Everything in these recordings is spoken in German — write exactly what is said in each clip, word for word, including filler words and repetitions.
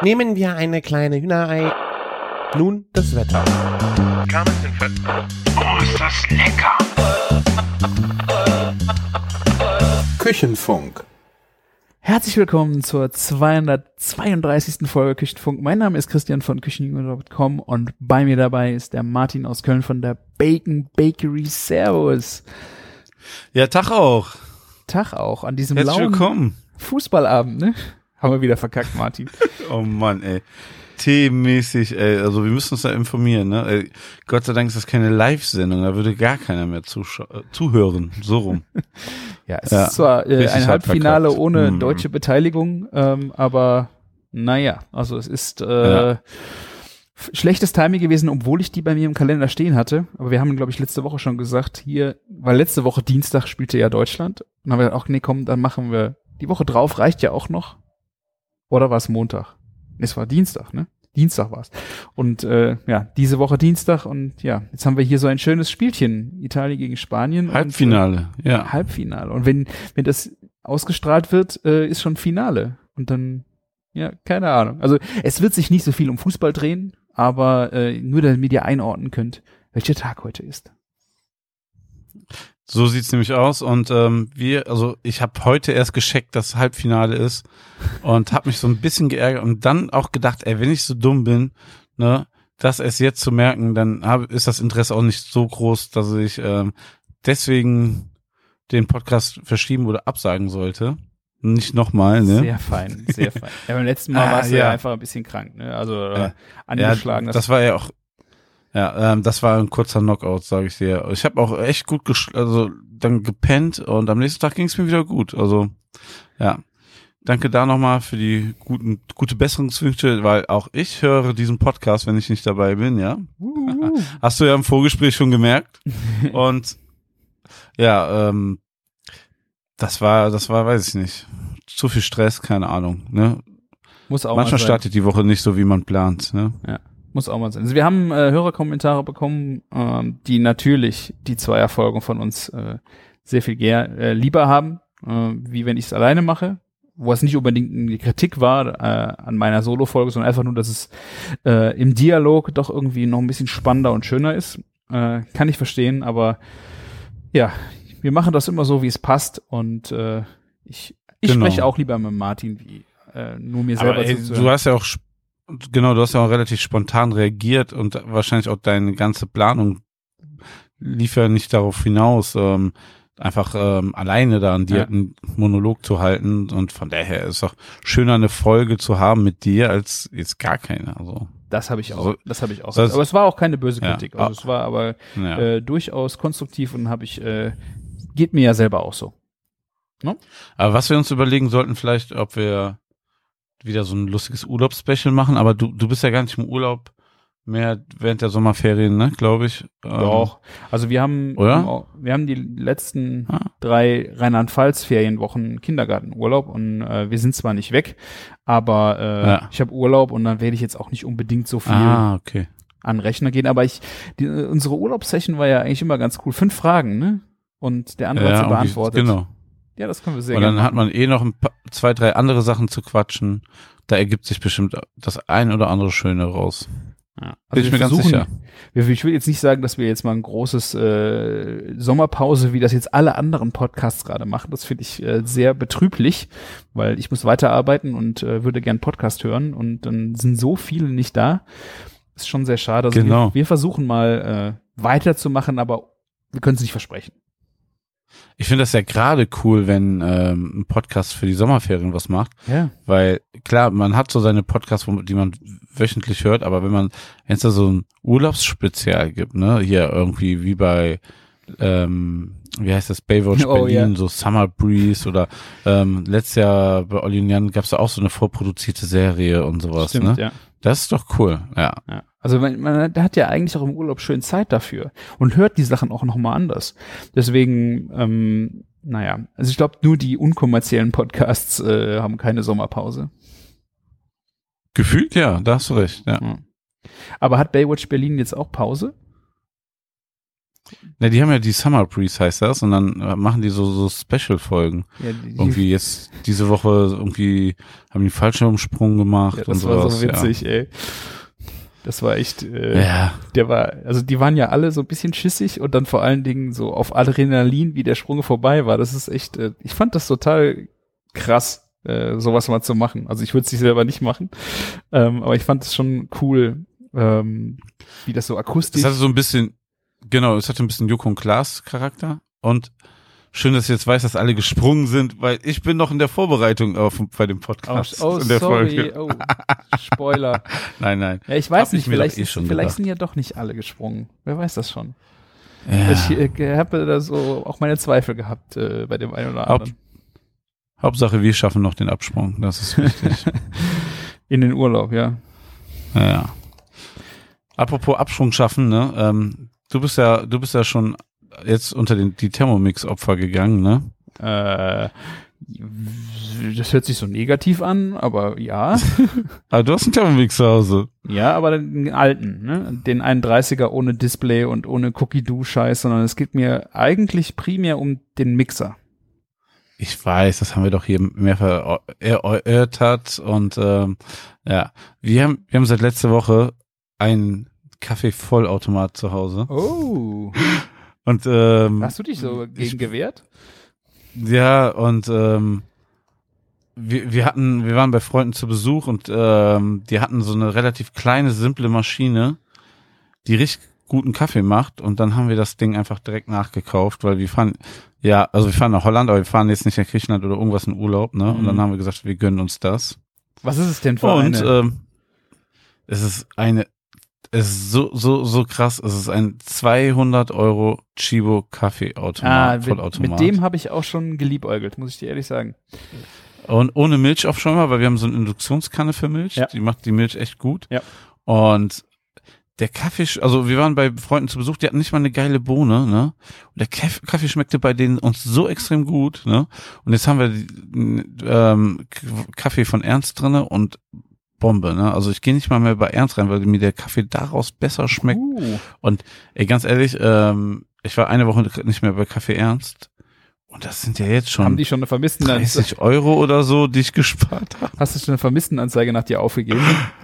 Nehmen wir eine kleine Hühnerei. Nun das Wetter. Oh, ist das lecker! Küchenfunk. Herzlich willkommen zur zweihundertzweiunddreißigsten Folge Küchenfunk. Mein Name ist Christian von Küchenjunge Punkt com und bei mir dabei ist der Martin aus Köln von der Bacon Bakery. Servus. Ja, Tag auch. Tag auch an diesem Herzlich lauen willkommen. Fußballabend, ne? Haben wir wieder verkackt, Martin. Oh Mann, ey. Themenmäßig, ey. Also wir müssen uns da informieren, ne? Ey, Gott sei Dank ist das keine Live-Sendung, da würde gar keiner mehr zuschau- äh, zuhören, so rum. Ja, es Ja, ist zwar äh, ein Halbfinale verkackt. ohne Mhm. deutsche Beteiligung, ähm, aber naja, also es ist äh, Ja. f- schlechtes Timing gewesen, obwohl ich die bei mir im Kalender stehen hatte. Aber wir haben, glaube ich, letzte Woche schon gesagt, hier, weil letzte Woche Dienstag spielte ja Deutschland. Und dann haben wir gesagt, ach nee, komm, dann machen wir die Woche drauf, reicht ja auch noch. Oder war es Montag? Es war Dienstag, ne? Dienstag war's. Und äh, ja, diese Woche Dienstag und ja, jetzt haben wir hier so ein schönes Spielchen, Italien gegen Spanien. Halbfinale, und, äh, ja. Halbfinale. Und wenn wenn das ausgestrahlt wird, äh, ist schon Finale. Und dann, ja, keine Ahnung. Also es wird sich nicht so viel um Fußball drehen, aber äh, nur damit ihr einordnen könnt, welcher Tag heute ist. So sieht's nämlich aus und ähm, wir, also ich habe heute erst gescheckt, dass Halbfinale ist und habe mich so ein bisschen geärgert und dann auch gedacht, ey, wenn ich so dumm bin, ne, das erst jetzt zu merken, dann hab, ist das Interesse auch nicht so groß, dass ich ähm, deswegen den Podcast verschieben oder absagen sollte. Nicht nochmal, ne? Sehr fein, sehr fein. Ja, beim letzten Mal Ah, warst du ja. ja einfach ein bisschen krank, ne? Also äh, Ja. angeschlagen. Ja, das war ja auch, ja, ähm, das war ein kurzer Knockout, sage ich dir. Ich habe auch echt gut, gesch- also dann gepennt und am nächsten Tag ging es mir wieder gut. Also ja, danke da nochmal für die guten, gute Besserungswünsche, weil auch ich höre diesen Podcast, wenn ich nicht dabei bin, ja. Uh. Hast du ja im Vorgespräch schon gemerkt. Und ja, ähm, das war, das war, weiß ich nicht, zu viel Stress, keine Ahnung. Ne? Muss auch Manchmal mal sein. startet die Woche nicht so, wie man plant. Ne? Ja, muss auch mal sein. Also wir haben äh, Hörerkommentare bekommen, ähm, die natürlich die Zweierfolgen von uns äh, sehr viel ger- äh, lieber haben, äh, wie wenn ich es alleine mache. Wo es nicht unbedingt eine Kritik war äh, an meiner Solo-Folge, sondern einfach nur, dass es äh, im Dialog doch irgendwie noch ein bisschen spannender und schöner ist. Äh, kann ich verstehen, aber ja, wir machen das immer so, wie es passt und äh, ich, ich Genau. spreche auch lieber mit Martin, wie äh, nur mir selber Aber ey, zuzuhören. du hast ja auch sp- genau, du hast ja auch relativ spontan reagiert und wahrscheinlich auch deine ganze Planung lief ja nicht darauf hinaus, ähm, einfach ähm, alleine da an dir Ja. einen Monolog zu halten und von daher ist es auch schöner, eine Folge zu haben mit dir als jetzt gar keine. Also Das habe ich auch. So- das habe ich auch. das- aber es war auch keine böse Ja. Kritik. Also es war aber ja. äh, durchaus konstruktiv und habe ich äh, geht mir ja selber auch so. Aber was wir uns überlegen sollten, vielleicht, ob wir wieder so ein lustiges Urlaubsspecial machen, aber du du bist ja gar nicht im Urlaub mehr während der Sommerferien, ne, glaube ich. Ähm, Doch. Also wir haben Oder? wir haben die letzten Ah. drei Rheinland-Pfalz-Ferienwochen Kindergartenurlaub und äh, wir sind zwar nicht weg, aber äh, Ja. ich habe Urlaub und dann werde ich jetzt auch nicht unbedingt so viel Ah, okay. an Rechner gehen. Aber ich die, unsere Urlaubssession war ja eigentlich immer ganz cool. Fünf Fragen, ne? Und der andere hat sie irgendwie- beantwortet. Genau. Ja, das können wir sehr Und gerne dann hat man eh noch ein paar, zwei, drei andere Sachen zu quatschen. Da ergibt sich bestimmt das ein oder andere Schöne raus. Ja. Bin ich wir mir ganz versuchen- sicher. Wir, ich will jetzt nicht sagen, dass wir jetzt mal ein großes äh, Sommerpause, wie das jetzt alle anderen Podcasts gerade machen. Das finde ich äh, sehr betrüblich, weil ich muss weiterarbeiten und äh, würde gern Podcast hören und dann sind so viele nicht da. Ist schon sehr schade. Also Genau. wir, wir versuchen mal äh, weiterzumachen, aber wir können es nicht versprechen. Ich finde das ja gerade cool, wenn ähm, ein Podcast für die Sommerferien was macht, Ja. weil klar, man hat so seine Podcasts, wo- die man wöchentlich hört, aber wenn man, wenn es da so ein Urlaubsspezial gibt, ne, hier irgendwie wie bei ähm, wie heißt das, Baywatch Oh, Berlin, ja. so Summer Breeze oder ähm, letztes Jahr bei Olli und Jan gab es da auch so eine vorproduzierte Serie und sowas, Stimmt, ne? ja. Das ist doch cool, ja. Ja. Also man, man der hat ja eigentlich auch im Urlaub schön Zeit dafür und hört die Sachen auch noch mal anders. Deswegen, ähm, naja, also ich glaube, nur die unkommerziellen Podcasts äh, haben keine Sommerpause. Gefühlt ja, da hast du recht, ja. Ja. Aber hat Baywatch Berlin jetzt auch Pause? Na, die haben ja die Summer Breeze, heißt das, und dann äh, machen die so, so Special-Folgen. Ja, die, die, irgendwie jetzt, diese Woche irgendwie haben die einen Fallschirmsprung gemacht ja, und das sowas. war so witzig, ja. ey. Das war echt, äh, ja. der war, also die waren ja alle so ein bisschen schissig und dann vor allen Dingen so auf Adrenalin, wie der Sprung vorbei war. Das ist echt, äh, ich fand das total krass, äh, sowas mal zu machen. Also ich würde es sich selber nicht machen, ähm, aber ich fand es schon cool, ähm, wie das so akustisch. Es hatte so ein bisschen, genau, es hatte ein bisschen Joko und Klaas Charakter und schön, dass ich jetzt weiß, dass alle gesprungen sind, weil ich bin noch in der Vorbereitung auf, bei dem Podcast. Oh, oh in der sorry, Folge. oh, Spoiler. Nein, nein. Ja, ich weiß Hab nicht, ich mir vielleicht, doch eh ist, schon vielleicht gedacht. sind ja doch nicht alle gesprungen. Wer weiß das schon. Ja. Ich äh, habe da so auch meine Zweifel gehabt äh, bei dem einen oder Haupt, anderen. Hauptsache, wir schaffen noch den Absprung. Das ist wichtig. In den Urlaub, ja. ja, ja. Apropos Absprung schaffen, ne? Ähm, du bist ja, du bist ja schon jetzt unter den die Thermomix-Opfer gegangen, ne? Äh, das hört sich so negativ an, aber ja. Aber du hast einen Thermomix zu Hause. Ja, aber den alten, ne? Den einunddreißiger ohne Display und ohne Cookie-Do-Scheiß, sondern es geht mir eigentlich primär um den Mixer. Ich weiß, das haben wir doch hier mehrfach erörtert und ähm, ja, wir haben wir haben seit letzter Woche einen Kaffee-Vollautomat zu Hause. Oh. Und ähm, Hast du dich so gegen ich, gewehrt? Ja, und ähm, wir, wir hatten, wir waren bei Freunden zu Besuch und ähm, die hatten so eine relativ kleine, simple Maschine, die richtig guten Kaffee macht und dann haben wir das Ding einfach direkt nachgekauft, weil wir fahren, ja, also wir fahren nach Holland, aber wir fahren jetzt nicht nach Griechenland oder irgendwas in Urlaub, ne? Und Mhm. dann haben wir gesagt, wir gönnen uns das. Was ist es denn für Und eine? ähm, es ist eine, es ist so, so, so krass, es ist ein zweihundert Euro Chibo Kaffeeautomat, Ah, mit, Vollautomat. mit dem habe ich auch schon geliebäugelt, muss ich dir ehrlich sagen. Und ohne Milch auch schon mal, weil wir haben so eine Induktionskanne für Milch. Ja. Die macht die Milch echt gut. Ja. Und der Kaffee, also wir waren bei Freunden zu Besuch, die hatten nicht mal eine geile Bohne, ne? Und der Kaff- Kaffee schmeckte bei denen uns so extrem gut, ne? Und jetzt haben wir die, ähm, Kaffee von Ernst drinne und Bombe, ne? Also ich gehe nicht mal mehr bei Ernst rein, weil mir der Kaffee daraus besser schmeckt. Uh. Und ey, ganz ehrlich, ähm, ich war eine Woche nicht mehr bei Kaffee Ernst. Und das sind ja jetzt schon Haben die schon eine Vermisstenanzeige? dreißig Euro oder so, die ich gespart habe. Hast du schon eine Vermisstenanzeige nach dir aufgegeben?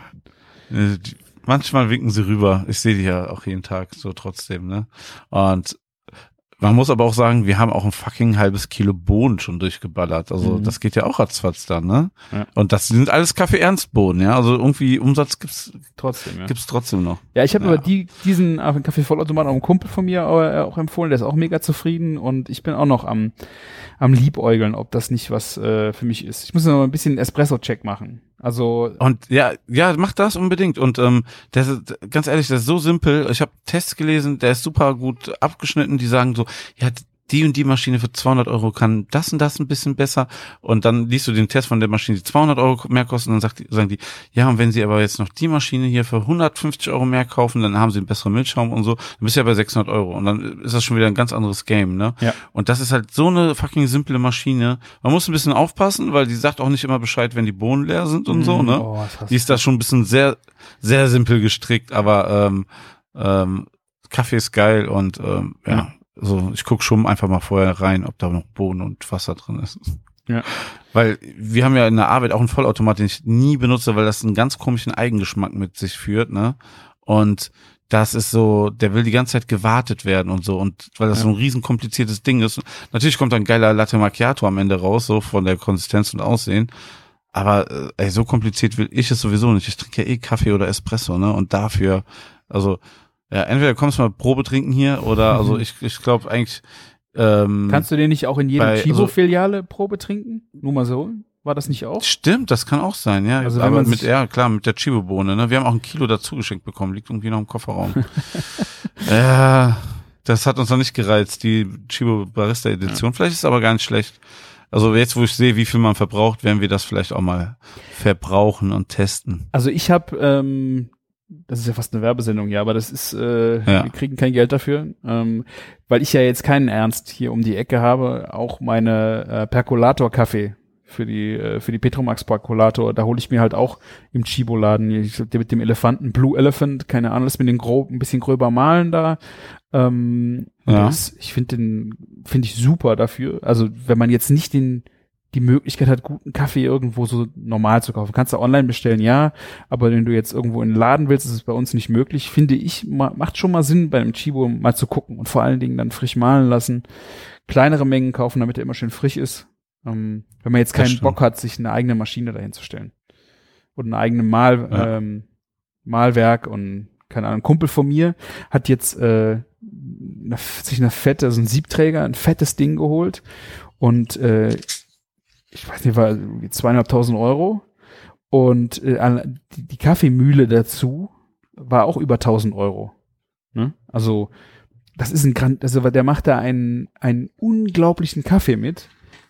Äh, die- Manchmal winken sie rüber. Ich sehe die ja auch jeden Tag so trotzdem, ne? Und man muss aber auch sagen, wir haben auch ein fucking halbes Kilo Bohnen schon durchgeballert. Also Mhm. das geht ja auch ratzfatz dann, ne? Ja. Und das sind alles Kaffee-Ernst-Bohnen, ja? Also irgendwie Umsatz gibt's Trotzdem, ja. gibt's trotzdem noch. Ja, ich habe Ja. aber die, diesen äh, Kaffee-Vollautomat auch einem Kumpel von mir äh, auch empfohlen, der ist auch mega zufrieden und ich bin auch noch am, am Liebäugeln, ob das nicht was äh, für mich ist. Ich muss noch ein bisschen Espresso-Check machen. Also Und ja, ja, mach das unbedingt. Und ähm, der ist, ganz ehrlich, der ist so simpel. Ich habe Tests gelesen, der ist super gut abgeschnitten. Die sagen so, ja, die und die Maschine für zweihundert Euro kann das und das ein bisschen besser. Und dann liest du den Test von der Maschine, die zweihundert Euro mehr kostet. Und dann sagt die, sagen die, ja, und wenn sie aber jetzt noch die Maschine hier für hundertfünfzig Euro mehr kaufen, dann haben sie einen besseren Milchschaum und so. Dann bist du ja bei sechshundert Euro. Und dann ist das schon wieder ein ganz anderes Game, ne? Ja. Und das ist halt so eine fucking simple Maschine. Man muss ein bisschen aufpassen, weil die sagt auch nicht immer Bescheid, wenn die Bohnen leer sind und so, ne? Oh, was hast Die ist da schon ein bisschen sehr, sehr simpel gestrickt, aber ähm, ähm, Kaffee ist geil und ähm, ja, Ja. also ich guck schon einfach mal vorher rein, ob da noch Bohnen und Wasser drin ist. Ja. Weil wir haben ja in der Arbeit auch einen Vollautomat, den ich nie benutze, weil das einen ganz komischen Eigengeschmack mit sich führt, ne? Und das ist so, der will die ganze Zeit gewartet werden und so und weil das Ja. so ein riesen kompliziertes Ding ist. Natürlich kommt da ein geiler Latte Macchiato am Ende raus, so von der Konsistenz und Aussehen. Aber äh, ey, so kompliziert will ich es sowieso nicht. Ich trinke ja eh Kaffee oder Espresso, ne? Und dafür, also ja, entweder kommst du mal Probe trinken hier oder, also ich, ich glaube eigentlich. Ähm, Kannst du den nicht auch in jeder bei- Chibo-Filiale Probe trinken? Nur mal so. War das nicht auch? Stimmt, das kann auch sein, ja. Also wenn aber man mit, sich- ja klar, mit der Chibo-Bohne, ne? Wir haben auch ein Kilo dazu geschenkt bekommen, liegt irgendwie noch im Kofferraum. Ja, das hat uns noch nicht gereizt, die Chibo Barista Edition. Vielleicht ist es aber gar nicht schlecht. Also jetzt, wo ich sehe, wie viel man verbraucht, werden wir das vielleicht auch mal verbrauchen und testen. Also ich habe, ähm, das ist ja fast eine Werbesendung, ja, aber das ist, äh, Ja. wir kriegen kein Geld dafür, ähm, weil ich ja jetzt keinen Ernst hier um die Ecke habe, auch meine äh, Perkulator-Kaffee für die äh, für die Petromax Perkulator, da hole ich mir halt auch im Chibo-Laden, ich glaub, der mit dem Elefanten, Blue Elephant, keine Ahnung, das mit den grob, ein bisschen gröber malen da, ähm, Ja. Das, ich finde den, finde ich super dafür. Also wenn man jetzt nicht den die Möglichkeit hat, guten Kaffee irgendwo so normal zu kaufen. Kannst du online bestellen, ja, aber wenn du jetzt irgendwo in den Laden willst, ist es bei uns nicht möglich. Finde ich, ma, macht schon mal Sinn, bei einem Chibo mal zu gucken und vor allen Dingen dann frisch mahlen lassen, kleinere Mengen kaufen, damit er immer schön frisch ist. Ähm, wenn man jetzt keinen Bock hat, sich eine eigene Maschine dahin zu stellen. Und ein eigenes Mal, ja. ähm, Malwerk und, keine Ahnung, ein Kumpel von mir hat jetzt äh, eine, sich eine fette, so ein Siebträger, ein fettes Ding geholt und äh, ich weiß nicht, war zweieinhalbtausend Euro und äh, die, die Kaffeemühle dazu war auch über tausend Euro. Ne? Also das ist ein Grand, also der macht da einen einen unglaublichen Kaffee mit.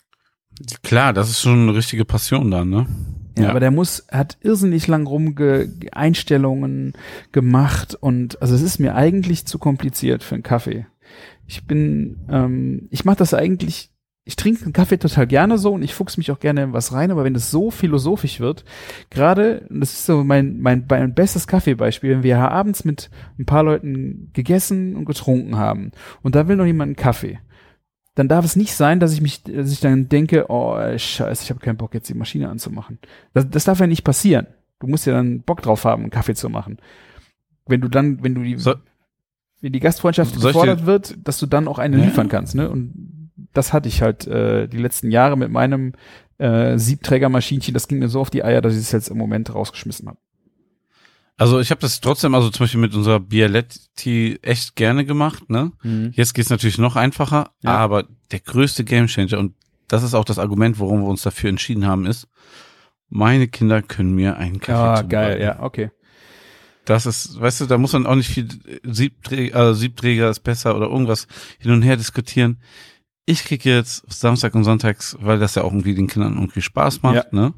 Klar, das ist schon eine richtige Passion dann, ne? Ja, ja. Aber der muss, hat irrsinnig lang rumge Einstellungen gemacht und also es ist mir eigentlich zu kompliziert für einen Kaffee. Ich bin, ähm, ich mache das eigentlich. Ich trinke einen Kaffee total gerne so und ich fuchse mich auch gerne in was rein, aber wenn das so philosophisch wird, gerade, das ist so mein, mein, mein bestes Kaffeebeispiel, wenn wir abends mit ein paar Leuten gegessen und getrunken haben und da will noch jemand einen Kaffee, dann darf es nicht sein, dass ich mich, dass ich dann denke, oh, scheiße, ich habe keinen Bock, jetzt die Maschine anzumachen. Das, das darf ja nicht passieren. Du musst ja dann Bock drauf haben, einen Kaffee zu machen. Wenn du dann, wenn du die, so, wenn die Gastfreundschaft gefordert wird, dass du dann auch eine ja. liefern kannst, ne, und das hatte ich halt äh, die letzten Jahre mit meinem äh, Siebträgermaschinchen. Das ging mir so auf die Eier, dass ich es jetzt im Moment rausgeschmissen habe. Also ich habe das trotzdem, also zum Beispiel mit unserer Bialetti echt gerne gemacht. Ne? Mhm. Jetzt geht's natürlich noch einfacher, ja. aber der größte Gamechanger, und das ist auch das Argument, warum wir uns dafür entschieden haben, ist, meine Kinder können mir einen Kaffee Ah, zubereiten. geil, ja, okay. Das ist, weißt du, da muss man auch nicht viel Siebträger, also Siebträger ist besser oder irgendwas hin und her diskutieren. Ich kriege jetzt Samstag und Sonntags, weil das ja auch irgendwie den Kindern irgendwie Spaß macht, ja. ne?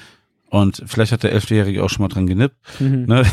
Und vielleicht hat der Elfjährige auch schon mal dran genippt, mhm. ne?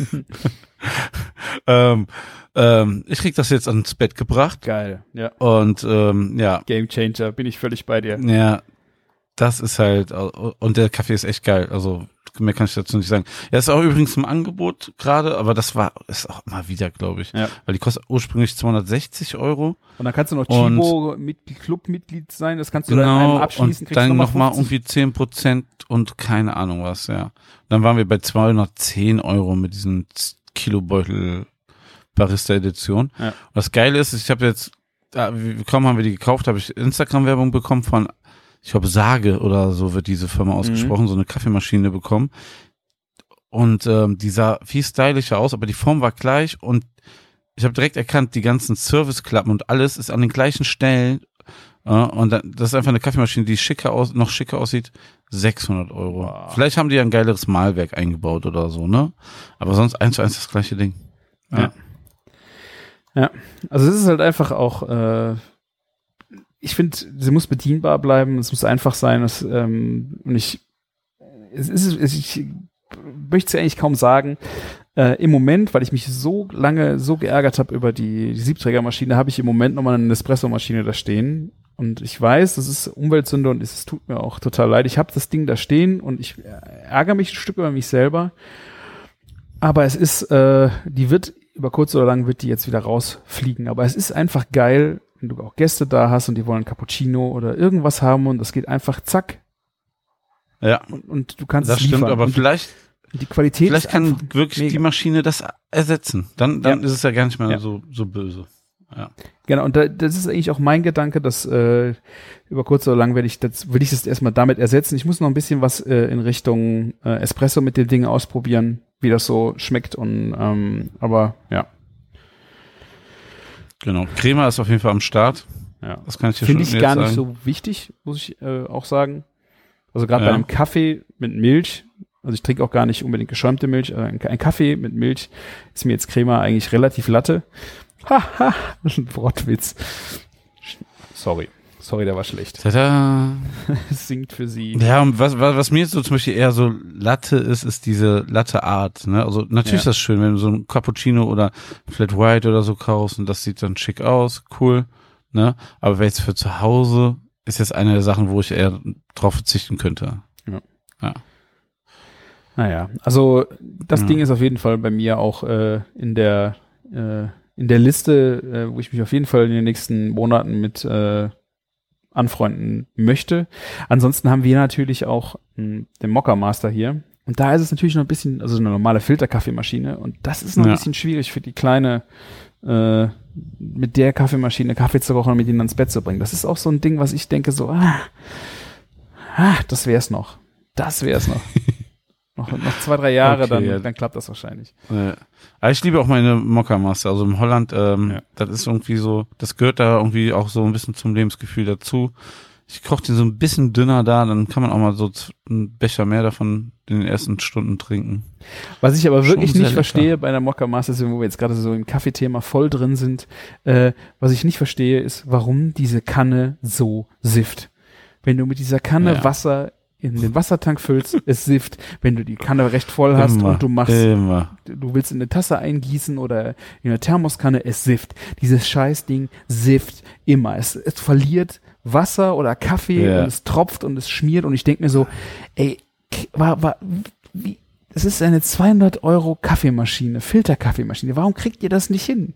ähm, ähm, ich krieg das jetzt ans Bett gebracht. Geil, ja. Und ähm, ja. Game Changer, bin ich völlig bei dir. Ja, das ist halt, und der Kaffee ist echt geil, also mehr kann ich dazu nicht sagen. Ja, ist auch übrigens im Angebot gerade, aber das war, ist auch mal wieder, glaube ich. Ja. Weil die kostet ursprünglich zweihundertsechzig Euro. Und dann kannst du noch Chibo mit Clubmitglied sein, das kannst du genau, dann in einem abschließen. Und dann nochmal noch irgendwie zehn Prozent und keine Ahnung was, ja. Und dann waren wir bei zweihundertzehn Euro mit diesem Kilobeutel Barista-Edition. Ja. Und das Geile ist, ich habe jetzt, wie kaum haben wir die gekauft, habe ich Instagram-Werbung bekommen von, ich glaube, Sage oder so wird diese Firma ausgesprochen, mhm. so eine Kaffeemaschine bekommen. Und ähm, die sah viel stylischer aus, aber die Form war gleich und ich habe direkt erkannt, die ganzen Serviceklappen und alles ist an den gleichen Stellen. Äh, und dann, das ist einfach eine Kaffeemaschine, die schicker aus, noch schicker aussieht. sechshundert Euro. Wow. Vielleicht haben die ja ein geileres Mahlwerk eingebaut oder so, ne? Aber sonst eins zu eins das gleiche Ding. Ja. Ja, ja. Also es ist halt einfach auch äh ich finde, sie muss bedienbar bleiben, es muss einfach sein, es, ähm, und ich, es ist, es, ich möchte es ja eigentlich kaum sagen, äh, im Moment, weil ich mich so lange so geärgert habe über die, die Siebträgermaschine, habe ich im Moment nochmal eine Espresso-Maschine da stehen und ich weiß, das ist Umweltsünde und es tut mir auch total leid, ich habe das Ding da stehen und ich ärgere mich ein Stück über mich selber, aber es ist, äh, die wird, über kurz oder lang wird die jetzt wieder rausfliegen, aber es ist einfach geil, wenn du auch Gäste da hast und die wollen Cappuccino oder irgendwas haben und das geht einfach zack. Ja. Und, und du kannst das es liefern. Stimmt, aber und vielleicht, die, die Qualität vielleicht kann wirklich mega. Die Maschine das ersetzen. Dann, dann ja. ist es ja gar nicht mehr ja. so, so böse. Ja. Genau. Und da, das ist eigentlich auch mein Gedanke, dass, äh, über kurz oder lang werde ich das, will ich das erstmal damit ersetzen. Ich muss noch ein bisschen was, äh, in Richtung, äh, Espresso mit den Dingen ausprobieren, wie das so schmeckt und, ähm, aber, ja. Genau. Crema ist auf jeden Fall am Start. Ja. Das kann ich dir Finde schon ich gar sagen. nicht so wichtig, muss ich äh, auch sagen. Also gerade ja. bei einem Kaffee mit Milch, also ich trinke auch gar nicht unbedingt geschäumte Milch, äh, ein, ein Kaffee mit Milch ist mir jetzt Crema eigentlich relativ Latte. Haha, das ist ein Wortwitz. Sorry. Sorry, der war schlecht. Tada. Singt für sie. Ja, und was, was, was mir jetzt so zum Beispiel eher so Latte ist, ist diese Latte-Art. Ne? Also natürlich ja. ist das schön, wenn du so ein Cappuccino oder Flat White oder so kaufst und das sieht dann schick aus, cool. Ne? Aber jetzt für zu Hause ist jetzt eine der Sachen, wo ich eher drauf verzichten könnte. Ja. Ja. Naja, also das ja. Ding ist auf jeden Fall bei mir auch äh, in der äh, in der Liste, äh, wo ich mich auf jeden Fall in den nächsten Monaten mit äh, anfreunden möchte. Ansonsten haben wir natürlich auch mh, den Mokka Master hier. Und da ist es natürlich noch ein bisschen, also eine normale Filterkaffeemaschine. Und das ist noch ein Ja. bisschen schwierig für die kleine, äh, mit der Kaffeemaschine Kaffee zu kochen und mit ihnen ans Bett zu bringen. Das ist auch so ein Ding, was ich denke so, ah, ah das wär's noch. Das wär's noch. noch. Noch zwei, drei Jahre, Okay, dann, ja. dann klappt das wahrscheinlich. Äh, aber ich liebe auch meine Mokka Master. Also in Holland, ähm, Ja. das ist irgendwie so, das gehört da irgendwie auch so ein bisschen zum Lebensgefühl dazu. Ich koche den so ein bisschen dünner da, dann kann man auch mal so z- einen Becher mehr davon in den ersten Stunden trinken. Was ich aber Schon wirklich sehr nicht lecker. verstehe bei der Mokka Master, wo wir jetzt gerade so im Kaffeethema voll drin sind, äh, was ich nicht verstehe, ist, warum diese Kanne so sifft. Wenn du mit dieser Kanne Ja. Wasser in den Wassertank füllst, es sifft. Wenn du die Kanne recht voll hast Immer, und du machst, Immer. du willst in eine Tasse eingießen oder in eine Thermoskanne, es sifft. Dieses Scheißding sifft immer. Es, es verliert Wasser oder Kaffee Ja. und es tropft und es schmiert und ich denke mir so, ey, k- war, war, wie, es ist eine zweihundert Euro Kaffeemaschine, Filterkaffeemaschine. Warum kriegt ihr das nicht hin?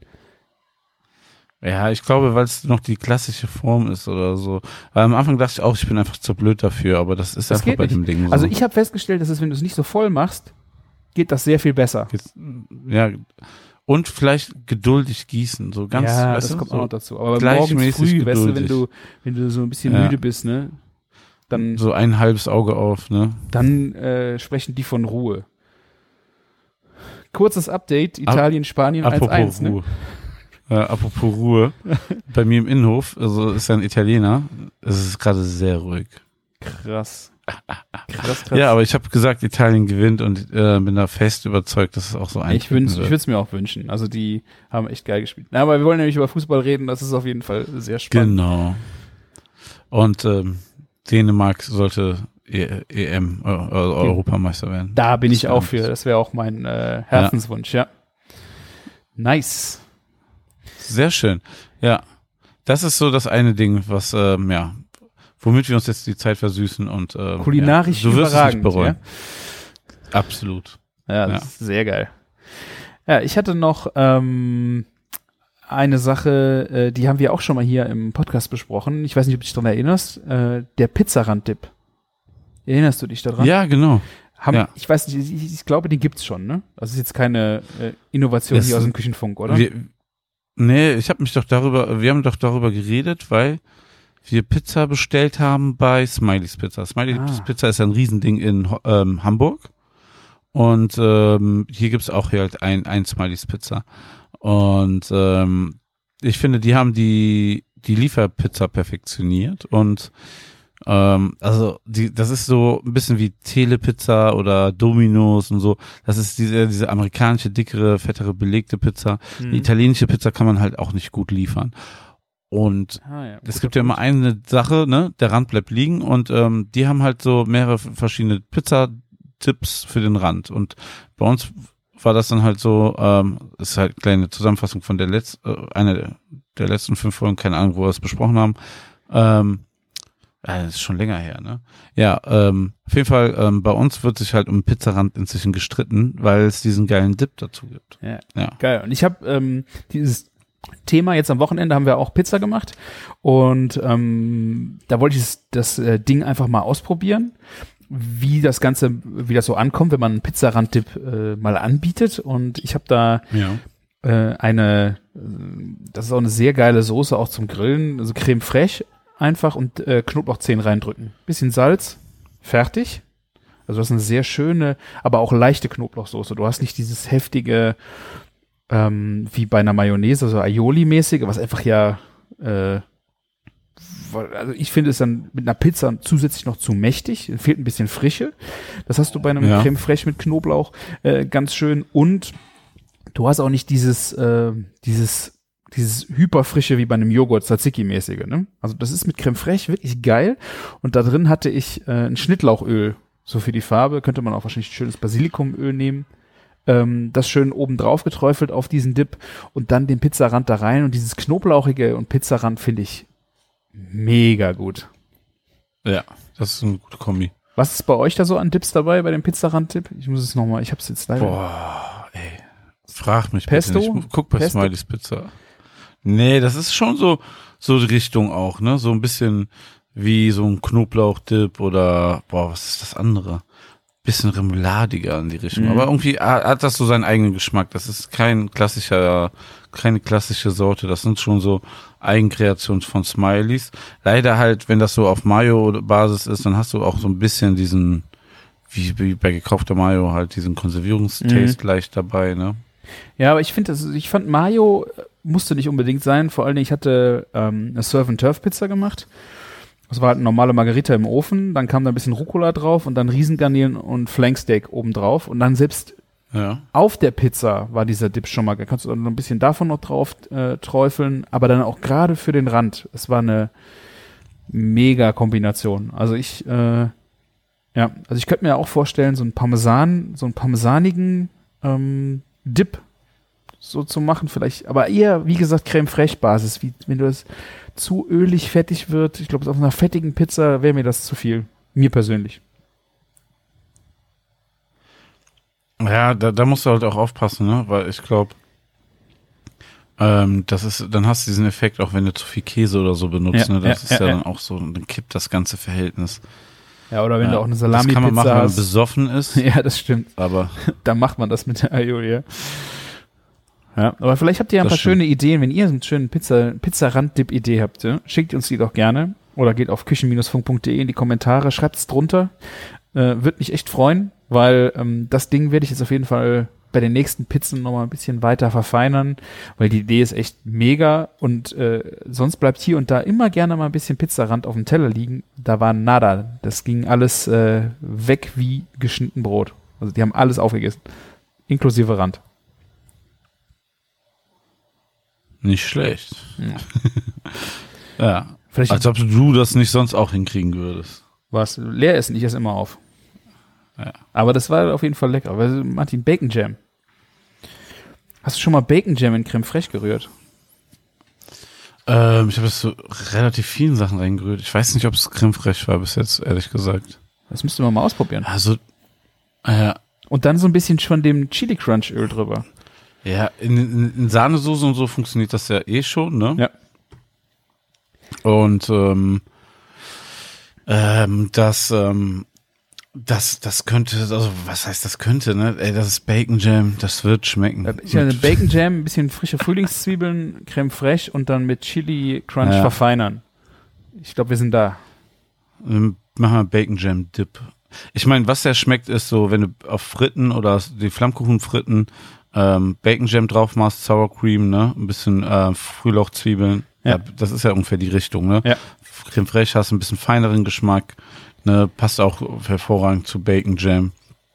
Ja, ich glaube, weil es noch die klassische Form ist oder so. Weil am Anfang dachte ich auch, ich bin einfach zu blöd dafür, aber das ist Das einfach geht bei nicht. dem Ding so. Also ich habe festgestellt, dass es, wenn du es nicht so voll machst, geht das sehr viel besser. Jetzt, ja, und vielleicht geduldig gießen, so ganz, ja, weißt das du, kommt so auch noch dazu. Aber morgens gleichmäßig früh, weißt du, wenn geduldig. du, wenn du so ein bisschen Ja. müde bist, ne, dann, so ein halbes Auge auf, ne? dann äh, sprechen die von Ruhe. Kurzes Update, Italien, Spanien eins Apropos eins, ne? Ruhe. Äh, apropos Ruhe. Bei mir im Innenhof, also ist ja ein Italiener, es ist gerade sehr ruhig. Krass. Krass, krass. Ja, aber ich habe gesagt, Italien gewinnt und äh, bin da fest überzeugt, dass es auch so ein. ich wünsch, ich würde es mir auch wünschen. Also die haben echt geil gespielt. Na, aber wir wollen nämlich über Fußball reden, das ist auf jeden Fall sehr spannend. Genau. Und ähm, Dänemark sollte E- EM, äh, Europameister werden. Da bin Das ich wär auch nicht für. so. Das wäre auch mein äh, Herzenswunsch, ja. Nice. Sehr schön. Ja, das ist so das eine Ding, was, ähm, ja, womit wir uns jetzt die Zeit versüßen und ähm, Kulinarisch ja, du wirst überragend, es nicht bereuen. Absolut. Ja, das Ja. ist sehr geil. Ja, ich hatte noch ähm, eine Sache, äh, die haben wir auch schon mal hier im Podcast besprochen. Ich weiß nicht, ob du dich daran erinnerst. Äh, der Pizzarand-Dip. Erinnerst du dich daran? Ja, genau. Haben, ja. Ich weiß nicht, ich, ich glaube, den gibt's schon, ne? Also ist jetzt keine äh, Innovation Das- hier aus dem Küchenfunk, oder? Wir, nee, ich habe mich doch darüber, wir haben doch darüber geredet, weil wir Pizza bestellt haben bei Smileys Pizza. Smileys Ah. Pizza ist ja ein Riesending in Ho- ähm, Hamburg. Und ähm, hier gibt's auch hier halt ein, ein Smileys Pizza. Und ähm, ich finde, die haben die, die Lieferpizza perfektioniert. Und ähm, also die, das ist so ein bisschen wie Telepizza oder Domino's und so. Das ist diese, diese amerikanische, dickere, fettere, belegte Pizza. Mhm. Die italienische Pizza kann man halt auch nicht gut liefern. Und Ah, ja, es guter gibt ja immer Punkt. eine Sache, ne? Der Rand bleibt liegen und ähm, die haben halt so mehrere verschiedene Pizzatipps für den Rand. Und bei uns war das dann halt so, ähm, ist halt eine kleine Zusammenfassung von der letzten, äh, einer der, der letzten fünf Folgen, keine Ahnung, wo wir es besprochen haben. Ähm, ja, das ist schon länger her, ne? Ja, ähm, auf jeden Fall, ähm, bei uns wird sich halt um den Pizzarand inzwischen gestritten, weil es diesen geilen Dip dazu gibt. Ja. Ja. Geil. Und ich habe ähm, dieses Thema jetzt am Wochenende haben wir auch Pizza gemacht und ähm, da wollte ich das, das äh, Ding einfach mal ausprobieren, wie das Ganze, wie das so ankommt, wenn man einen Pizzarand-Dip äh, mal anbietet. Und ich habe da Ja. äh, eine, äh, das ist auch eine sehr geile Soße auch zum Grillen, also Creme fraiche einfach und äh, Knoblauchzehen reindrücken. Bisschen Salz, fertig. Also das ist eine sehr schöne, aber auch leichte Knoblauchsoße. Du hast nicht dieses heftige, ähm, wie bei einer Mayonnaise, so Aioli-mäßige, was einfach ja, äh, also ich finde es dann mit einer Pizza zusätzlich noch zu mächtig, fehlt ein bisschen Frische. Das hast du bei einem Ja. Creme fraiche mit Knoblauch äh, ganz schön und du hast auch nicht dieses, äh, dieses, dieses Hyperfrische wie bei einem Joghurt, Tzatziki-mäßige, ne? Also das ist mit Creme fraiche wirklich geil und da drin hatte ich äh, ein Schnittlauchöl, so für die Farbe, könnte man auch wahrscheinlich schönes Basilikumöl nehmen. Ähm, das schön oben drauf geträufelt auf diesen Dip und dann den Pizzarand da rein und dieses Knoblauchige und Pizzarand finde ich mega gut. Ja, das ist eine gute Kombi. Was ist bei euch da so an Dips dabei bei dem Pizzarand-Dip? Ich muss es nochmal, ich hab's jetzt leider. Boah, ey. Frag mich Pesto? bitte nicht. Guck bei Pesto? Smileys Pizza. Nee, das ist schon so, so die Richtung auch, ne? So ein bisschen wie so ein Knoblauchdip oder, boah, was ist das andere? Bisschen remouladiger in die Richtung. Mhm. Aber irgendwie hat das so seinen eigenen Geschmack. Das ist kein klassischer, keine klassische Sorte. Das sind schon so Eigenkreationen von Smileys. Leider halt, wenn das so auf Mayo-Basis ist, dann hast du auch so ein bisschen diesen, wie, wie bei gekaufter Mayo halt, diesen Konservierungstaste Mhm. leicht dabei, ne? Ja, aber ich finde, das, ich fand Mayo musste nicht unbedingt sein. Vor allen Dingen, ich hatte ähm, eine Surf-and-Turf-Pizza gemacht. Das war halt eine normale Margarita im Ofen. Dann kam da ein bisschen Rucola drauf und dann Riesengarnelen und Flanksteak oben drauf. Und dann selbst Ja. auf der Pizza war dieser Dip schon mal. Da kannst du dann noch ein bisschen davon noch drauf äh, träufeln. Aber dann auch gerade für den Rand. Es war eine mega Kombination. Also ich, äh, ja, also ich könnte mir auch vorstellen, so einen Parmesan, so einen parmesanigen ähm, Dip so zu machen, vielleicht, aber eher, wie gesagt, Creme Fraiche Basis, wie wenn du das zu ölig fettig wird. Ich glaube, auf einer fettigen Pizza wäre mir das zu viel. Mir persönlich. Ja, da, da musst du halt auch aufpassen, ne? Weil ich glaube, ähm, das ist, dann hast du diesen Effekt, auch wenn du zu viel Käse oder so benutzt, Ja, ne? Das ja, ist ja, ja, ja. dann auch so, dann kippt das ganze Verhältnis. Ja, oder wenn ja, du auch eine das kann man machen, Salami-Pizza wenn man hast. besoffen ist, Ja, das stimmt. aber Da macht man das mit der Aioli. Ja, aber vielleicht habt ihr ja ein Das paar stimmt. schöne Ideen, wenn ihr so einen schönen Pizza, Pizza-Rand-Dip-Idee habt, ja? Schickt uns die doch gerne oder geht auf küchen Bindestrich funk punkt de in die Kommentare, schreibt es drunter. Äh, Würde mich echt freuen, weil ähm, das Ding werde ich jetzt auf jeden Fall bei den nächsten Pizzen nochmal ein bisschen weiter verfeinern, weil die Idee ist echt mega und äh, sonst bleibt hier und da immer gerne mal ein bisschen Pizzarand auf dem Teller liegen. Da war nada. Das ging alles äh, weg wie geschnitten Brot. Also die haben alles aufgegessen, inklusive Rand. nicht schlecht. Ja. Ja. Vielleicht Als ob du das nicht sonst auch hinkriegen würdest. was leer essen, ich esse immer auf. Ja. Aber das war auf jeden Fall lecker. Weil Martin, Bacon Jam. Hast du schon mal Bacon Jam in Creme Fraiche gerührt? Ähm, ich habe jetzt so relativ vielen Sachen reingerührt. Ich weiß nicht, ob es Creme Fraiche war bis jetzt, ehrlich gesagt. Das müssten wir mal ausprobieren. Also, äh, Und dann so ein bisschen von dem Chili Crunch Öl drüber. ja, in, in, in Sahnesoße und so funktioniert das ja eh schon, ne? Ja. Und ähm, ähm, das, ähm, das, das könnte, also was heißt das könnte, ne? Ey, das ist Bacon Jam, das wird schmecken. Ich hatte Bacon Jam, ein bisschen frische Frühlingszwiebeln, Creme Fraiche und dann mit Chili Crunch Ja. verfeinern. Ich glaube, wir sind da. Ähm, Mach mal Bacon Jam Dip. Ich meine, was der schmeckt, ist so, wenn du auf Fritten oder die Flammkuchenfritten ähm, Bacon Jam drauf machst, Sour Cream, ne? Ein bisschen äh, Frühlauchzwiebeln. Ja. Ja. Das ist ja ungefähr die Richtung, ne? Ja. Creme Fraiche hast ein bisschen feineren Geschmack, ne? Passt auch hervorragend zu Bacon Jam.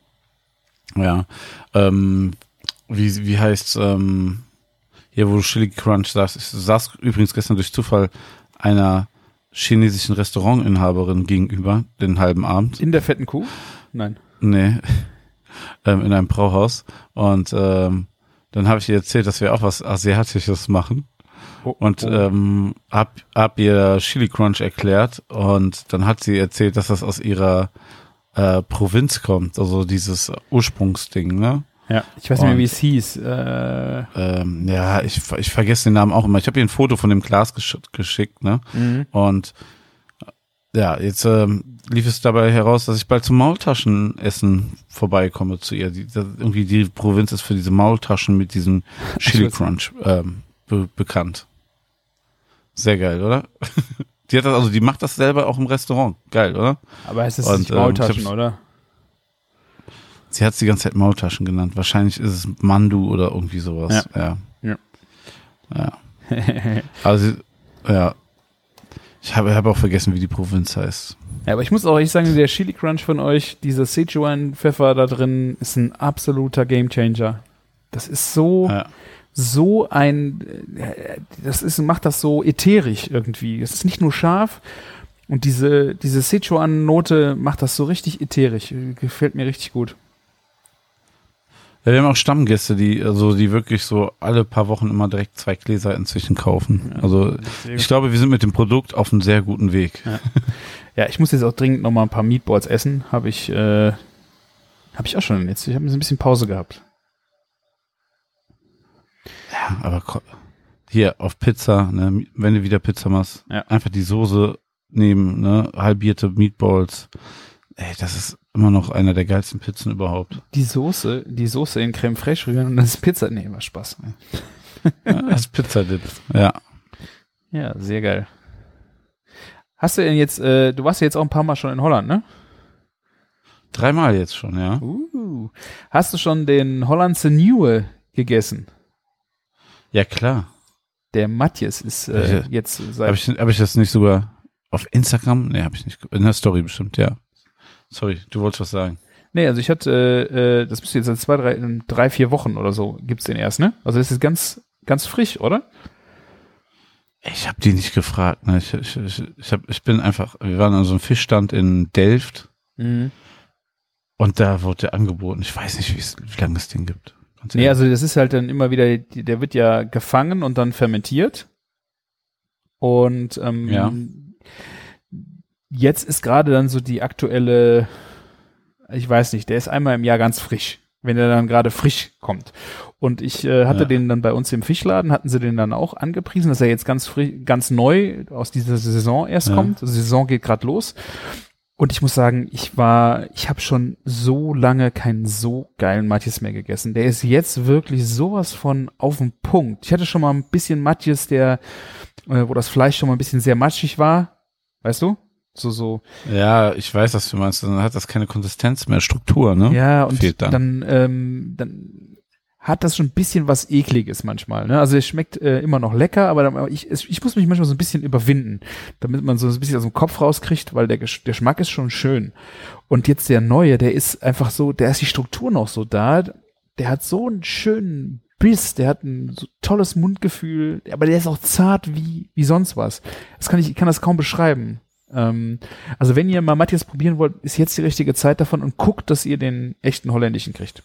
Ja. Ähm, wie, wie heißt's, ähm, hier, wo du Chili Crunch sagst. Ich saß übrigens gestern durch Zufall einer chinesischen Restaurantinhaberin gegenüber, den halben Abend. In der fetten Kuh? Nein. Nee, ähm, in einem Brauhaus. Und ähm, dann habe ich ihr erzählt, dass wir auch was Asiatisches machen. Oh, Und oh. ähm, hab, hab ihr Chili Crunch erklärt. Und dann hat sie erzählt, dass das aus ihrer äh, Provinz kommt. Also dieses Ursprungsding, ne? Ja, ich weiß nicht mehr, Und- wie es hieß. Äh, Ähm, ja, ich, ich vergesse den Namen auch immer. Ich habe ihr ein Foto von dem Glas gesch geschickt, ne? mhm. Und äh, ja, jetzt ähm, lief es dabei heraus, dass ich bald zum Maultaschenessen vorbeikomme zu ihr. Die, das, irgendwie die Provinz ist für diese Maultaschen mit diesem Chili Crunch ähm, be bekannt. Sehr geil, oder? Die hat das, also die macht das selber auch im Restaurant. Geil, oder? Aber es ist Und, nicht ähm, Maultaschen, ich hab's- oder? Sie hat es die ganze Zeit Maultaschen genannt. Wahrscheinlich ist es Mandu oder irgendwie sowas. Ja. Ja. Ja. Also, ja. Ich habe hab auch vergessen, wie die Provinz heißt. Ja, aber ich muss auch echt sagen, der Chili Crunch von euch, dieser Sichuan-Pfeffer da drin, ist ein absoluter Gamechanger. Das ist so, Ja. so ein, äh, das ist, macht das so ätherisch irgendwie. Es ist nicht nur scharf und diese, diese Sichuan-Note macht das so richtig ätherisch. Gefällt mir richtig gut. Ja, wir haben auch Stammgäste, die, also die wirklich so alle paar Wochen immer direkt zwei Gläser inzwischen kaufen. Ja, Also sehr ich gut. glaube, wir sind mit dem Produkt auf einem sehr guten Weg. Ja, ich muss jetzt auch dringend noch mal ein paar Meatballs essen. Habe ich, äh, habe ich auch schon jetzt. Ich habe ein bisschen Pause gehabt. Ja, aber ko- hier auf Pizza, ne, wenn du wieder Pizza machst, Ja. einfach die Soße nehmen, ne, halbierte Meatballs. Ey, das ist immer noch einer der geilsten Pizzen überhaupt. Die Soße, die Soße in Creme Fraiche rühren und das ist Pizza. Nee, war Spaß. Ja, das ist Pizza-Dip. Ja. Ja, sehr geil. Hast du denn jetzt, äh, du warst ja jetzt auch ein paar Mal schon in Holland, ne? Dreimal jetzt schon, ja. Uh. Hast du schon den Hollandse Nieuwe gegessen? Ja, klar. Der Matjes ist äh, Welche? jetzt seit... Habe ich, hab ich das nicht sogar auf Instagram? Nee, habe ich nicht. In der Story bestimmt, ja. Sorry, du wolltest was sagen. Nee, also ich hatte, äh, das müsste jetzt seit zwei, drei, in drei, vier Wochen oder so gibt's den erst, ne? Also das ist ganz, ganz frisch, oder? Ich habe die nicht gefragt. Ne? Ich, ich, ich, ich, hab, ich bin einfach, wir waren an so einem Fischstand in Delft Mhm. und da wurde der angeboten. Ich weiß nicht, wie lange es den gibt. Ganz Nee, ehrlich. also das ist halt dann immer wieder, der wird ja gefangen und dann fermentiert. Und ähm, Ja. jetzt ist gerade dann so die aktuelle, ich weiß nicht, der ist einmal im Jahr ganz frisch, wenn er dann gerade frisch kommt. Und ich äh, hatte Ja. den dann bei uns im Fischladen, hatten sie den dann auch angepriesen, dass er jetzt ganz frisch, ganz neu aus dieser Saison erst Ja. kommt. Also die Saison geht gerade los. Und ich muss sagen, ich war, ich habe schon so lange keinen so geilen Matjes mehr gegessen. Der ist jetzt wirklich sowas von auf den Punkt. Ich hatte schon mal ein bisschen Matjes, der, äh, wo das Fleisch schon mal ein bisschen sehr matschig war. Weißt du? So, so. Ja, ich weiß, was du meinst. Dann hat das keine Konsistenz mehr, Struktur, ne? Ja, und Fehlt dann. dann, ähm, dann hat das schon ein bisschen was Ekliges manchmal. Ne? Also es schmeckt äh, immer noch lecker, aber dann, ich, es, ich muss mich manchmal so ein bisschen überwinden, damit man so ein bisschen aus dem Kopf rauskriegt, weil der, Gesch- der Geschmack ist schon schön. Und jetzt der neue, der ist einfach so, der ist die Struktur noch so da, der hat so einen schönen Biss, der hat ein so tolles Mundgefühl, aber der ist auch zart wie, wie sonst was. Das kann ich, ich kann das kaum beschreiben. Ähm, also wenn ihr mal Matjes probieren wollt, ist jetzt die richtige Zeit davon und guckt, dass ihr den echten holländischen kriegt.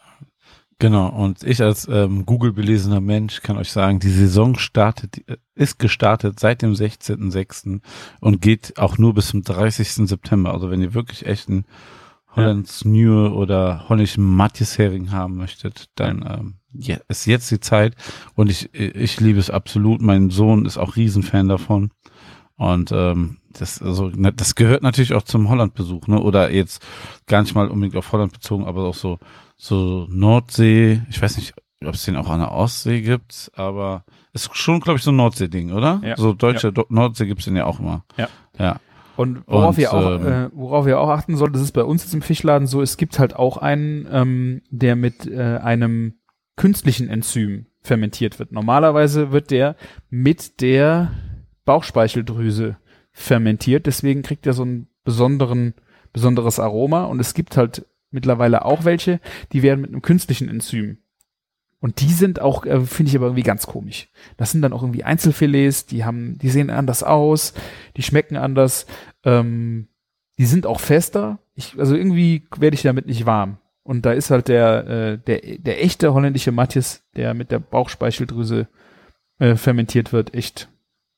Genau, und ich als ähm, Google-belesener Mensch kann euch sagen, die Saison startet, äh, ist gestartet seit dem sechzehnten sechsten und geht auch nur bis zum dreißigsten September. Also wenn ihr wirklich echten Hollands Nieuwe oder holländischen Matjeshering haben möchtet, dann ähm, ja, ist jetzt die Zeit. Und ich, ich liebe es absolut. Mein Sohn ist auch Riesenfan davon. Und ähm, das, also, ne, das gehört natürlich auch zum Holland-Besuch, ne? Oder jetzt gar nicht mal unbedingt auf Holland bezogen, aber auch so so Nordsee. Ich weiß nicht, ob es den auch an der Ostsee gibt, aber ist schon, glaube ich, so ein Nordsee-Ding, oder? Ja. So deutsche Do- Nordsee gibt's den ja auch immer. Ja. Ja. Und worauf Und, ihr auch, ähm, äh, worauf ihr auch achten sollt, das ist bei uns jetzt im Fischladen so, es gibt halt auch einen, ähm, der mit äh, einem künstlichen Enzym fermentiert wird. Normalerweise wird der mit der Bauchspeicheldrüse fermentiert, deswegen kriegt er so ein besonderen, besonderes Aroma und es gibt halt mittlerweile auch welche, die werden mit einem künstlichen Enzym. Und die sind auch, äh, finde ich aber irgendwie ganz komisch. Das sind dann auch irgendwie Einzelfilets, die haben, die sehen anders aus, die schmecken anders, ähm, die sind auch fester. Ich, also irgendwie werde ich damit nicht warm. Und da ist halt der, äh, der, der echte holländische Matjes, der mit der Bauchspeicheldrüse äh, fermentiert wird, echt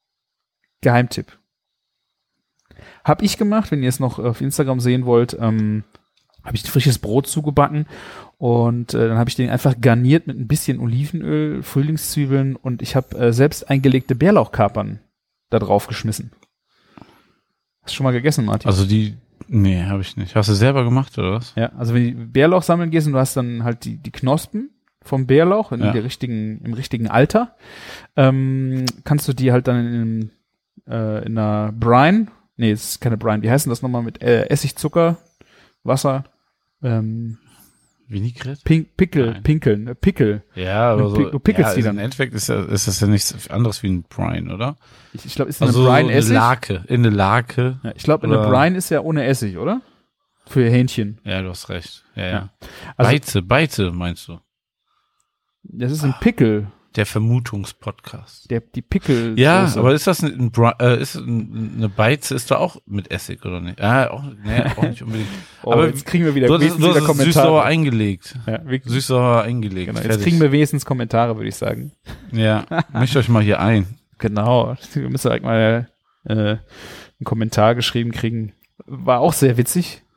Geheimtipp. Hab ich gemacht, wenn ihr es noch auf Instagram sehen wollt, ähm, habe ich ein frisches Brot zugebacken und äh, dann habe ich den einfach garniert mit ein bisschen Olivenöl, Frühlingszwiebeln und ich habe äh, selbst eingelegte Bärlauchkapern da drauf geschmissen. Hast du schon mal gegessen, Martin? Also die, nee, habe ich nicht. Hast du selber gemacht, oder was? Ja, also wenn du Bärlauch sammeln gehst und du hast dann halt die, die Knospen vom Bärlauch in Ja. der richtigen, im richtigen Alter, ähm, kannst du die halt dann in, äh, in einer Brine, nee, es ist keine Brine, wie heißt denn das nochmal mit äh, Essig, Zucker, Wasser, ähm, Vinaigrette? Pink, Pickel, Nein. Pinkeln, äh, Pickel. Ja, aber Du so. pick- du pickelst ja, die also dann. im Endeffekt ist, ja, ist das ja nichts anderes wie ein Brine, oder? Ich, ich glaube, ist Also eine so Brine eine Essig? Lake, in eine Lake. Ja, ich glaube, eine Oder- Brine ist ja ohne Essig, oder? Für Hähnchen. Ja, du hast recht. Ja, ja. Ja. Also- Beize, Beize meinst du? Das ist ein Pickel. Der Vermutungspodcast. Der, die Pickel. Ja, aber ist das ein, Bri- äh, ist ein, eine Beize, ist da auch mit Essig, oder nicht? Ah, auch, nee, auch nicht unbedingt. Oh, aber jetzt kriegen wir wieder, du hast, wenigstens du hast wieder es süß-sauer Kommentare. eingelegt. Ja, wirklich. Süß-sauer eingelegt. Genau, jetzt Fertig. kriegen wir wenigstens Kommentare, würde ich sagen. Ja, mischt euch mal hier ein. Genau. Wir müssen direkt mal äh, einen Kommentar geschrieben kriegen. War auch sehr witzig.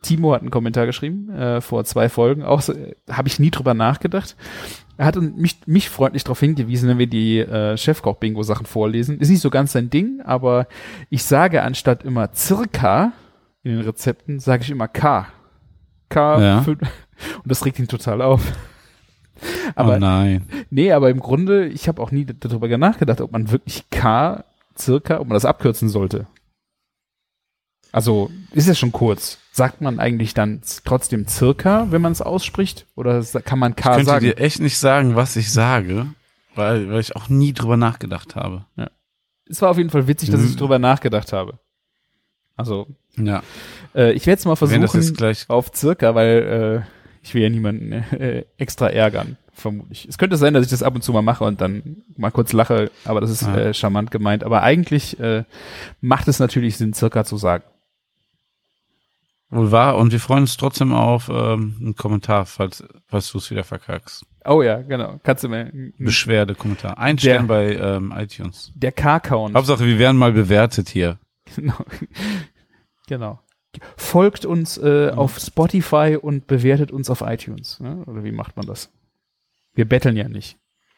Timo hat einen Kommentar geschrieben, äh, vor zwei Folgen, auch so, äh, habe ich nie drüber nachgedacht. Er hat mich, mich freundlich darauf hingewiesen, wenn wir die äh, Chefkoch-Bingo-Sachen vorlesen. Ist nicht so ganz sein Ding, aber ich sage anstatt immer circa in den Rezepten, sage ich immer K. K. Ja. Und das regt ihn total auf. Aber, oh nein. Nee, aber im Grunde, ich habe auch nie darüber nachgedacht, ob man wirklich K, circa, ob man das abkürzen sollte. Also, ist es schon kurz. Sagt man eigentlich dann trotzdem circa, wenn man es ausspricht? Oder kann man K ich könnte sagen? dir echt nicht sagen, was ich sage, weil, weil ich auch nie drüber nachgedacht habe. Ja. Es war auf jeden Fall witzig, dass ich drüber nachgedacht habe. Also, ja. äh, ich werde es mal versuchen das jetzt gleich auf circa, weil äh, ich will ja niemanden äh, extra ärgern, vermutlich. Es könnte sein, dass ich das ab und zu mal mache und dann mal kurz lache, aber das ist ja. äh, charmant gemeint. Aber eigentlich äh, macht es natürlich Sinn, circa zu sagen. Wohl wahr, und wir freuen uns trotzdem auf ähm, einen Kommentar, falls, falls du es wieder verkackst. Oh ja, genau. Kannst du mir Beschwerde, Kommentar. Ein Stern bei ähm, iTunes. Der K-Count. Hauptsache, wir werden mal bewertet hier. Genau. Genau. Folgt uns äh, mhm. auf Spotify und bewertet uns auf iTunes. Ne? Oder wie macht man das? Wir betteln ja nicht.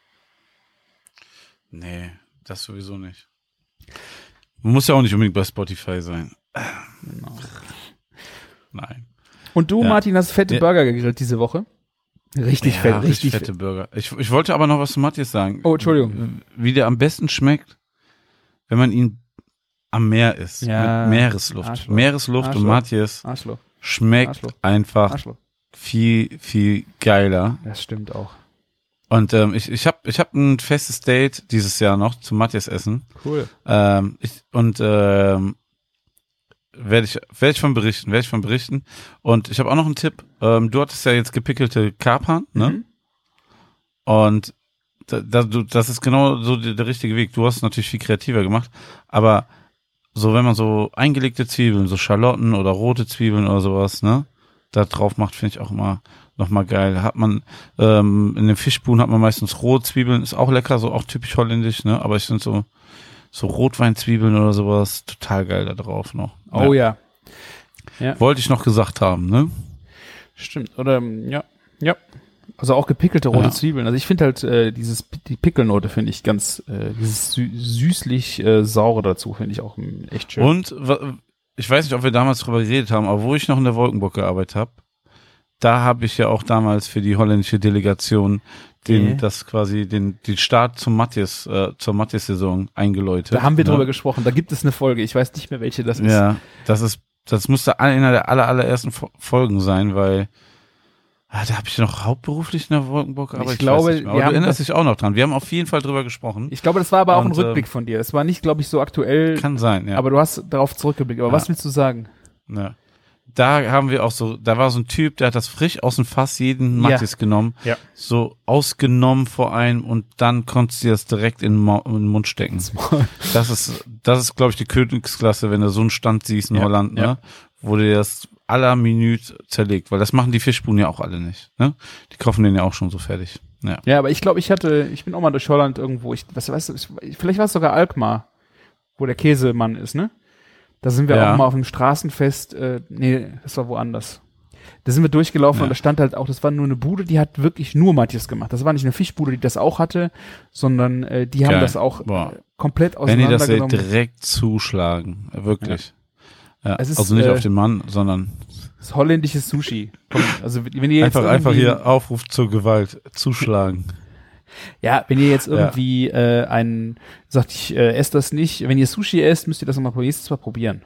Nee, das sowieso nicht. Man muss ja auch nicht unbedingt bei Spotify sein. Genau. Nein. Und du, ja. Martin, hast fette ja. Burger gegrillt diese Woche? Richtig ja, fett, richtig, richtig fette fett. Burger. Ich, ich wollte aber noch was zu Matthias sagen. Oh, Entschuldigung. Wie der am besten schmeckt, wenn man ihn am Meer isst. Ja. Mit Meeresluft. Arschloch. Meeresluft Arschloch. und Matthias Arschloch. schmeckt Arschloch. einfach Arschloch. viel, viel geiler. Das stimmt auch. Und ähm, ich, ich habe ich hab ein festes Date dieses Jahr noch zum Matthias essen. Cool. Ähm, ich, und ähm, werde ich werde ich von berichten, werde ich von berichten. Und ich habe auch noch einen Tipp. Ähm, du hattest ja jetzt gepickelte Kapern, ne? Mhm. Und da, da, du, das ist genau so der, der richtige Weg. Du hast es natürlich viel kreativer gemacht, aber so wenn man so eingelegte Zwiebeln, so Schalotten oder rote Zwiebeln oder sowas, ne, da drauf macht, finde ich auch immer nochmal geil. Hat man ähm, in den Fischbuhnen hat man meistens rohe Zwiebeln, ist auch lecker, so auch typisch holländisch, ne? Aber ich finde so so Rotweinzwiebeln oder sowas total geil da drauf noch. Oh ja. ja. Wollte ich noch gesagt haben, ne? Stimmt. Oder ja, ja. Also auch gepickelte rote Ja. Zwiebeln. Also ich finde halt äh, dieses die Pickelnote finde ich ganz äh, dieses sü süßlich äh, saure dazu finde ich auch m, echt schön. Und wa- ich weiß nicht, ob wir damals drüber geredet haben, aber wo ich noch in der Wolkenburg gearbeitet habe, da habe ich ja auch damals für die holländische Delegation den Okay. das quasi den den Start zum Matthias äh, zur Matthias-Saison eingeläutet. Da haben wir ne? drüber gesprochen. Da gibt es eine Folge. Ich weiß nicht mehr, welche das ist. Ja, das ist das musste einer der aller allerersten Fo- Folgen sein, weil ah, da habe ich noch hauptberuflich in der Wolkenburg gearbeitet. Ich glaube, weiß nicht mehr. aber wir du haben erinnerst das- dich auch noch dran. Wir haben auf jeden Fall drüber gesprochen. Ich glaube, das war aber auch ein Und, Rückblick ähm, von dir. Es war nicht, glaube ich, so aktuell, Kann sein, ja. aber du hast darauf zurückgeblickt. Aber Ja. was willst du sagen? Ja. Da haben wir auch so, da war so ein Typ, der hat das frisch aus dem Fass jeden Ja. Matthias genommen, Ja. so ausgenommen vor einem und dann konntest du das direkt in den, Mau- in den Mund stecken. Das ist, das ist, glaube ich, die Königsklasse, wenn du so einen Stand siehst in Ja, Holland, ne? ja. Wo dir das aller Minute zerlegt, weil das machen die Fischbuhnen ja auch alle nicht, ne? Die kaufen den ja auch schon so fertig. Ja. Ja, aber ich glaube, ich hatte, ich bin auch mal durch Holland irgendwo, ich, was weißt du, ich, vielleicht war es sogar Alkmaar, wo der Käsemann ist, ne? Da sind wir Ja. auch mal auf dem Straßenfest, äh, nee, das war woanders. Da sind wir durchgelaufen Ja. und da stand halt auch, das war nur eine Bude, die hat wirklich nur Matthias gemacht. Das war nicht eine Fischbude, die das auch hatte, sondern äh, die haben Geil. das auch Boah. äh, komplett Wenn die das seht, auseinandergenommen. direkt zuschlagen, wirklich. Ja. Es ist, Also nicht äh, auf den Mann, sondern Das ist holländisches Sushi. Komm, also wenn ihr jetzt einfach, einfach irgendwie- hier Aufruf zur Gewalt, zuschlagen. Ja, wenn ihr jetzt irgendwie äh, einen sagt, ich äh, esse das nicht, wenn ihr Sushi esst, müsst ihr das nochmal nächstes Mal probieren.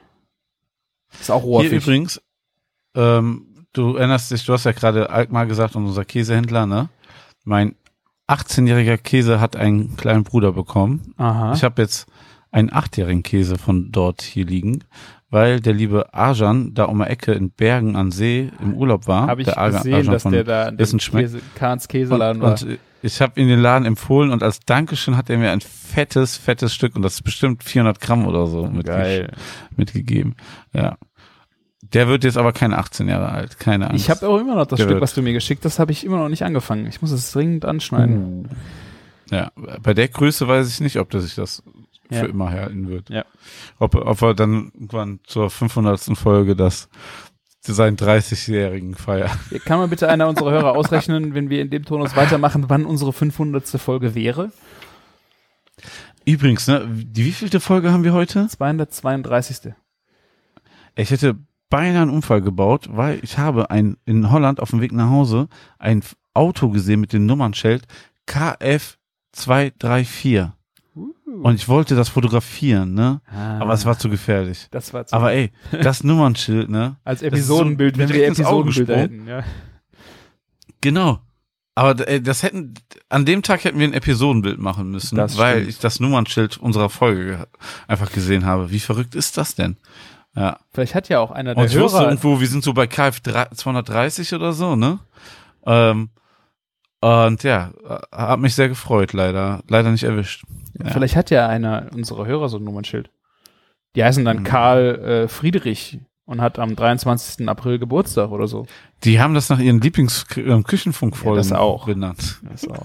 Ist auch roher Hier Fisch. übrigens, ähm, du erinnerst dich, du hast ja gerade Alkmaar gesagt, unser Käsehändler, ne? Mein achtzehnjähriger Käse hat einen kleinen Bruder bekommen. Aha. Ich habe jetzt einen achtjährigen Käse von dort hier liegen, weil der liebe Arjan da um die Ecke in Bergen an See im Urlaub war. Habe ich der Arjan- gesehen, Arjan dass von der da an Essen dem schmeckt. Käse, Kahns Und, Käseladen war. und ich habe ihm den Laden empfohlen und als Dankeschön hat er mir ein fettes, fettes Stück und das ist bestimmt vierhundert Gramm oder so mitge- Geil. mitgegeben. Ja. Der wird jetzt aber keine achtzehn Jahre alt, keine Angst. Ich habe auch immer noch das Der Stück, wird- was du mir geschickt hast, habe ich immer noch nicht angefangen. Ich muss es dringend anschneiden. Ja, bei der Größe weiß ich nicht, ob der sich das Ja. für immer halten wird. Ja. Ob, ob er dann irgendwann zur fünfhundertsten Folge das seinen dreißigjährigen feiert. Kann mal bitte einer unserer Hörer ausrechnen, wenn wir in dem Tonus weitermachen, wann unsere fünfhundertste Folge wäre? Übrigens, ne, die wievielte Folge haben wir heute? zweihundertzweiunddreißigste Ich hätte beinahe einen Unfall gebaut, weil ich habe ein in Holland auf dem Weg nach Hause ein Auto gesehen mit dem Nummernschild K F zwei drei vier. Uh. Und ich wollte das fotografieren, ne? Ah. Aber es war zu gefährlich. Das war zu Aber ey, das Nummernschild, ne? Als Episodenbild, so, wenn wir Episodenbilder hätten, ja. Genau. Aber ey, das hätten, an dem Tag hätten wir ein Episodenbild machen müssen, das weil stimmt. ich das Nummernschild unserer Folge einfach gesehen habe. Wie verrückt ist das denn? Ja. Vielleicht hat ja auch einer der Und ich Hörer... wusste irgendwo, wir sind so bei K F zweihundertdreißig oder so, ne? Ähm, und ja, hat mich sehr gefreut, leider. Leider nicht erwischt. Ja. Vielleicht hat ja einer unserer Hörer so ein Nummernschild. Die heißen dann mhm. Karl äh, Friedrich und hat am dreiundzwanzigsten April Geburtstag oder so. Die haben das nach ihren Lieblings-Küchenfunkfolgen ja, das auch. benannt. Das auch.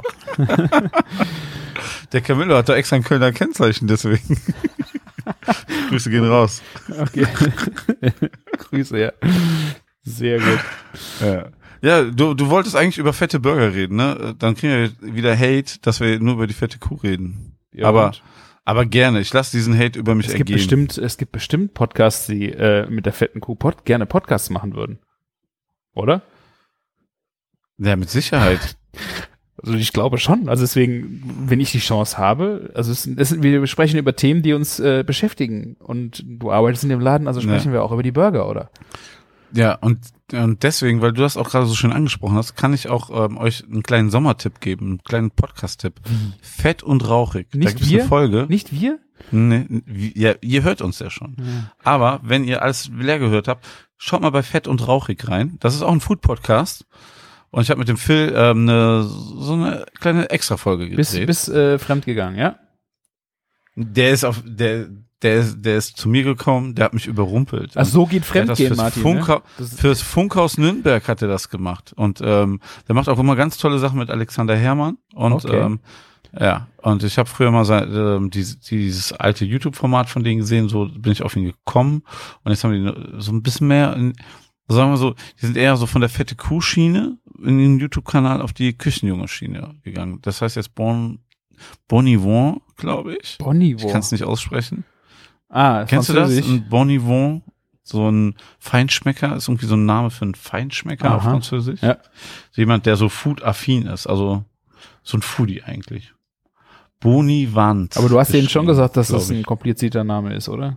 Der Camillo hat da extra ein Kölner Kennzeichen, deswegen. Grüße gehen raus. Okay. Grüße, ja. Sehr gut. Ja, ja du, du wolltest eigentlich über fette Burger reden, ne? Dann kriegen wir wieder Hate, dass wir nur über die fette Kuh reden. Ja, aber, aber gerne. Ich lasse diesen Hate über mich es ergehen. Gibt bestimmt, es gibt bestimmt Podcasts, die äh, mit der fetten Kuh pod- gerne Podcasts machen würden. Oder? Ja, mit Sicherheit. Also ich glaube schon. Also deswegen, wenn ich die Chance habe, also es, es, wir sprechen über Themen, die uns äh, beschäftigen. Und du arbeitest in dem Laden, also sprechen ja. wir auch über die Burger, oder? Ja, und, und deswegen, weil du das auch gerade so schön angesprochen hast, kann ich auch ähm, euch einen kleinen Sommertipp geben, einen kleinen Podcast-Tipp. Mhm. Fett und rauchig. Nicht da gibt's wir? eine Folge. Nicht wir? Nee, ja, ihr hört uns ja schon. Ja. Aber wenn ihr alles leer gehört habt, schaut mal bei Fett und Rauchig rein. Das ist auch ein Food-Podcast. Und ich habe mit dem Phil ähm, eine, so eine kleine Extra-Folge gedreht. Bis, bis äh, fremd gegangen, ja? Der ist auf, der, der ist, der ist zu mir gekommen, der hat mich überrumpelt. Ach, so geht Fremdgehen, Martin. Funkha- ne? Das fürs Funkhaus Nürnberg hat er das gemacht. Und ähm, der macht auch immer ganz tolle Sachen mit Alexander Herrmann. Und okay. ähm, ja, und ich habe früher mal sein, ähm, dieses, dieses alte YouTube-Format von denen gesehen, so bin ich auf ihn gekommen. Und jetzt haben die so ein bisschen mehr, in, sagen wir so, die sind eher so von der fette Kuh-Schiene in den YouTube-Kanal auf die Küchenjunge-Schiene gegangen. Das heißt jetzt Bon, Bon Yvon, glaube ich. Bon Yvon. Ich kann es nicht aussprechen. Ah, kennst du das? Ein Bon Yvon, so ein Feinschmecker, ist irgendwie so ein Name für einen Feinschmecker Aha. auf Französisch. Ja. So jemand, der so food-affin ist, also so ein Foodie eigentlich. Boni Wand. Aber du hast denen schon gesagt, dass das ein komplizierter Name ist, oder?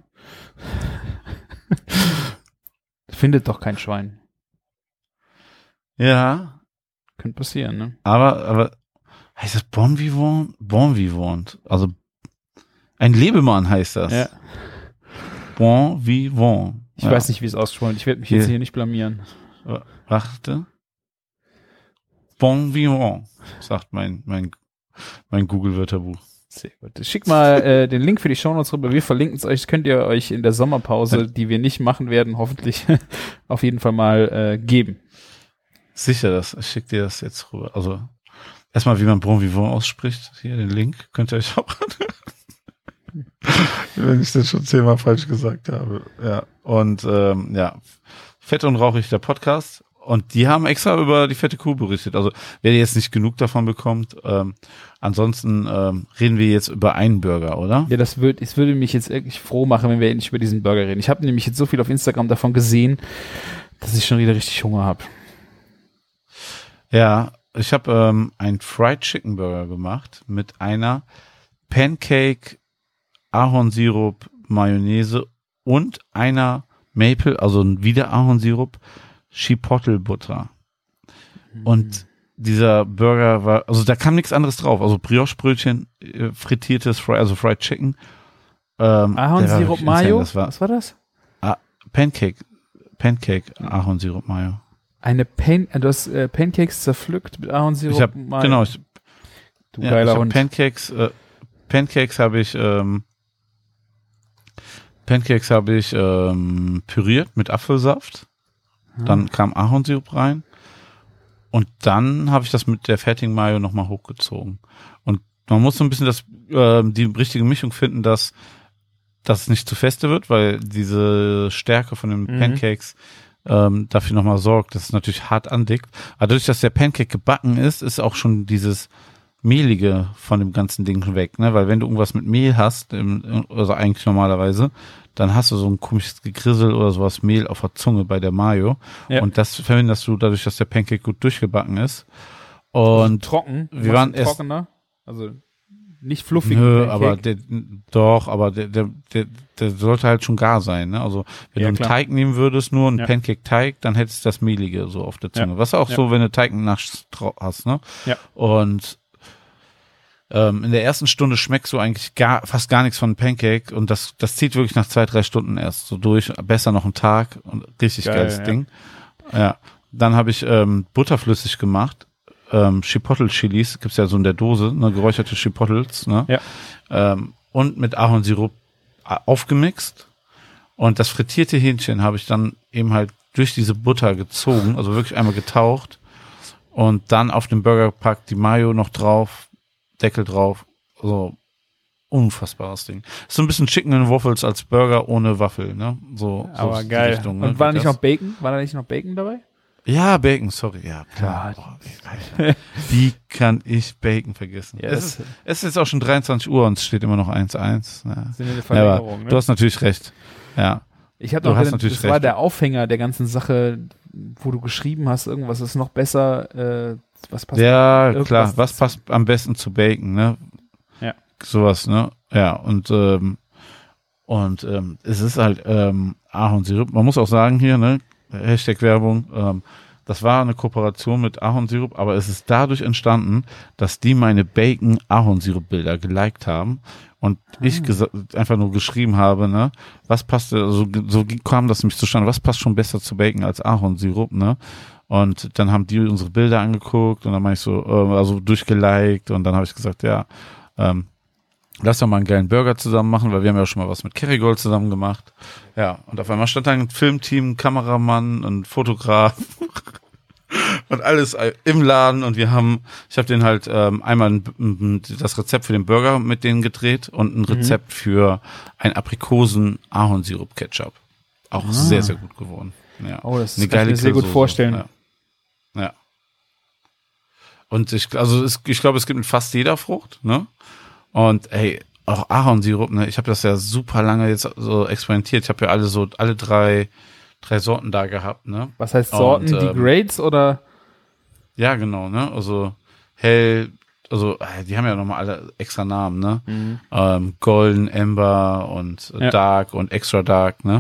Findet doch kein Schwein. Ja. Könnte passieren, ne? Aber, aber, heißt das Bon Vivant? Bon Vivant. Also, ein Lebemann heißt das. Ja. Bon Vivant. Ich ja. weiß nicht, wie es ausspricht. Ich werde mich hier. jetzt hier nicht blamieren. Warte. Bon Vivant, sagt mein, mein, mein Google-Wörterbuch. Sehr gut. Schick mal äh, den Link für die Shownotes rüber. Wir verlinken es euch. Das könnt ihr euch in der Sommerpause, die wir nicht machen werden, hoffentlich auf jeden Fall mal äh, geben. Sicher, das. Ich schicke dir das jetzt rüber. Also, erstmal, wie man Bon Vivant ausspricht. Hier, den Link. Könnt ihr euch auch anhören. Wenn ich das schon zehnmal falsch gesagt habe. Ja. Und, ähm, ja. Fett und Rauchig, der Podcast. Und die haben extra über die fette Kuh berichtet. Also, wer jetzt nicht genug davon bekommt, ähm, ansonsten ähm, reden wir jetzt über einen Burger, oder? Ja, das würde, es würde mich jetzt wirklich froh machen, wenn wir endlich über diesen Burger reden. Ich habe nämlich jetzt so viel auf Instagram davon gesehen, dass ich schon wieder richtig Hunger habe. Ja, ich habe ähm, einen Fried Chicken Burger gemacht mit einer Pancake, Ahornsirup, Mayonnaise und einer Maple, also wieder Ahornsirup, Chipotle Butter. Und dieser Burger war, also da kam nichts anderes drauf. Also Brioche-Brötchen, frittiertes, Fry, also Fried Chicken. Ähm, Ahornsirup Mayo? Das war, Was war das? Ah, Pancake, Pancake, Ahornsirup Mayo. Eine Pan, du hast äh, Pancakes zerpflückt mit Ahornsirup ich hab, Mayo. Genau, ich, du ja, geiler ich Hund. Pancakes, äh, Pancakes habe ich, ähm, Pancakes habe ich ähm, püriert mit Apfelsaft. Dann kam Ahornsirup rein und dann habe ich das mit der fertigen Mayo nochmal hochgezogen. Und man muss so ein bisschen das, äh, die richtige Mischung finden, dass das nicht zu feste wird, weil diese Stärke von den Mhm. Pancakes ähm, dafür nochmal sorgt, dass es natürlich hart andickt. Aber dadurch, dass der Pancake gebacken ist, ist auch schon dieses Mehlige von dem ganzen Ding weg, ne? Weil wenn du irgendwas mit Mehl hast, im, also eigentlich normalerweise, dann hast du so ein komisches Gegrissel oder sowas Mehl auf der Zunge bei der Mayo. Ja. Und das verhinderst du dadurch, dass der Pancake gut durchgebacken ist. Und also trocken. wir waren erst trockener. Also nicht fluffig. Nö, Pancake. aber der, doch, aber der, der, der, der sollte halt schon gar sein, ne? Also wenn Ja, du einen klar. Teig nehmen würdest, nur einen Ja. Pancake-Teig, dann hättest du das Mehlige so auf der Zunge. Ja. Was auch Ja. so, wenn du Teig nasch hast, ne? Ja. Und ähm, in der ersten Stunde schmeckst du eigentlich gar, fast gar nichts von einem Pancake und das, das zieht wirklich nach zwei, drei Stunden erst so durch. Besser noch einen Tag und richtig Geil, geiles ja. Ding. Ja. Dann habe ich ähm, butterflüssig gemacht. Ähm, Chipotle-Chilis, gibt's ja so in der Dose, ne, geräucherte Chipotles, ne? Ja. Ähm, und mit Ahornsirup a- aufgemixt. Und das frittierte Hähnchen habe ich dann eben halt durch diese Butter gezogen, also wirklich einmal getaucht. Und dann auf den Burger gepackt, die Mayo noch drauf, Deckel drauf. So unfassbares Ding. Ist so ein bisschen Chicken and Waffles als Burger ohne Waffel, ne? So, so Aber ist die geil. Richtung, ne? Und war da Geht nicht das? noch Bacon? War da nicht noch Bacon dabei? Ja, Bacon, sorry, ja, klar. Ja, Oh, Alter. Wie kann ich Bacon vergessen? Ja, es, das- ist, es ist jetzt auch schon dreiundzwanzig Uhr und es steht immer noch eins eins. Ja. Das sind ja eine Ja, Verlängerung, aber ne? du hast natürlich recht. Ja. Ich habe du noch hast gedacht, natürlich das war recht. der Aufhänger der ganzen Sache, wo du geschrieben hast, irgendwas ist noch besser, äh, was passt. Ja, irgendwas- klar. Was passt am besten zu Bacon, ne? Ja. Sowas, ne? Ja, und, ähm, und ähm, es ist halt ähm, Ahornsirup. Man muss auch sagen hier, ne? Hashtag Werbung, ähm, das war eine Kooperation mit Ahornsirup, aber es ist dadurch entstanden, dass die meine Bacon-Ahornsirup-Bilder geliked haben und ich gesa- einfach nur geschrieben habe, ne, was passt, so, so kam das nämlich zustande, was passt schon besser zu Bacon als Ahornsirup, ne? Und dann haben die unsere Bilder angeguckt und dann meine ich so, äh, also durchgeliked und dann habe ich gesagt, ja, ähm, lass doch mal einen geilen Burger zusammen machen, weil wir haben ja schon mal was mit Kerrygold zusammen gemacht. Ja, und auf einmal stand da ein Filmteam, ein Kameramann, ein Fotograf und alles im Laden und wir haben, ich habe den halt ähm, einmal ein, ein, das Rezept für den Burger mit denen gedreht und ein Rezept für ein Aprikosen-Ahornsirup-Ketchup. Auch Ah. sehr, sehr gut geworden. Ja. Oh, das Eine kann ich geile mir sehr gut Grillsoße. vorstellen. Ja. Ja. Und ich, also es, ich glaube, es gibt mit fast jeder Frucht, ne? Und ey, auch Ahornsirup, ne? Ich habe das ja super lange jetzt so experimentiert. Ich habe ja alle so, alle drei, drei Sorten da gehabt, ne? Was heißt Sorten, Und, die ähm, Grades oder? Ja, genau, ne? Also hell, also äh, die haben ja nochmal alle extra Namen, ne? Ähm, Golden, Amber und äh, Ja. Dark und Extra Dark, ne?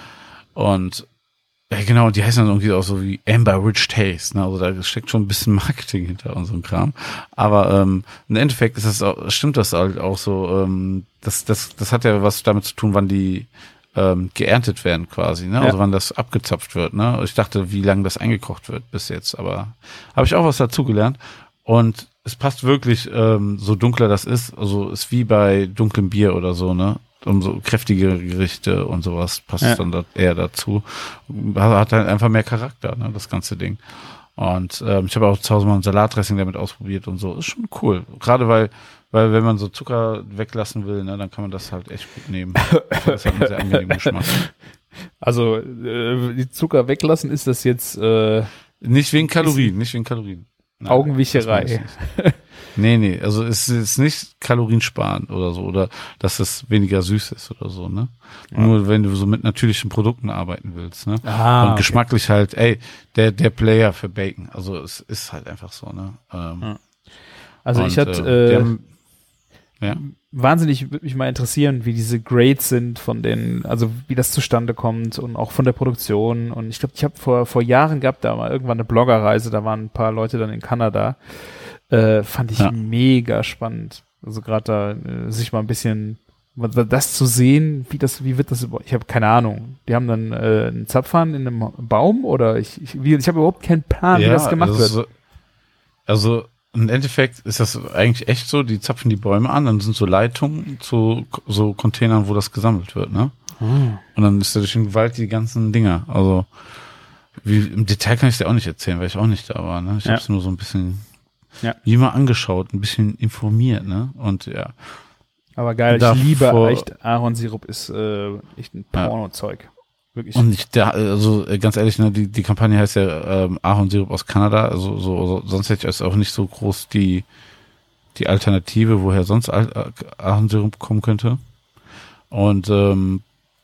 Und ja, genau, die heißen dann irgendwie auch so wie Amber Rich Taste, ne? Also da steckt schon ein bisschen Marketing hinter und so ein Kram. Aber ähm, im Endeffekt ist das auch, stimmt das halt auch so, ähm, das, das, das hat ja was damit zu tun, wann die ähm, geerntet werden quasi, ne? Also Ja. wann das abgezapft wird, ne? Ich dachte, wie lange das eingekocht wird bis jetzt, aber habe ich auch was dazugelernt. Und es passt wirklich, ähm, so dunkler das ist, also ist wie bei dunklem Bier oder so, ne? Um so kräftige Gerichte und sowas passt Ja. es dann da eher dazu. Hat halt einfach mehr Charakter, ne, das ganze Ding. Und ähm, ich habe auch zu Hause mal ein Salatdressing damit ausprobiert und so. Ist schon cool. Gerade weil, weil wenn man so Zucker weglassen will, ne, dann kann man das halt echt gut nehmen. Das hat einen sehr angenehmen Geschmack. Also äh, die Zucker weglassen, ist das jetzt äh, Nicht wegen Kalorien, nicht wegen Kalorien. Nein, Augenwischerei. das meine ich nicht. Nee, nee, also es ist nicht kaloriensparend oder so, oder dass es weniger süß ist oder so, ne? Ja. Nur wenn du so mit natürlichen Produkten arbeiten willst, ne? Ah, Und okay. geschmacklich halt, ey, der, der Player für Bacon. Also es ist halt einfach so, ne? Ähm, Ja. Also ich und, hatte äh, die äh, haben- ja. wahnsinnig, würde mich mal interessieren, wie diese Grades sind von den, also wie das zustande kommt und auch von der Produktion. Und ich glaube, ich habe vor, vor Jahren gehabt, da mal irgendwann eine Bloggerreise, da waren ein paar Leute dann in Kanada. Äh, fand ich Ja. mega spannend. Also gerade da äh, sich mal ein bisschen das zu sehen, wie das, wie wird das überhaupt, ich habe keine Ahnung. Die haben dann äh, einen Zapfhahn in einem Baum oder ich, ich, wie- ich habe überhaupt keinen Plan, wie das gemacht also wird. So, also im Endeffekt ist das eigentlich echt so, die zapfen die Bäume an, dann sind so Leitungen zu so Containern, wo das gesammelt wird, ne? Hm. Und dann ist da durch den Wald die ganzen Dinger. Also wie, im Detail kann ich dir auch nicht erzählen, weil ich auch nicht da war, ne? Ich Ja. habe es nur so ein bisschen Ja. wie mal angeschaut, ein bisschen informiert, ne? Und ja. Aber geil, ich Davor- liebe echt, Ahornsirup ist äh, echt ein Ja. Porno-Zeug. Wirklich. Und ich, der, also ganz ehrlich, ne, die, die Kampagne heißt ja ähm, Ahornsirup aus Kanada, also so, so, sonst hätte ich als auch nicht so groß die, die Alternative, woher sonst Ahornsirup kommen könnte. Und ähm,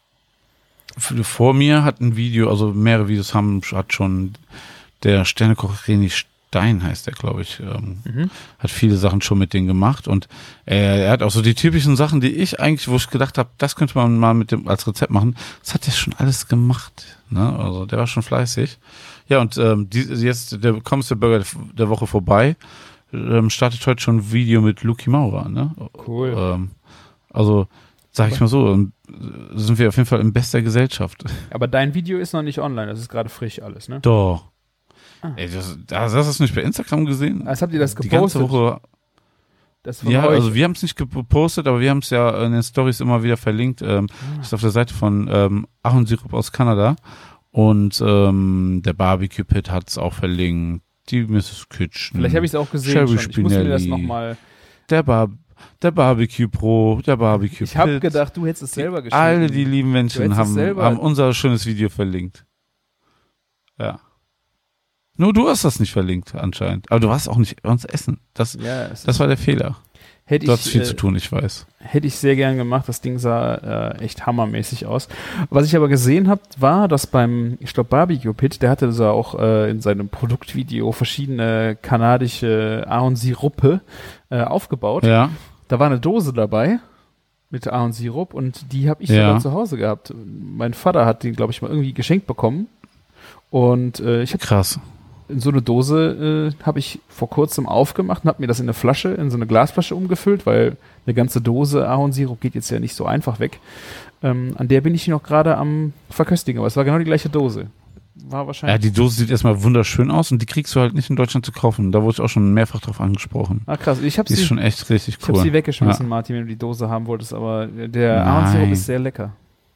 vor mir hat ein Video, also mehrere Videos haben, hat schon der Sternekoch René Stein, heißt der, glaube ich, ähm, mhm. hat viele Sachen schon mit denen gemacht und äh, er hat auch so die typischen Sachen, die ich eigentlich, wo ich gedacht habe, das könnte man mal mit dem als Rezept machen, das hat er schon alles gemacht, ne? Also der war schon fleißig. Ja, und ähm, die, jetzt der kommste Burger der Woche vorbei, ähm, startet heute schon ein Video mit Luki Maurer, ne? Cool. Ähm, also sag ich mal so, sind wir auf jeden Fall in bester Gesellschaft. Aber dein Video ist noch nicht online, das ist gerade frisch alles, ne? Doch. Ah. Ey, das, das hast du es nicht bei Instagram gesehen? Als habt ihr das Die gepostet? ganze Woche. Das von Ja, euch. also wir haben es nicht gepostet, aber wir haben es ja in den Stories immer wieder verlinkt. Ähm, ah. Das ist auf der Seite von ähm, Ahornsirup aus Kanada und ähm, der Barbecue Pit hat es auch verlinkt. Die Misses Kitchen. Vielleicht habe ich es auch gesehen Sherry schon. Ich muss mir das nochmal... Der Bar Der Barbecue Pro, der Barbecue Ich habe gedacht, du hättest es selber geschrieben. Alle die lieben Menschen haben, haben unser schönes Video verlinkt. Ja. Nur du hast das nicht verlinkt anscheinend. Aber du warst auch nicht bei uns essen. Das, ja, das war der Fehler. Hätte du ich, hast viel äh, zu tun, ich weiß. Hätte ich sehr gern gemacht. Das Ding sah äh, echt hammermäßig aus. Was ich aber gesehen habe, war, dass beim, ich glaube, Barbecue Pit, der hatte so auch äh, in seinem Produktvideo verschiedene kanadische Ahornsiruppe äh, aufgebaut. Ja. Da war eine Dose dabei mit Ahornsirup und die habe ich ja. sogar zu Hause gehabt. Mein Vater hat den, glaube ich, mal irgendwie geschenkt bekommen. Und äh, ich habe krass. In so eine Dose äh, habe ich vor kurzem aufgemacht und habe mir das in eine Flasche, in so eine Glasflasche umgefüllt, weil eine ganze Dose Ahornsirup geht jetzt ja nicht so einfach weg. Ähm, an der bin ich noch gerade am verköstigen, aber es war genau die gleiche Dose. War wahrscheinlich. Ja, die Dose sieht erstmal wunderschön aus und die kriegst du halt nicht in Deutschland zu kaufen. Da wurde ich auch schon mehrfach drauf angesprochen. Ah, krass. Ich habe sie. Die ist schon echt richtig cool. Ich habe sie weggeschmissen, ja. Martin, wenn du die Dose haben wolltest, aber der Ahornsirup ist sehr lecker.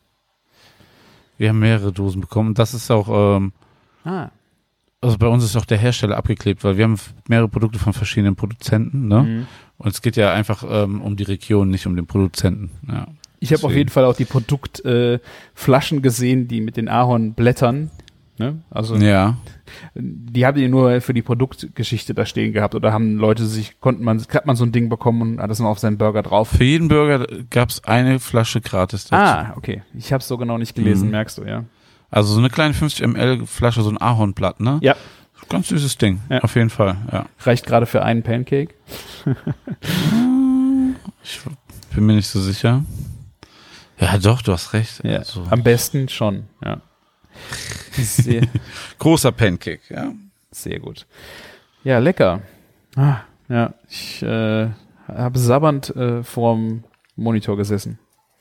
Wir haben mehrere Dosen bekommen. Das ist auch, ähm, ah. also bei uns ist auch der Hersteller abgeklebt, weil wir haben mehrere Produkte von verschiedenen Produzenten, ne? Mhm. Und es geht ja einfach ähm, um die Region, nicht um den Produzenten. Ja. Ich habe auf jeden Fall auch die Produktflaschen äh, gesehen, die mit den Ahornblättern, ne? Also ja. Die haben die nur für die Produktgeschichte da stehen gehabt oder haben Leute sich, konnten man, hat man so ein Ding bekommen und hat das noch auf seinen Burger drauf. Für jeden Burger gab es eine Flasche gratis dazu. Ah, okay. Ich habe es so genau nicht gelesen, mhm. merkst du, ja. Also so eine kleine fünfzig Milliliter Flasche, so ein Ahornblatt, ne? Ja. Ganz süßes Ding, ja. Auf jeden Fall, ja. Reicht gerade für einen Pancake? Ich bin mir nicht so sicher. Ja, doch, du hast recht. Ja, also. Am besten schon, ja. Sehr, großer Pancake, ja. Sehr gut. Ja, lecker. Ah, ja, ich äh, habe sabbernd äh, vorm Monitor gesessen.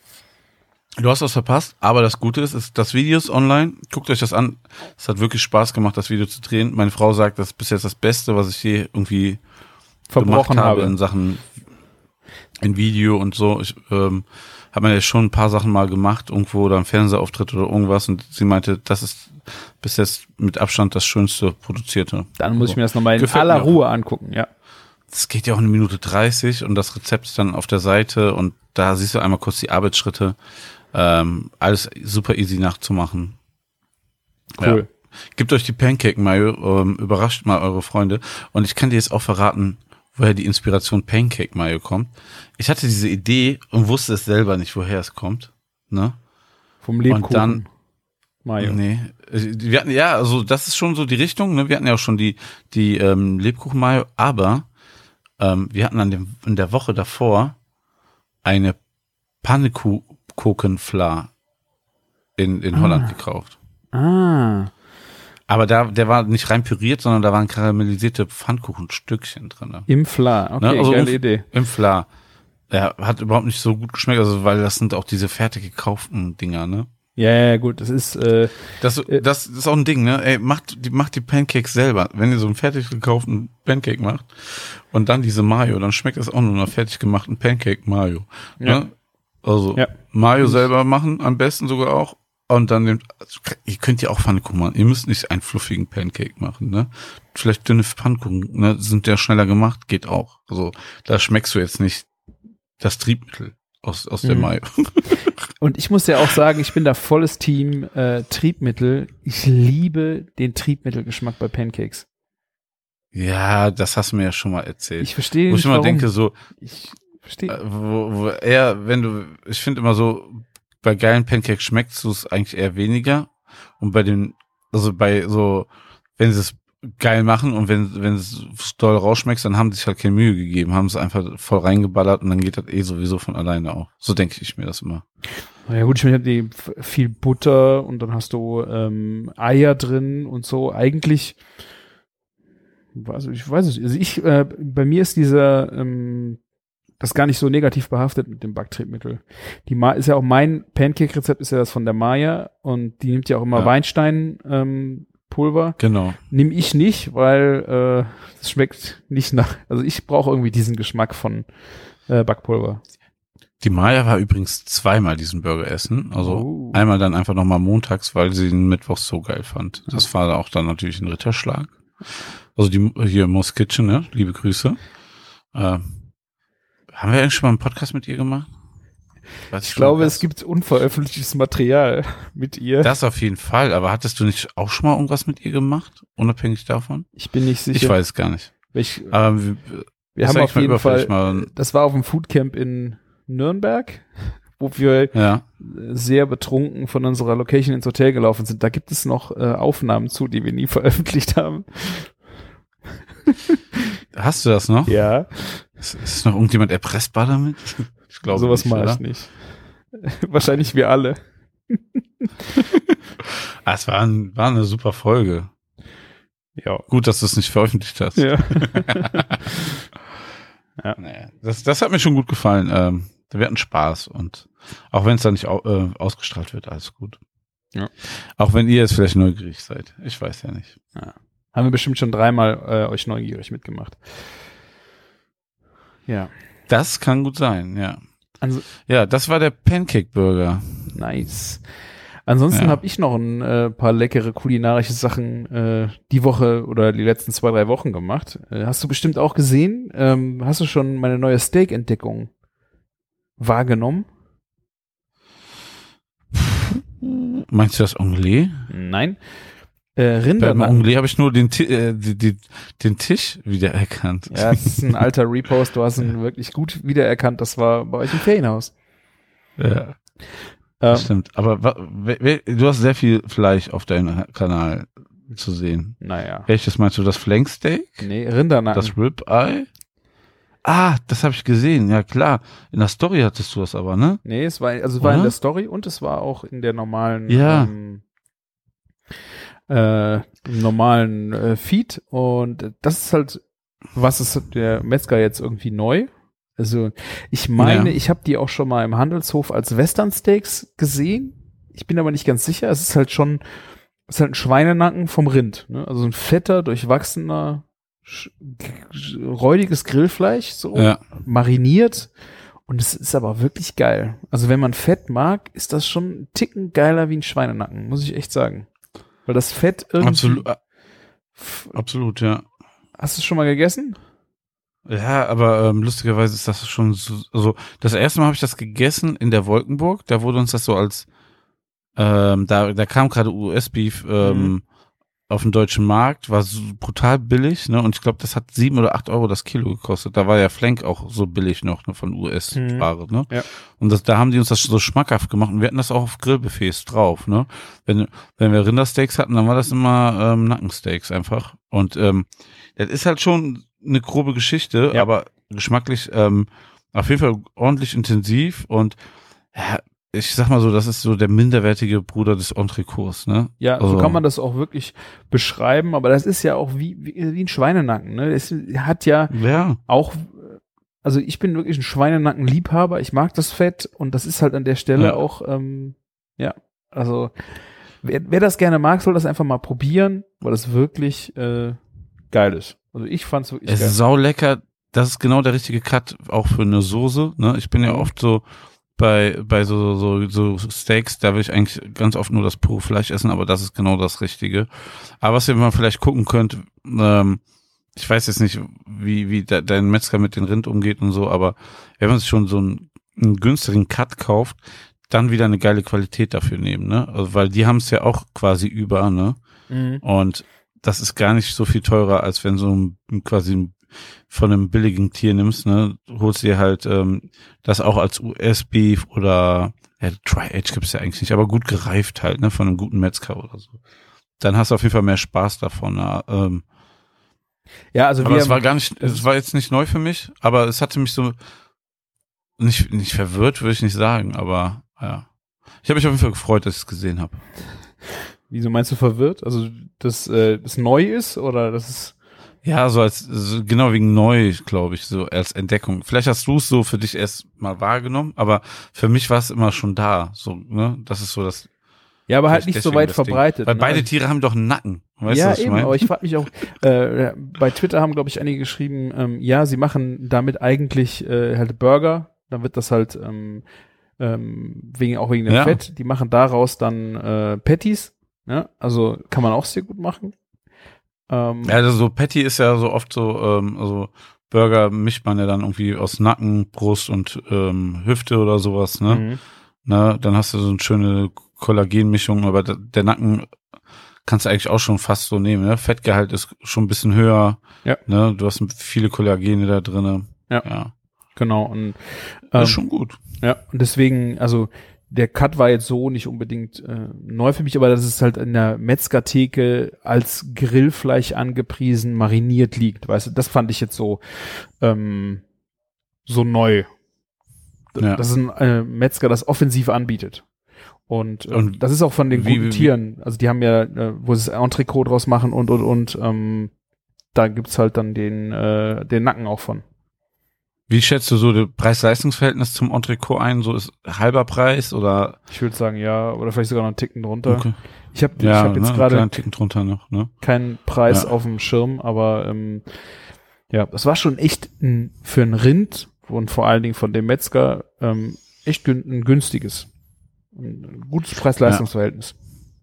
Du hast was verpasst, aber das Gute ist, ist, das Video ist online. Guckt euch das an. Es hat wirklich Spaß gemacht, das Video zu drehen. Meine Frau sagt, das ist bis jetzt das Beste, was ich je irgendwie verbrochen gemacht habe, habe in Sachen in Video und so. Ich ähm, habe mir ja schon ein paar Sachen mal gemacht, irgendwo oder ein Fernsehauftritt oder irgendwas und sie meinte, das ist bis jetzt mit Abstand das schönste produzierte. Dann muss ich mir das nochmal in Gefällt aller Ruhe angucken, ja. Das geht ja auch eine Minute dreißig und das Rezept ist dann auf der Seite und da siehst du einmal kurz die Arbeitsschritte. Ähm, alles super easy nachzumachen. Cool. Ja. Gebt euch die Pancake Mayo, ähm, überrascht mal eure Freunde. Und ich kann dir jetzt auch verraten, woher die Inspiration Pancake Mayo kommt. Ich hatte diese Idee und wusste es selber nicht, woher es kommt. Ne? Vom Lebkuchen und dann, Mayo. Nee. Wir hatten, ja, also das ist schon so die Richtung. Ne? Wir hatten ja auch schon die, die ähm, Lebkuchen Mayo, aber ähm, wir hatten an dem, in der Woche davor eine Pannekuchenfla in, in ah. Holland gekauft. Ah. Aber da, der war nicht rein püriert, sondern da waren karamellisierte Pfannkuchenstückchen drin. Im Fla, okay, ne? Also geile im, Idee. Im Fla. Der hat überhaupt nicht so gut geschmeckt, also weil das sind auch diese fertig gekauften Dinger, ne? Ja, ja, gut, das ist äh, das, das, das ist auch ein Ding, ne? Ey, macht die, macht die Pancakes selber. Wenn ihr so einen fertig gekauften Pancake macht und dann diese Mayo, dann schmeckt das auch nur nach fertig gemachten Pancake Mayo. Ja. Ne? Also ja. Mayo selber machen, am besten sogar auch. Und dann nehmt, also, ihr könnt ja auch Pfannkuchen machen. Ihr müsst nicht einen fluffigen Pancake machen, ne? Vielleicht dünne Pfannkuchen, ne? Sind ja schneller gemacht, geht auch. Also da schmeckst du jetzt nicht das Triebmittel aus, aus der Mhm. Mayo. Und ich muss ja auch sagen, ich bin da volles Team äh, Triebmittel. Ich liebe den Triebmittelgeschmack bei Pancakes. Ja, das hast du mir ja schon mal erzählt. Ich verstehe Wo nicht, ich immer warum. denke, so, ich verstehe. äh, wo, wo eher, wenn du, ich finde immer so, bei geilen Pancakes schmeckst du es eigentlich eher weniger. Und bei den, also bei so, wenn sie es geil machen und wenn, wenn es doll rausschmeckst, dann haben sie sich halt keine Mühe gegeben, haben es einfach voll reingeballert und dann geht das eh sowieso von alleine auch. So denke ich mir das immer. Ja gut, ich meine, die f- viel Butter und dann hast du ähm, Eier drin und so. Eigentlich, also ich weiß es, also ich, äh, bei mir ist dieser, ähm, das gar nicht so negativ behaftet mit dem Backtriebmittel. Die Ma ist ja auch mein Pancake-Rezept, ist ja das von der Maya und die nimmt ja auch immer Ja. Weinstein ähm, Pulver. Genau. Nimm ich nicht, weil äh, es schmeckt nicht nach, also ich brauche irgendwie diesen Geschmack von äh, Backpulver. Die Maya war übrigens zweimal diesen Burger essen. Also Oh. einmal dann einfach nochmal montags, weil sie den Mittwoch so geil fand. Das war auch dann natürlich ein Ritterschlag. Also die hier Mo's Kitchen, ne? Liebe Grüße. Äh, haben wir eigentlich schon mal einen Podcast mit ihr gemacht? Weiß Ich schon glaube, was. es gibt unveröffentlichtes Material mit ihr. Das auf jeden Fall. Aber hattest du nicht auch schon mal irgendwas mit ihr gemacht? Unabhängig davon? Ich bin nicht sicher. Ich weiß es gar nicht. Ich, Aber wir, wir ist haben eigentlich auf mal jeden überfällig Fall, mal, das war auf dem Foodcamp in Nürnberg, wo wir ja. sehr betrunken von unserer Location ins Hotel gelaufen sind. Da gibt es noch äh, Aufnahmen zu, die wir nie veröffentlicht haben. Hast du das noch? Ja, Ist, ist noch irgendjemand erpressbar damit? Ich glaube sowas nicht, mache oder? ich nicht. Wahrscheinlich wir alle. Ah, es war, ein, war eine super Folge. Ja. Gut, dass du es nicht veröffentlicht hast. Ja. Naja, das, das hat mir schon gut gefallen. Ähm, wir hatten Spaß und auch wenn es da nicht au, äh, ausgestrahlt wird, alles gut. Ja. Auch wenn ihr jetzt vielleicht neugierig seid. Ich weiß ja nicht. Haben wir bestimmt schon dreimal äh, euch neugierig mitgemacht. Ja. Das kann gut sein, ja. Also, Ja, das war der Pancake Burger. nice. Ansonsten Ja. habe ich noch ein äh, paar leckere kulinarische Sachen äh, die Woche oder die letzten zwei, drei Wochen gemacht. Äh, hast du bestimmt auch gesehen? Ähm, hast du schon meine neue Steak-Entdeckung wahrgenommen? Meinst du das Anglais? Nein. Äh, Bei dem Rindernacken. Anglais habe ich nur den, Ti- äh, die, die, den Tisch wiedererkannt. Ja, das ist ein alter Repost. Du hast ihn wirklich gut wiedererkannt. Das war bei euch im Ferienhaus. Ja. Ähm, Das stimmt. Aber wa, wer, wer, du hast sehr viel Fleisch auf deinem Kanal zu sehen. naja. Welches meinst du? Das Flanksteak? Nee, Rindernacken. Das Ribeye? Ah, das habe ich gesehen. Ja, klar. In der Story hattest du das aber, ne? Nee, es war, also es war in Oder? der Story und es war auch in der normalen, Ja. ähm, äh, im normalen äh, Feed. Und das ist halt, was ist der Metzger jetzt irgendwie neu? Also ich meine, Ja. ich habe die auch schon mal im Handelshof als Western Steaks gesehen. Ich bin aber nicht ganz sicher. Es ist halt schon, es ist halt ein Schweinenacken vom Rind. Ne? Also ein fetter, durchwachsener, sch- g- räudiges Grillfleisch, so Ja. mariniert. Und es ist aber wirklich geil. Also wenn man Fett mag, ist das schon ein Ticken geiler wie ein Schweinenacken, muss ich echt sagen. Weil das Fett irgendwie... Absolut, F- absolut, ja. Hast du es schon mal gegessen? Ja, aber ähm, lustigerweise ist das schon so, also das erste Mal habe ich das gegessen in der Wolkenburg, da wurde uns das so als, ähm, da, da kam gerade U S-Beef ähm, Mhm. auf den deutschen Markt, war so brutal billig, ne, und ich glaube, das hat sieben oder acht Euro das Kilo gekostet, da war ja Flank auch so billig noch, ne, von U S-Ware, ne, Ja. und das, da haben die uns das so schmackhaft gemacht und wir hatten das auch auf Grillbuffets drauf, ne, wenn, wenn wir Rindersteaks hatten, dann war das immer ähm, Nackensteaks einfach und ähm, das ist halt schon eine grobe Geschichte, Ja. aber geschmacklich ähm, auf jeden Fall ordentlich intensiv und ja, ich sag mal so, das ist so der minderwertige Bruder des Entrecots, ne? Ja, so Also- kann man das auch wirklich beschreiben, aber das ist ja auch wie, wie, wie ein Schweinenacken. Ne? Das hat ja Ja, auch, also ich bin wirklich ein Schweinenacken-Liebhaber, ich mag das Fett und das ist halt an der Stelle Ja. auch, ähm, ja, also wer, wer das gerne mag, soll das einfach mal probieren, weil das wirklich äh, geil ist. Also ich fand's wirklich es geil. ist sau lecker. Das ist genau der richtige Cut auch für eine Soße, ne? Ich bin ja Mhm. oft so bei bei so so so Steaks, da will ich eigentlich ganz oft nur das pure Fleisch essen, aber das ist genau das Richtige. Aber was ihr mal vielleicht gucken könnt, ähm, ich weiß jetzt nicht, wie wie de, dein Metzger mit den Rind umgeht und so, aber wenn man sich schon so ein einen günstigen Cut kauft, dann wieder eine geile Qualität dafür nehmen, ne? Also, weil die haben es ja auch quasi über, ne? Mhm. Und das ist gar nicht so viel teurer, als wenn so ein, quasi von einem billigen Tier nimmst, ne? Holst dir halt ähm, das auch als U S-Beef oder ja, Tri-Age gibt's ja eigentlich nicht, aber gut gereift halt, ne? Von einem guten Metzger oder so. Dann hast du auf jeden Fall mehr Spaß davon. Ja, ähm, Ja, also aber wir es war gar nicht, es war jetzt nicht neu für mich, aber es hatte mich so nicht nicht verwirrt, würde ich nicht sagen, aber ja. Ich habe mich auf jeden Fall gefreut, dass ich es gesehen habe. Wieso meinst du verwirrt? Also, dass äh, das neu ist oder das ist Ja, so als so genau wegen neu, glaube ich, so als Entdeckung. Vielleicht hast du es so für dich erst mal wahrgenommen, aber für mich war es immer schon da. So, ne? Das ist so das. ja, aber halt vielleicht nicht so deswegen weit das Ding. verbreitet. Weil ne? beide Tiere haben doch einen Nacken. Weißt du, ja, was ich eben, meine? aber ich frage mich auch, äh, bei Twitter haben, glaube ich, einige geschrieben, ähm, ja, sie machen damit eigentlich äh, halt Burger, dann wird das halt ähm, ähm, wegen auch wegen dem Ja. Fett, die machen daraus dann äh, Patties, ne? Also kann man auch sehr gut machen. Ähm, Ja, also so Patty ist ja so oft so, ähm, also Burger mischt man ja dann irgendwie aus Nacken, Brust und ähm, Hüfte oder sowas, ne? mhm. Ne? Dann hast du so eine schöne Kollagenmischung, aber der, der Nacken kannst du eigentlich auch schon fast so nehmen, ne? Fettgehalt ist schon ein bisschen höher, Ja. ne? Du hast viele Kollagene da drinne. Ja. Ja. Genau. Und Das ähm, ist schon gut. ja, und deswegen, also der Cut war jetzt so nicht unbedingt äh, neu für mich, aber das ist halt in der Metzgertheke als Grillfleisch angepriesen, mariniert liegt, weißt du, das fand ich jetzt so ähm, so neu. D- Ja. Das ist ein äh, Metzger, das offensiv anbietet. Und, äh, Und das ist auch von den wie- guten wie- Tieren, also die haben ja, äh, wo sie das Entrecot draus machen und und und ähm, da gibt's halt dann den äh, den Nacken auch von. Wie schätzt du so das Preis-Leistungs-Verhältnis zum Entrecot ein? So ist halber Preis oder? Ich würde sagen, ja, oder vielleicht sogar noch einen Ticken drunter. Okay. Ich habe Ja, ich hab jetzt ne, gerade einen Ticken drunter noch, ne? keinen Preis Ja. auf dem Schirm, aber ähm, ja, das war schon echt ein, für ein Rind und vor allen Dingen von dem Metzger ähm, echt gün ein günstiges, ein gutes Preis-Leistungs-Verhältnis.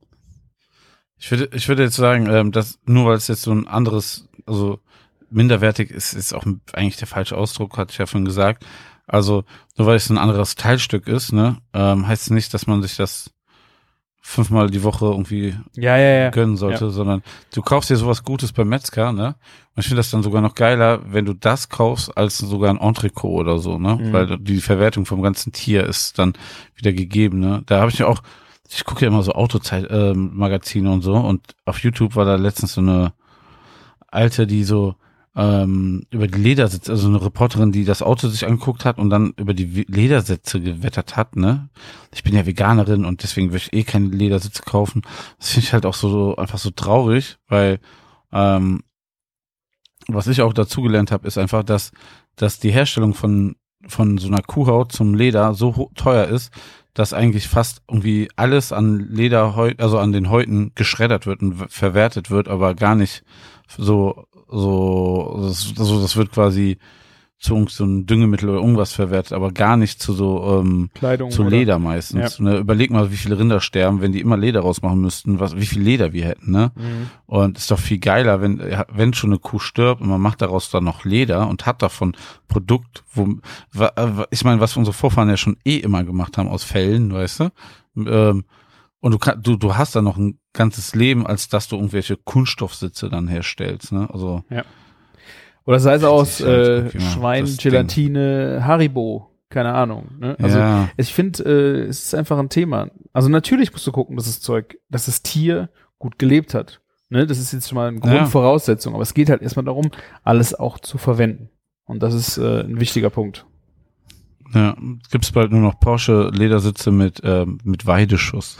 Ich würde, ich würde jetzt sagen, ähm, dass nur weil es jetzt so ein anderes, also minderwertig ist, ist auch eigentlich der falsche Ausdruck, hatte ich ja schon gesagt. Also nur weil es ein anderes Teilstück ist, ne, ähm, heißt es nicht, dass man sich das fünfmal die Woche irgendwie Ja, ja, ja. gönnen sollte, Ja. sondern du kaufst dir sowas Gutes beim Metzger, ne? Und ich finde das dann sogar noch geiler, wenn du das kaufst, als sogar ein Entrecot oder so, ne? Mhm. Weil die Verwertung vom ganzen Tier ist dann wieder gegeben, ne? Da habe ich ja auch, ich gucke ja immer so Autozeit, ähm, Magazine und so, und auf YouTube war da letztens so eine alte, die so ähm, über die Ledersitze, also eine Reporterin, die das Auto sich angeguckt hat und dann über die W- Ledersitze gewettert hat, ne? Ich bin ja Veganerin und deswegen will ich eh keine Ledersitze kaufen. Das finde ich halt auch so, so einfach so traurig, weil ähm, was ich auch dazugelernt habe, ist einfach, dass dass die Herstellung von von so einer Kuhhaut zum Leder so ho- teuer ist, dass eigentlich fast irgendwie alles an Lederhäuten, also an den Häuten geschreddert wird und w- verwertet wird, aber gar nicht so so das, also das wird quasi zu so ein Düngemittel oder irgendwas verwertet, aber gar nicht zu so ähm, Kleidung zu oder- Leder meistens. Ne? Überleg mal, wie viele Rinder sterben, wenn die immer Leder rausmachen müssten, was wie viel Leder wir hätten, ne? Mhm. Und ist doch viel geiler, wenn wenn schon eine Kuh stirbt und man macht daraus dann noch Leder und hat davon Produkt, wo wa- ich meine, was unsere Vorfahren ja schon eh immer gemacht haben aus Fellen, weißt du? Ähm, und du kann, du du hast dann noch ein ganzes Leben, als dass du irgendwelche Kunststoffsitze dann herstellst, ne? Also Oder sei es aus Das ist halt äh, irgendwie mal Schwein, das Ding. Gelatine, Haribo, keine Ahnung. Ne? Also ja, ich finde, äh, es ist einfach ein Thema. Also natürlich musst du gucken, dass das Zeug, dass das Tier gut gelebt hat. Ne? Das ist jetzt schon mal eine Ja. Grundvoraussetzung. Aber es geht halt erstmal darum, alles auch zu verwenden. Und das ist äh, ein wichtiger Punkt. ja, gibt's bald nur noch Porsche Ledersitze mit ähm, mit Weideschuss.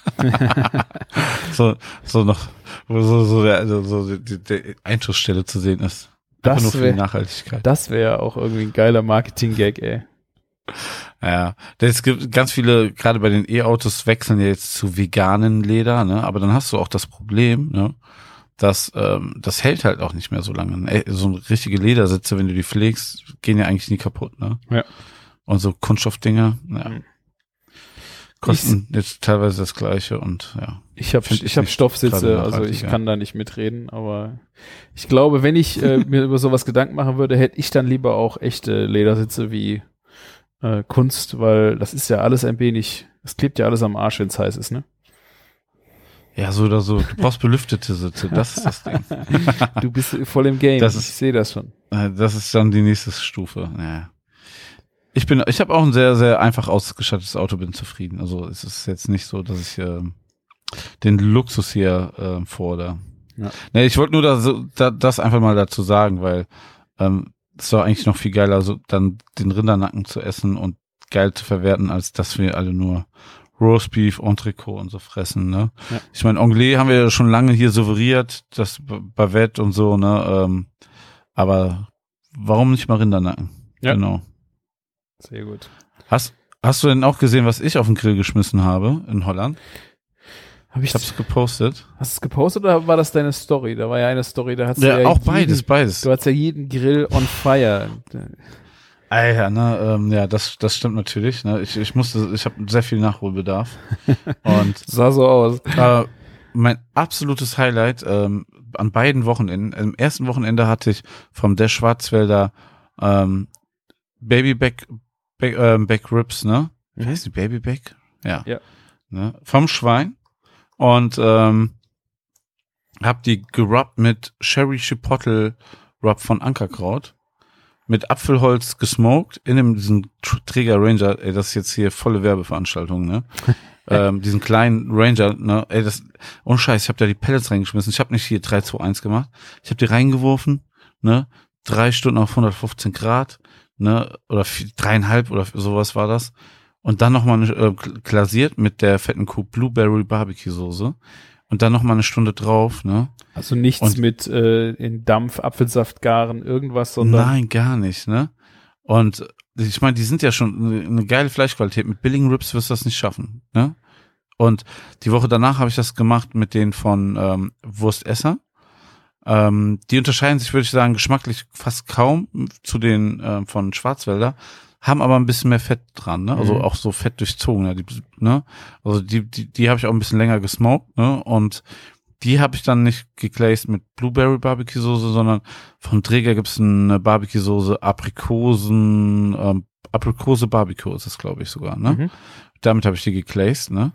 so so noch wo so so der also so die, die Einschussstelle zu sehen ist. Einfach Das nur für wär- die Nachhaltigkeit. Das wäre auch irgendwie ein geiler Marketing-Gag, ey. Ja, es gibt ganz viele, gerade bei den E-Autos wechseln ja jetzt zu veganen Leder, ne? Aber dann hast du auch das Problem, ne? Dass ähm, das hält halt auch nicht mehr so lange. Ey, so richtige Ledersitze, wenn du die pflegst, gehen ja eigentlich nie kaputt, ne? Ja. Und so Kunststoffdinger, ja. Mhm. Kosten jetzt teilweise das Gleiche und ja. Ich habe Find ich ich hab nicht Stoffsitze, gerade also ich nachhaltiger. kann da nicht mitreden, aber ich glaube, wenn ich äh, mir über sowas Gedanken machen würde, hätte ich dann lieber auch echte Ledersitze wie äh, Kunst, weil das ist ja alles ein wenig, es klebt ja alles am Arsch, wenn es heiß ist, ne? Ja, so oder so. Du brauchst belüftete Sitze, das ist das Ding. Du bist voll im Game, Das ich ist- sehe das schon. Das ist dann die nächste Stufe. Ja. Ich bin, ich habe auch ein sehr, sehr einfach ausgestattetes Auto, bin zufrieden. Also es ist jetzt nicht so, dass ich ähm, den Luxus hier ähm, fordere. Ja. Nee, ich wollte nur da, so, da, das einfach mal dazu sagen, weil ähm, es war eigentlich noch viel geiler, so dann den Rindernacken zu essen und geil zu verwerten, als dass wir alle nur Roastbeef, Entrecot und so fressen, ne? Ja. Ich meine, Anglais haben wir ja schon lange hier souveriert, das B- Bavette und so, ne? Ähm, aber warum nicht mal Rindernacken? Ja. Genau. Sehr gut. Hast, hast du denn auch gesehen, was ich auf den Grill geschmissen habe in Holland? Hab ich, Ich hab's gepostet. hast du es gepostet oder war das deine Story? Da war ja eine Story, da hast du Ja, ja auch jeden, beides, beides. Du hast ja jeden Grill on fire. Alter, ne, ähm, ja, das, das stimmt natürlich. Ne? Ich, ich musste, ich habe sehr viel Nachholbedarf. Und Sah so aus. äh, mein absolutes Highlight ähm, an beiden Wochenenden. Im ersten Wochenende hatte ich vom Der Schwarzwälder ähm, Baby Back, Back, ähm, Back Ribs, ne? Wie heißt die Baby Back? Ja. Ja. Ne? Vom Schwein. Und ähm, hab die gerubbt mit Sherry Chipotle Rub von Ankerkraut. Mit Apfelholz gesmoked in dem, diesen Träger Ranger, ey, das ist jetzt hier volle Werbeveranstaltung, ne? ähm, diesen kleinen Ranger, ne? Ey, das, ohne Scheiß, ich habe da die Pellets reingeschmissen. Ich habe nicht hier drei zwei eins gemacht. Ich habe die reingeworfen, ne? Drei Stunden auf hundertfünfzehn Grad, ne? Oder vier, dreieinhalb oder sowas war das. Und dann nochmal äh, glasiert mit der fetten Kuh Blueberry Barbecue Soße. Und dann nochmal eine Stunde drauf, ne? Also nichts Und- mit äh, in Dampf, Apfelsaft garen, irgendwas, sondern Nein, gar nicht, ne? Und ich meine, die sind ja schon eine, eine geile Fleischqualität. Mit billigen Ribs wirst du das nicht schaffen, ne? Und die Woche danach habe ich das gemacht mit denen von ähm, Wurstesser. Ähm, die unterscheiden sich, würde ich sagen, geschmacklich fast kaum zu den ähm, von Schwarzwälder, haben aber ein bisschen mehr Fett dran, ne? Also Mhm. auch so fett durchzogen, ne? Die, ne? Also die, die, die habe ich auch ein bisschen länger gesmoked, ne? Und die habe ich dann nicht geglazed mit Blueberry Barbecue Soße, sondern vom Träger gibt's eine Barbecue Soße, Aprikosen, ähm, Aprikose Barbecue ist das, glaube ich, sogar, ne? Mhm. Damit habe ich die geglazed, ne?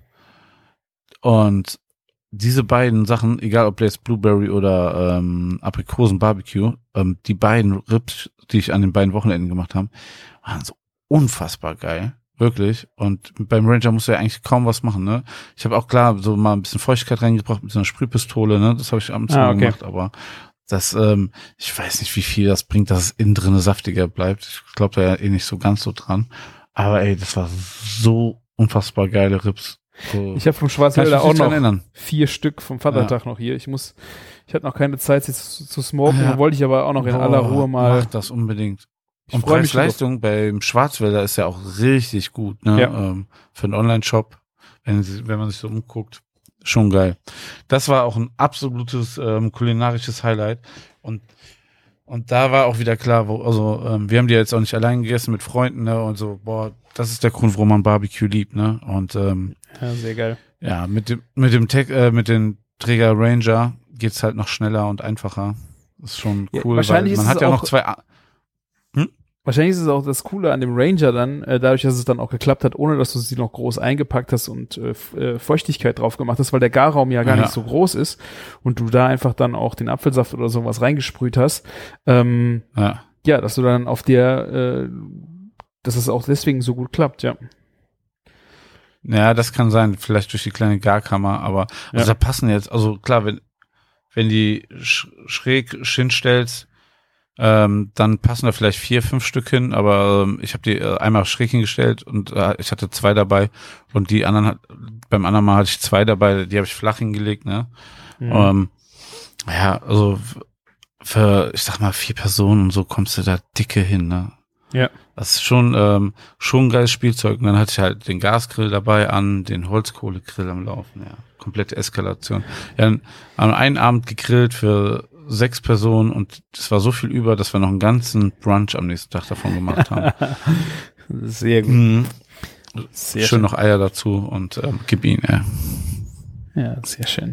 Und diese beiden Sachen, egal ob jetzt Blueberry oder ähm, Aprikosen Barbecue, ähm, die beiden Ribs, die ich an den beiden Wochenenden gemacht habe, waren so unfassbar geil. Wirklich. Und beim Ranger musst du ja eigentlich kaum was machen, ne? Ich habe auch klar so mal ein bisschen Feuchtigkeit reingebracht mit so einer Sprühpistole, ne? Das habe ich ab und zu Ah, mal okay. gemacht, aber das, ähm, ich weiß nicht, wie viel das bringt, dass es innen drinne saftiger bleibt. Ich glaube da ja eh nicht so ganz so dran. Aber ey, das war so unfassbar geile Ribs. So. Ich habe vom Kann ich Schwarzwälder mich auch nicht dran noch erinnern. vier Stück vom Vatertag noch hier. Ich muss, ich hatte noch keine Zeit, sie zu, zu smoken, Ja. wollte ich aber auch noch in Boah, aller Ruhe mal. Mach das unbedingt. Ich Und freu mich schon Preis-Leistung beim Schwarzwälder ist ja auch richtig gut, ne? Ja. Ähm, für einen Online-Shop, wenn, sie- wenn man sich so umguckt, schon geil. Das war auch ein absolutes ähm, kulinarisches Highlight. Und und da war auch wieder klar, wo, also ähm, wir haben die jetzt auch nicht allein gegessen mit Freunden, ne? Und so, boah, das ist der Grund, warum man Barbecue liebt, ne? Und ähm, Ja, sehr geil. ja, mit dem mit dem Tech, äh, mit dem Träger Ranger geht's halt noch schneller und einfacher. Das ist schon Ja, cool, wahrscheinlich weil man ist hat es ja auch- noch zwei. A- Wahrscheinlich ist es auch das Coole an dem Ranger dann, äh, dadurch, dass es dann auch geklappt hat, ohne dass du sie noch groß eingepackt hast und äh, F- äh, Feuchtigkeit drauf gemacht hast, weil der Garraum ja gar Ja. nicht so groß ist und du da einfach dann auch den Apfelsaft oder sowas reingesprüht hast. Ähm, Ja. ja, dass du dann auf der, äh, dass es auch deswegen so gut klappt, ja. Ja, das kann sein, vielleicht durch die kleine Garkammer, aber also Ja. da passen jetzt, also klar, wenn wenn die sch schräg hinstellst, ähm, dann passen da vielleicht vier, fünf Stück hin, aber ähm, ich habe die äh, einmal schräg hingestellt und äh, ich hatte zwei dabei und die anderen, hat, beim anderen Mal hatte ich zwei dabei, die habe ich flach hingelegt, ne? Mhm. Ähm, ja, also f- für, ich sag mal, vier Personen und so kommst du da dicke hin, ne? Ja. Das ist schon, ähm, schon ein geiles Spielzeug. Und dann hatte ich halt den Gasgrill dabei an, den Holzkohlegrill am Laufen, ja. Komplette Eskalation. Ja, an einem Abend gegrillt für sechs Personen und es war so viel über, dass wir noch einen ganzen Brunch am nächsten Tag davon gemacht haben. Sehr gut. Mhm. Sehr Schön noch Eier dazu und ähm, gib ihn, ja. Ja, sehr schön.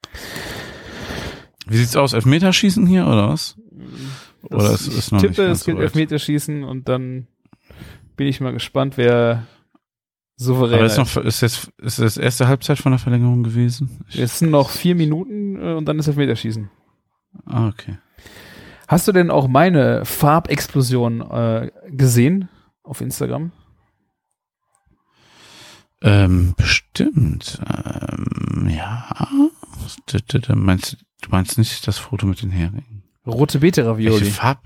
Wie sieht's aus? Elfmeterschießen hier oder was? Das, Oder ist- ich ist noch tippe, nicht ganz es gibt so weit. Elfmeterschießen und dann bin ich mal gespannt, wer souverän ist. Noch, ist, jetzt, ist das erste Halbzeit von der Verlängerung gewesen? Ich Es sind noch vier Minuten äh, und dann ist Elfmeterschießen. Ah, okay. Hast du denn auch meine Farbexplosion äh, gesehen auf Instagram? Ähm, bestimmt. Ähm, ja. Du meinst, du meinst nicht das Foto mit den Heringen? Rote Beete Ravioli. Welche Farb?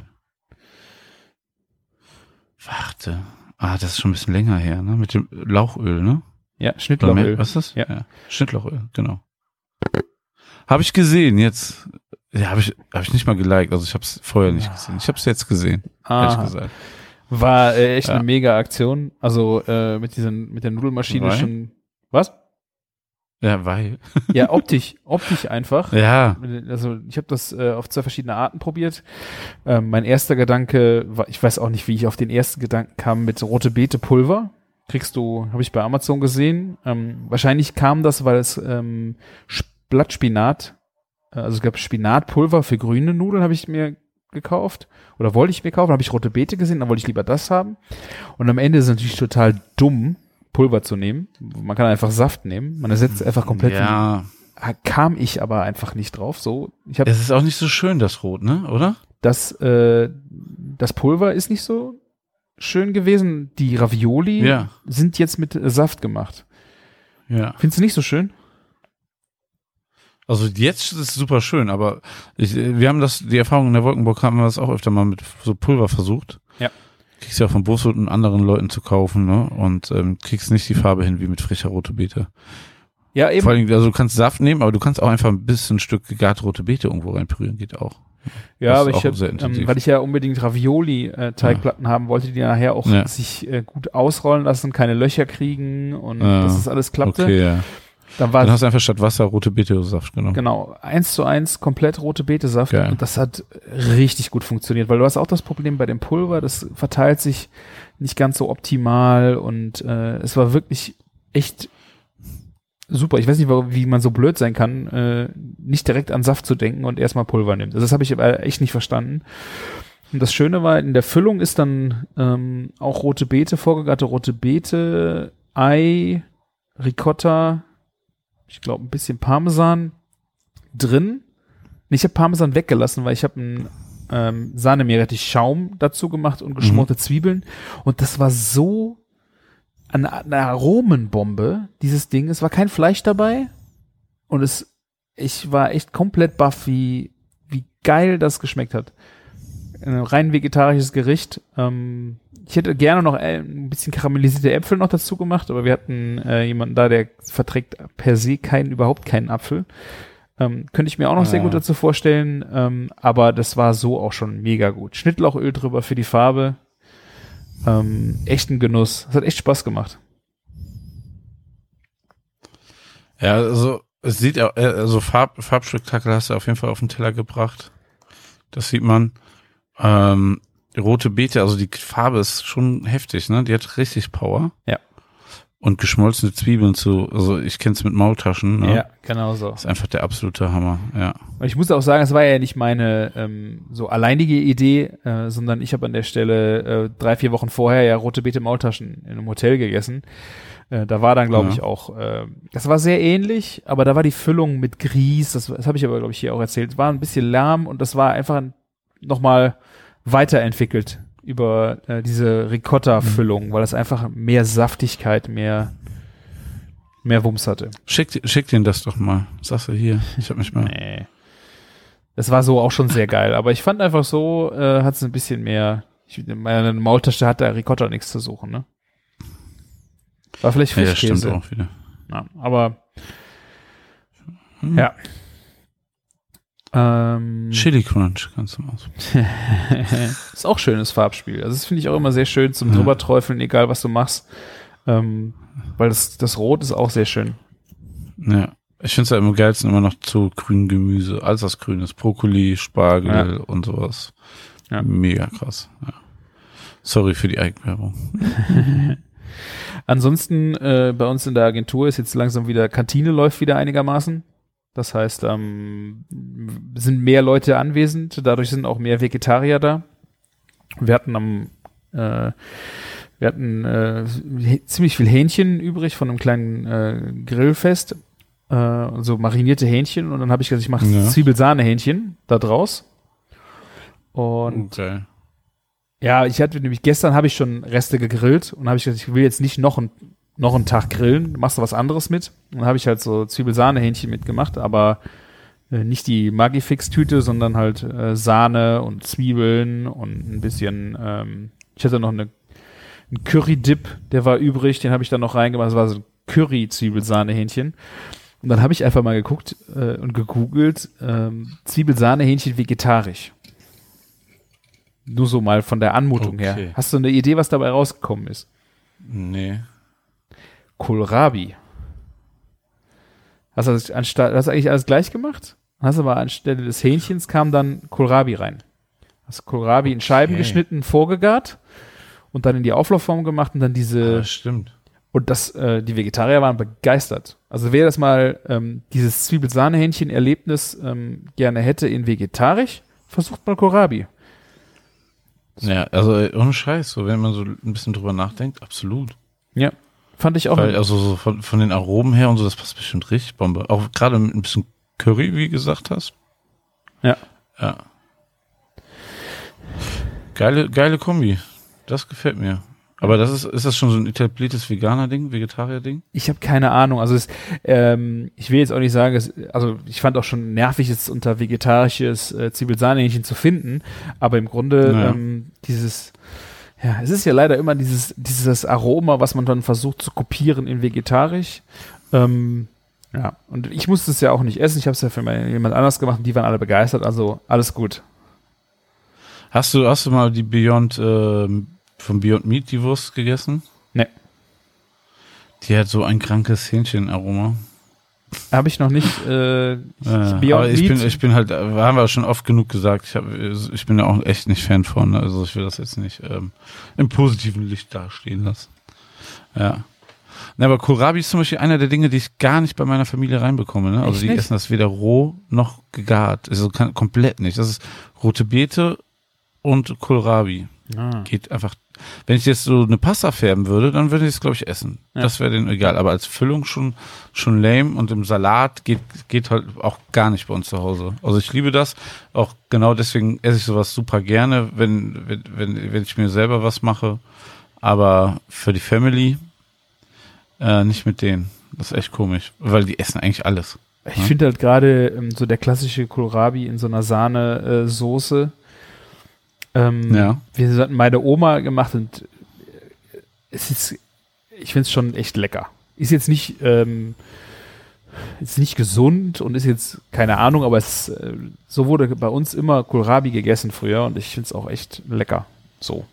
Warte. Ah, das ist schon ein bisschen länger her, ne? Mit dem Lauchöl, ne? Ja, Schnittlauchöl. Was ist das? Ja. ja. Schnittlauchöl, genau. Habe ich gesehen, jetzt. Ja, habe ich, hab ich nicht mal geliked. Also ich habe es vorher nicht gesehen. Ich habe es jetzt gesehen, ehrlich Aha. gesagt. War äh, echt Ja. eine mega Aktion. Also äh, mit diesen, mit der Nudelmaschine Weil? schon. Was? Ja, weil. Ja, optisch, optisch einfach. Ja. Also ich habe das äh, auf zwei verschiedene Arten probiert. Ähm, mein erster Gedanke war, ich weiß auch nicht, wie ich auf den ersten Gedanken kam, mit rote Beete Pulver. Kriegst du, habe ich bei Amazon gesehen. Ähm, wahrscheinlich kam das, weil es ähm, Blattspinat, äh, also es gab Spinatpulver für grüne Nudeln, habe ich mir gekauft. Oder wollte ich mir kaufen, habe ich rote Beete gesehen, dann wollte ich lieber das haben. Und am Ende ist es natürlich total dumm, Pulver zu nehmen. Man kann einfach Saft nehmen. Man ersetzt einfach komplett. Ja. Den, kam ich aber einfach nicht drauf. So, ich habe Es ist auch nicht so schön, das Rot, ne? Oder? das, äh, das Pulver ist nicht so schön gewesen. Die Ravioli Ja. sind jetzt mit äh, Saft gemacht. Ja. Findest du nicht so schön? Also jetzt ist es super schön, aber ich, wir haben das, die Erfahrung in der Wolkenburg haben wir das auch öfter mal mit so Pulver versucht. Ja. Kriegst ja von Boswood und anderen Leuten zu kaufen, ne? Und ähm, kriegst nicht die Farbe hin wie mit frischer rote Beete. Ja, eben. Vor allem, also du kannst Saft nehmen, aber du kannst auch einfach ein bisschen ein Stück gegarte rote Beete irgendwo reinpürieren, geht auch. Ja, das aber ist ich auch hab, sehr ähm, intensiv. weil ich ja unbedingt Ravioli-Teigplatten haben wollte, die nachher auch Ja. sich äh, gut ausrollen lassen, keine Löcher kriegen und Ja. dass das alles klappte. Okay, ja. Dann war Dann hast du einfach statt Wasser rote Beete-Saft genommen. genau eins zu eins komplett rote Beete-Saft Geil. und das hat richtig gut funktioniert, weil du hast auch das Problem bei dem Pulver, das verteilt sich nicht ganz so optimal und äh, es war wirklich echt super. Ich weiß nicht, wie man so blöd sein kann, äh, nicht direkt an Saft zu denken und erstmal Pulver nimmt. Also das habe ich aber echt nicht verstanden. Und das Schöne war, in der Füllung ist dann ähm, auch rote Beete, vorgegarte rote Beete, Ei, Ricotta, ich glaube ein bisschen Parmesan drin. Ich habe Parmesan weggelassen, weil ich habe einen ähm, Sahne-Meerrettich-Schaum dazu gemacht und geschmorte mhm. Zwiebeln. Und das war so eine, eine Aromenbombe, dieses Ding. Es war kein Fleisch dabei. Und es, ich war echt komplett baff, wie, wie geil das geschmeckt hat. Ein rein vegetarisches Gericht. Ähm, ich hätte gerne noch ein bisschen karamellisierte Äpfel noch dazu gemacht, aber wir hatten äh, jemanden da, der verträgt per se keinen, überhaupt keinen Apfel. Ähm, könnte ich mir auch noch ah. sehr gut dazu vorstellen, ähm, aber das war so auch schon mega gut. Schnittlauchöl drüber für die Farbe. Ähm, echt ein Genuss. Das hat echt Spaß gemacht. Ja, also es sieht auch, also Farb, Farbspektakel hast du auf jeden Fall auf den Teller gebracht. Das sieht man. Ähm, rote Beete, also die Farbe ist schon heftig, ne? Die hat richtig Power. Ja. Und geschmolzene Zwiebeln zu, also ich kenne es mit Maultaschen, ne? Ja, genau so. Das ist einfach der absolute Hammer, ja. Und ich muss auch sagen, es war ja nicht meine ähm, so alleinige Idee, äh, sondern ich habe an der Stelle äh, drei, vier Wochen vorher ja rote Beete Maultaschen in einem Hotel gegessen. Äh, da war dann, glaube Ja. ich, auch, äh, das war sehr ähnlich, aber da war die Füllung mit Grieß, das, das habe ich aber, glaube ich, hier auch erzählt, war ein bisschen lahm und das war einfach nochmal weiterentwickelt über äh, diese Ricotta-Füllung, weil es einfach mehr Saftigkeit, mehr mehr Wumms hatte. Schick, schick den das doch mal. Sagst du hier, ich hab mich mal. Nee. Das war so auch schon sehr geil, aber ich fand einfach so, äh, hat es ein bisschen mehr, ich, meine Maultasche hat da Ricotta nichts zu suchen, ne? War vielleicht Ja, das Frischkäse. stimmt auch wieder. Ja, aber Hm. ja. Ähm, Chili Crunch kannst du mal ausprobieren. ist auch schönes Farbspiel. Also das finde ich auch immer sehr schön zum Ja. drüberträufeln, egal was du machst. Ähm, weil das, das Rot ist auch sehr schön. Ja. Ich finde es ja am geilsten immer noch zu grünem Gemüse. Alles was grün ist. Brokkoli, Spargel Ja. und sowas. Ja. Mega krass. Ja. Sorry für die Eigenwerbung. Ansonsten äh, bei uns in der Agentur ist jetzt langsam wieder, Kantine läuft wieder einigermaßen. Das heißt, ähm, sind mehr Leute anwesend, dadurch sind auch mehr Vegetarier da. Wir hatten am äh, wir hatten äh, ziemlich viel Hähnchen übrig von einem kleinen äh, Grillfest, äh, so marinierte Hähnchen und dann habe ich gesagt, ich mache Ja. Zwiebelsahne-Hähnchen da draus. Und Okay. ja, ich hatte nämlich gestern habe ich schon Reste gegrillt und habe ich gesagt, ich will jetzt nicht noch ein, noch einen Tag grillen, machst du was anderes mit? Und dann habe ich halt so Zwiebelsahne-Hähnchen mitgemacht, aber äh, nicht die Magifix-Tüte, sondern halt äh, Sahne und Zwiebeln und ein bisschen, ähm, ich hatte noch eine, einen Curry-Dip, der war übrig, den habe ich dann noch reingemacht, das war so ein Curry-Zwiebelsahne-Hähnchen. Und dann habe ich einfach mal geguckt äh, und gegoogelt, ähm, Zwiebelsahne-Hähnchen vegetarisch. Nur so mal von der Anmutung Okay. her. Hast du eine Idee, was dabei rausgekommen ist? Nee. Kohlrabi. Hast du, das anstatt, hast du eigentlich alles gleich gemacht? Hast aber anstelle des Hähnchens kam dann Kohlrabi rein. Hast Kohlrabi in Scheiben Okay. geschnitten, vorgegart und dann in die Auflaufform gemacht und dann diese, Ah, stimmt. und das, äh, die Vegetarier waren begeistert. Also wer das mal, ähm, dieses Zwiebelsahne-Hähnchen-Erlebnis ähm, gerne hätte in vegetarisch, versucht mal Kohlrabi. Ja, also äh, ohne Scheiß, so wenn man so ein bisschen drüber nachdenkt, absolut. Ja, fand ich auch. Weil, also so von, von den Aromen her und so, das passt bestimmt richtig Bombe. Auch gerade mit ein bisschen Curry, wie gesagt hast. Ja. Ja. Geile, geile Kombi. Das gefällt mir. Aber das ist, ist das schon so ein etabliertes Veganer-Ding, Vegetarier-Ding? Ich habe keine Ahnung. Also es, ähm, ich will jetzt auch nicht sagen, es, also ich fand auch schon nervig, es unter vegetarisches äh, Zwiebelsahnehähnchen zu finden. Aber im Grunde Ja. ähm, dieses, ja, es ist ja leider immer dieses dieses Aroma, was man dann versucht zu kopieren in vegetarisch. Ähm, ja, und ich musste es ja auch nicht essen. Ich habe es ja für mal jemand anders gemacht und die waren alle begeistert. Also alles gut. Hast du, hast du mal die Beyond, ähm, von Beyond Meat, die Wurst gegessen? Nee. Die hat so ein krankes Hähnchenaroma. Habe ich noch nicht. Äh, Äh, Beyond aber ich Meat- bin, ich bin halt, haben wir schon oft genug gesagt, ich, hab, ich bin ja auch echt nicht Fan von, also ich will das jetzt nicht ähm, im positiven Licht dastehen lassen. Ja. Na, aber Kohlrabi ist zum Beispiel einer der Dinge, die ich gar nicht bei meiner Familie reinbekomme. Ne? Also Echt die nicht? essen das weder roh noch gegart. Also kann, komplett nicht. Das ist rote Beete und Kohlrabi. Ah. Geht einfach. Wenn ich jetzt so eine Pasta färben würde, dann würde ich es, glaube ich, essen. Ja. Das wäre denen egal. Aber als Füllung schon, schon lame und im Salat geht, geht halt auch gar nicht bei uns zu Hause. Also ich liebe das. Auch genau deswegen esse ich sowas super gerne, wenn, wenn, wenn, wenn ich mir selber was mache. Aber für die Family äh, nicht mit denen. Das ist echt komisch. Weil die essen eigentlich alles. Ich Ja. finde halt gerade ähm, so der klassische Kohlrabi in so einer Sahne-Soße. Ähm, Ja. Wir hatten meine Oma gemacht und äh, es ist, ich finde es schon echt lecker. Ist jetzt nicht, ähm, ist nicht gesund und ist jetzt keine Ahnung, aber es äh, so wurde bei uns immer Kohlrabi gegessen früher und ich finde es auch echt lecker. So.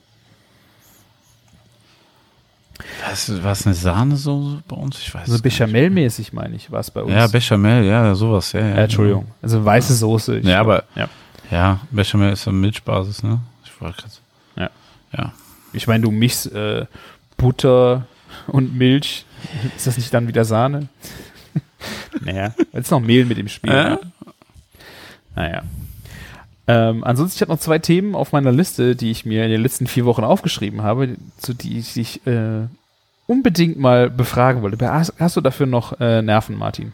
Was, was eine Sahnesoße bei uns? Ich weiß Also es gar nicht. Bechamel-mäßig meine ich, war es bei uns. Ja, Bechamel, ja, sowas, ja. ja. Äh, Entschuldigung. Also weiße Soße. Ich Ja, aber ja. ja, Bechamel ist eine Milchbasis, ne? Ich wollte gerade. Ja. Ja. Ich meine, du mischst äh, Butter und Milch. Ist das nicht dann wieder Sahne? Naja, jetzt ist noch Mehl mit im Spiel. Äh? Ne? Naja. Ähm, ansonsten, ich habe noch zwei Themen auf meiner Liste, die ich mir in den letzten vier Wochen aufgeschrieben habe, zu die ich dich äh, unbedingt mal befragen wollte. Hast, hast du dafür noch äh, Nerven, Martin?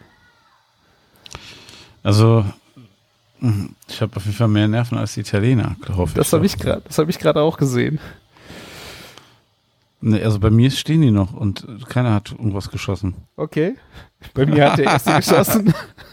Also, mh, ich habe auf jeden Fall mehr Nerven als die Italiener, glaube ich. Das habe ich gerade, das habe ich gerade auch gesehen. Nee, also bei mir stehen die noch und keiner hat irgendwas geschossen. Okay. Bei mir hat der erste geschossen.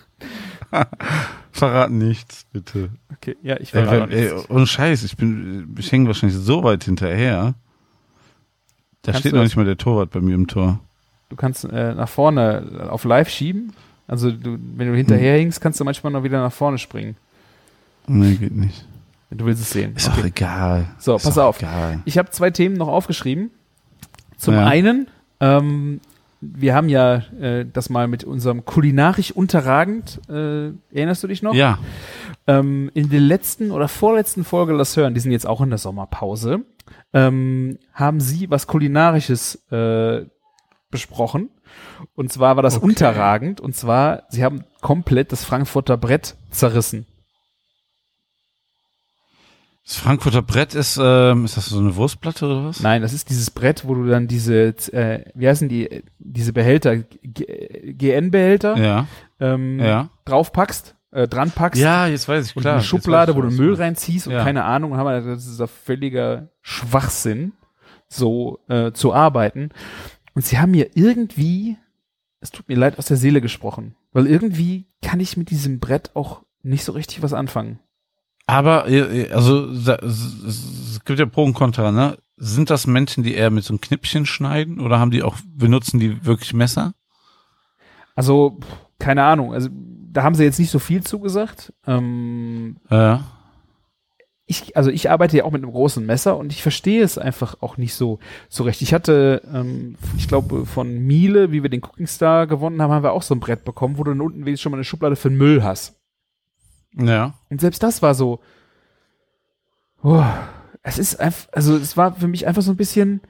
Verrat nichts, bitte. Okay, ja, ich Ey, verrate auch ey, nichts. ohne Scheiß, ich bin, ich hänge wahrscheinlich so weit hinterher. Da Kannst steht du noch das- nicht mal der Torwart bei mir im Tor. Du kannst äh, nach vorne auf live schieben. Also du, wenn du hinterher hinkst, kannst du manchmal noch wieder nach vorne springen. Nee, geht nicht. Du willst es sehen. Ist doch egal. So, Ist pass doch auf. Egal. Ich habe zwei Themen noch aufgeschrieben. Zum Ja. einen, ähm, wir haben ja äh, das mal mit unserem kulinarisch unterragend, äh, erinnerst du dich noch? Ja. Ähm, in der letzten oder vorletzten Folge, lass hören, die sind jetzt auch in der Sommerpause, ähm, haben sie was Kulinarisches äh, besprochen. Und zwar war das Okay. unterragend. Und zwar, sie haben komplett das Frankfurter Brett zerrissen. Das Frankfurter Brett ist, ähm, ist das so eine Wurstplatte oder was? Nein, das ist dieses Brett, wo du dann diese, äh, wie heißen die, diese Behälter, G N-Behälter Ja. ähm, Ja. draufpackst, äh, dran packst. Ja, jetzt weiß ich, und klar. eine Schublade, Jetzt weiß ich, wo du was Müll meinst. reinziehst und Ja. keine Ahnung, haben wir, das ist ein völliger Schwachsinn, so äh, zu arbeiten. Und sie haben mir irgendwie, es tut mir leid, aus der Seele gesprochen, weil irgendwie kann ich mit diesem Brett auch nicht so richtig was anfangen. Aber, äh, also, sa- s- s- es gibt ja Pro und Contra, ne? Sind das Menschen, die eher mit so einem Knippchen schneiden oder haben die auch, benutzen die wirklich Messer? Also, pff, keine Ahnung, also da haben sie jetzt nicht so viel zugesagt. Ähm, Ja. ich, also ich arbeite ja auch mit einem großen Messer und ich verstehe es einfach auch nicht so, so recht. Ich hatte, ähm, ich glaube, von Miele, wie wir den Cooking Star gewonnen haben, haben wir auch so ein Brett bekommen, wo du dann unten wenigstens schon mal eine Schublade für den Müll hast. Ja. Und selbst das war so, oh, es ist einfach, also es war für mich einfach so ein bisschen,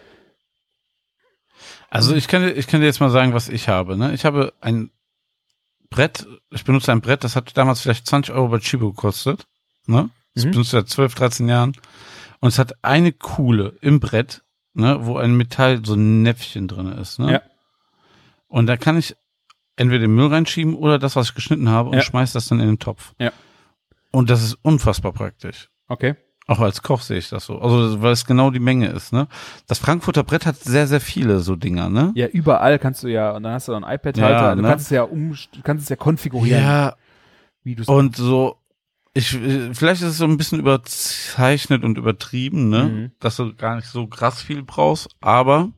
Also ich kann dir, ich kann dir jetzt mal sagen, was ich habe, ne? Ich habe ein Brett, ich benutze ein Brett, das hat damals vielleicht zwanzig Euro bei Chibo gekostet, ne? Das Mhm. benutze ich seit zwölf, dreizehn Jahren. Und es hat eine Kuhle im Brett, ne, wo ein Metall, so ein Näpfchen drin ist, ne? Ja. Und da kann ich entweder den Müll reinschieben oder das, was ich geschnitten habe, und Ja. schmeiß das dann in den Topf. Ja. Und das ist unfassbar praktisch. okay. Auch als Koch sehe ich das so. Also, weil es genau die Menge ist, ne? Das Frankfurter Brett hat sehr, sehr viele so Dinger, ne? Ja, überall kannst du ja, und dann hast du noch einen iPad-Halter, Ja, du ne? kannst es ja um, du kannst es ja konfigurieren, Ja, wie du es und so, ich, vielleicht ist es so ein bisschen überzeichnet und übertrieben, ne? Mhm. Dass du gar nicht so krass viel brauchst, aber,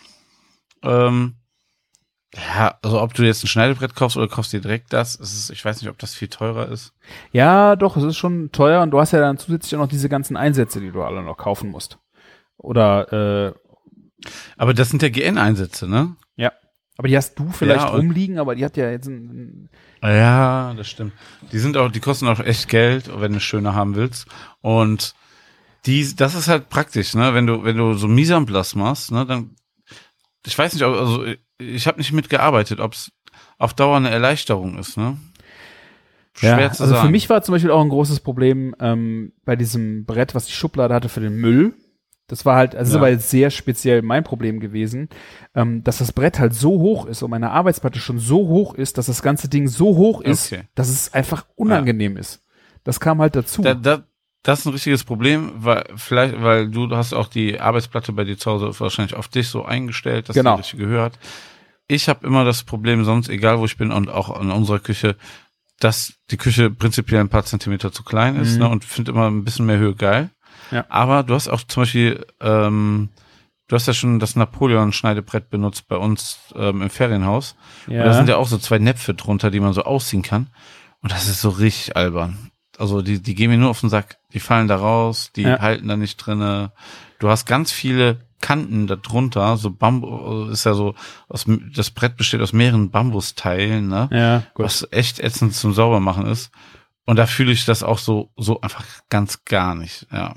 ähm, ja, also ob du jetzt ein Schneidebrett kaufst oder kaufst dir direkt das, es ist, ich weiß nicht, ob das viel teurer ist. Ja, doch, es ist schon teuer und du hast ja dann zusätzlich auch noch diese ganzen Einsätze, die du alle noch kaufen musst. Oder, äh, Aber das sind ja G N-Einsätze, ne? ja. Aber die hast du vielleicht Ja, und- rumliegen, aber die hat ja jetzt ein, Ja, das stimmt. Die sind auch, die kosten auch echt Geld, wenn du schöne haben willst. Und die, das ist halt praktisch, ne? Wenn du, wenn du so Mise en place machst, ne, dann, ich weiß nicht, ob, also ich habe nicht mitgearbeitet, ob es auf Dauer eine Erleichterung ist, ne? Schwer ja, zu also sagen. für mich war zum Beispiel auch ein großes Problem ähm, bei diesem Brett, was die Schublade hatte für den Müll. Das war halt, also das ist Ja. aber jetzt sehr speziell mein Problem gewesen, ähm, dass das Brett halt so hoch ist und meine Arbeitsplatte schon so hoch ist, dass das ganze Ding so hoch ist, Okay. dass es einfach unangenehm ist. Das kam halt dazu. Da, da, das ist ein richtiges Problem, weil vielleicht, weil du hast auch die Arbeitsplatte bei dir zu Hause wahrscheinlich auf dich so eingestellt, dass Genau. die richtig gehört. Ich habe immer das Problem, sonst egal wo ich bin und auch in unserer Küche, dass die Küche prinzipiell ein paar Zentimeter zu klein ist, Mhm. ne, und finde immer ein bisschen mehr Höhe geil. Ja. Aber du hast auch zum Beispiel, ähm, du hast ja schon das Napoleon-Schneidebrett benutzt bei uns ähm, im Ferienhaus. ja. Und da sind ja auch so zwei Näpfe drunter, die man so ausziehen kann. Und das ist so richtig albern. Also die, die gehen mir nur auf den Sack. Die fallen da raus, die Ja. halten da nicht drinne. Du hast ganz viele Kanten da drunter, so Bambus, ist ja so, aus, das Brett besteht aus mehreren Bambusteilen, ne? ja, gut. Was echt ätzend zum Saubermachen ist. Und da fühle ich das auch so, so einfach ganz gar nicht, ja.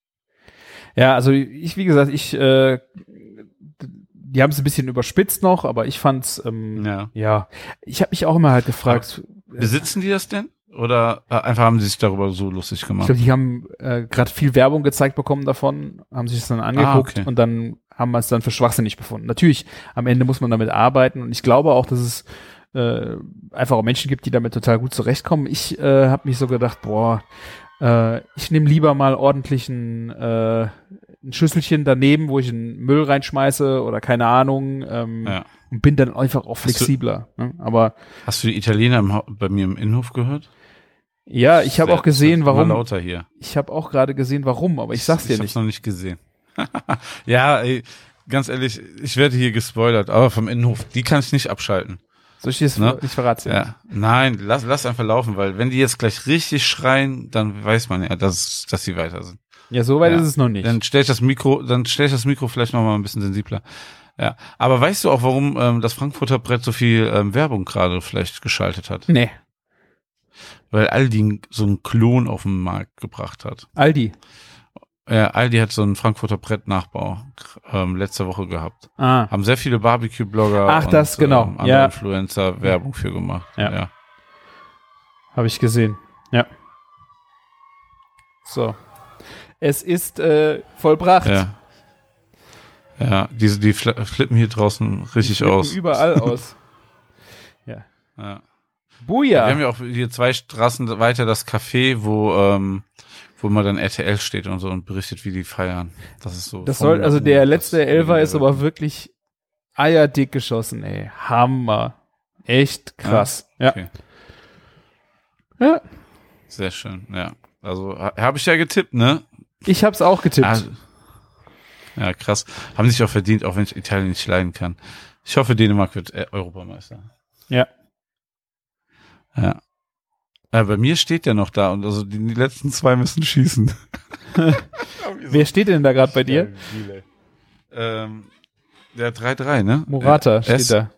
Ja, also ich, wie gesagt, ich, äh, die haben es ein bisschen überspitzt noch, aber ich fand's, ähm, ja. Ja. ich habe mich auch immer halt gefragt, Besitzen die das denn? Oder äh, einfach haben sie sich darüber so lustig ich gemacht? glaube, die haben äh, gerade viel Werbung gezeigt bekommen davon, haben sich das dann angeguckt okay. und dann haben wir es dann für schwachsinnig befunden. Natürlich, am Ende muss man damit arbeiten und ich glaube auch, dass es äh, einfach auch Menschen gibt, die damit total gut zurechtkommen. Ich äh, habe mich so gedacht, boah, äh, ich nehme lieber mal ordentlich ein, äh, ein Schüsselchen daneben, wo ich einen Müll reinschmeiße oder keine Ahnung, ähm, Ja. und bin dann einfach auch Hast du- flexibler. Ne? Aber Hast du die Italiener im, Ha- bei mir im Innenhof gehört? ja, ich habe Sehr- auch gesehen, wird immer warum. lauter hier. Ich habe auch gerade gesehen, warum, aber ich sag's dir Ich hab's nicht. noch nicht gesehen. Ja, ey, ganz ehrlich, ich werde hier gespoilert, aber vom Innenhof, die kann ich nicht abschalten. Soll ich dir das Ne? nicht verraten? Ja, nein, lass, lass einfach laufen, weil wenn die jetzt gleich richtig schreien, dann weiß man ja, dass, dass sie weiter sind. Ja, so weit Ja. ist es noch nicht. Dann stelle ich das Mikro, dann stelle ich das Mikro vielleicht noch mal ein bisschen sensibler. Ja, aber weißt du auch, warum ähm, das Frankfurter Brett so viel ähm, Werbung gerade vielleicht geschaltet hat? Nee, Weil Aldi so einen Klon auf den Markt gebracht hat. Aldi. Ja, Aldi hat so einen Frankfurter Brett-Nachbau ähm, letzte Woche gehabt. Ah, Haben sehr viele Barbecue-Blogger Ach, das, genau. ähm, andere Ja. Influencer Werbung für gemacht. Ja. ja. habe ich gesehen. Ja. So. Es ist äh, vollbracht. Ja. Ja, diese, die fl- flippen hier draußen richtig Die flippen aus. überall aus. Ja. Ja. Buja. Wir haben ja auch hier zwei Straßen weiter das Café, wo ähm, wo mal dann R T L steht und so und berichtet, wie die feiern. Das ist so. Das soll, also der letzte Elfer ist aber aber wirklich eierdick geschossen, ey. Hammer. Echt krass. Ja. Okay. Ja. Sehr schön, ja. Also ha- habe ich ja getippt, ne? Ich hab's auch getippt. Ah, ja, krass. Haben sich auch verdient, auch wenn ich Italien nicht leiden kann. Ich hoffe, Dänemark wird äh, Europameister. Ja. Ja. Ja, bei mir steht der noch da und also die, die letzten zwei müssen schießen. Wer steht denn da gerade bei dir? Ähm, der drei drei, ne? Morata Äh, steht S- da.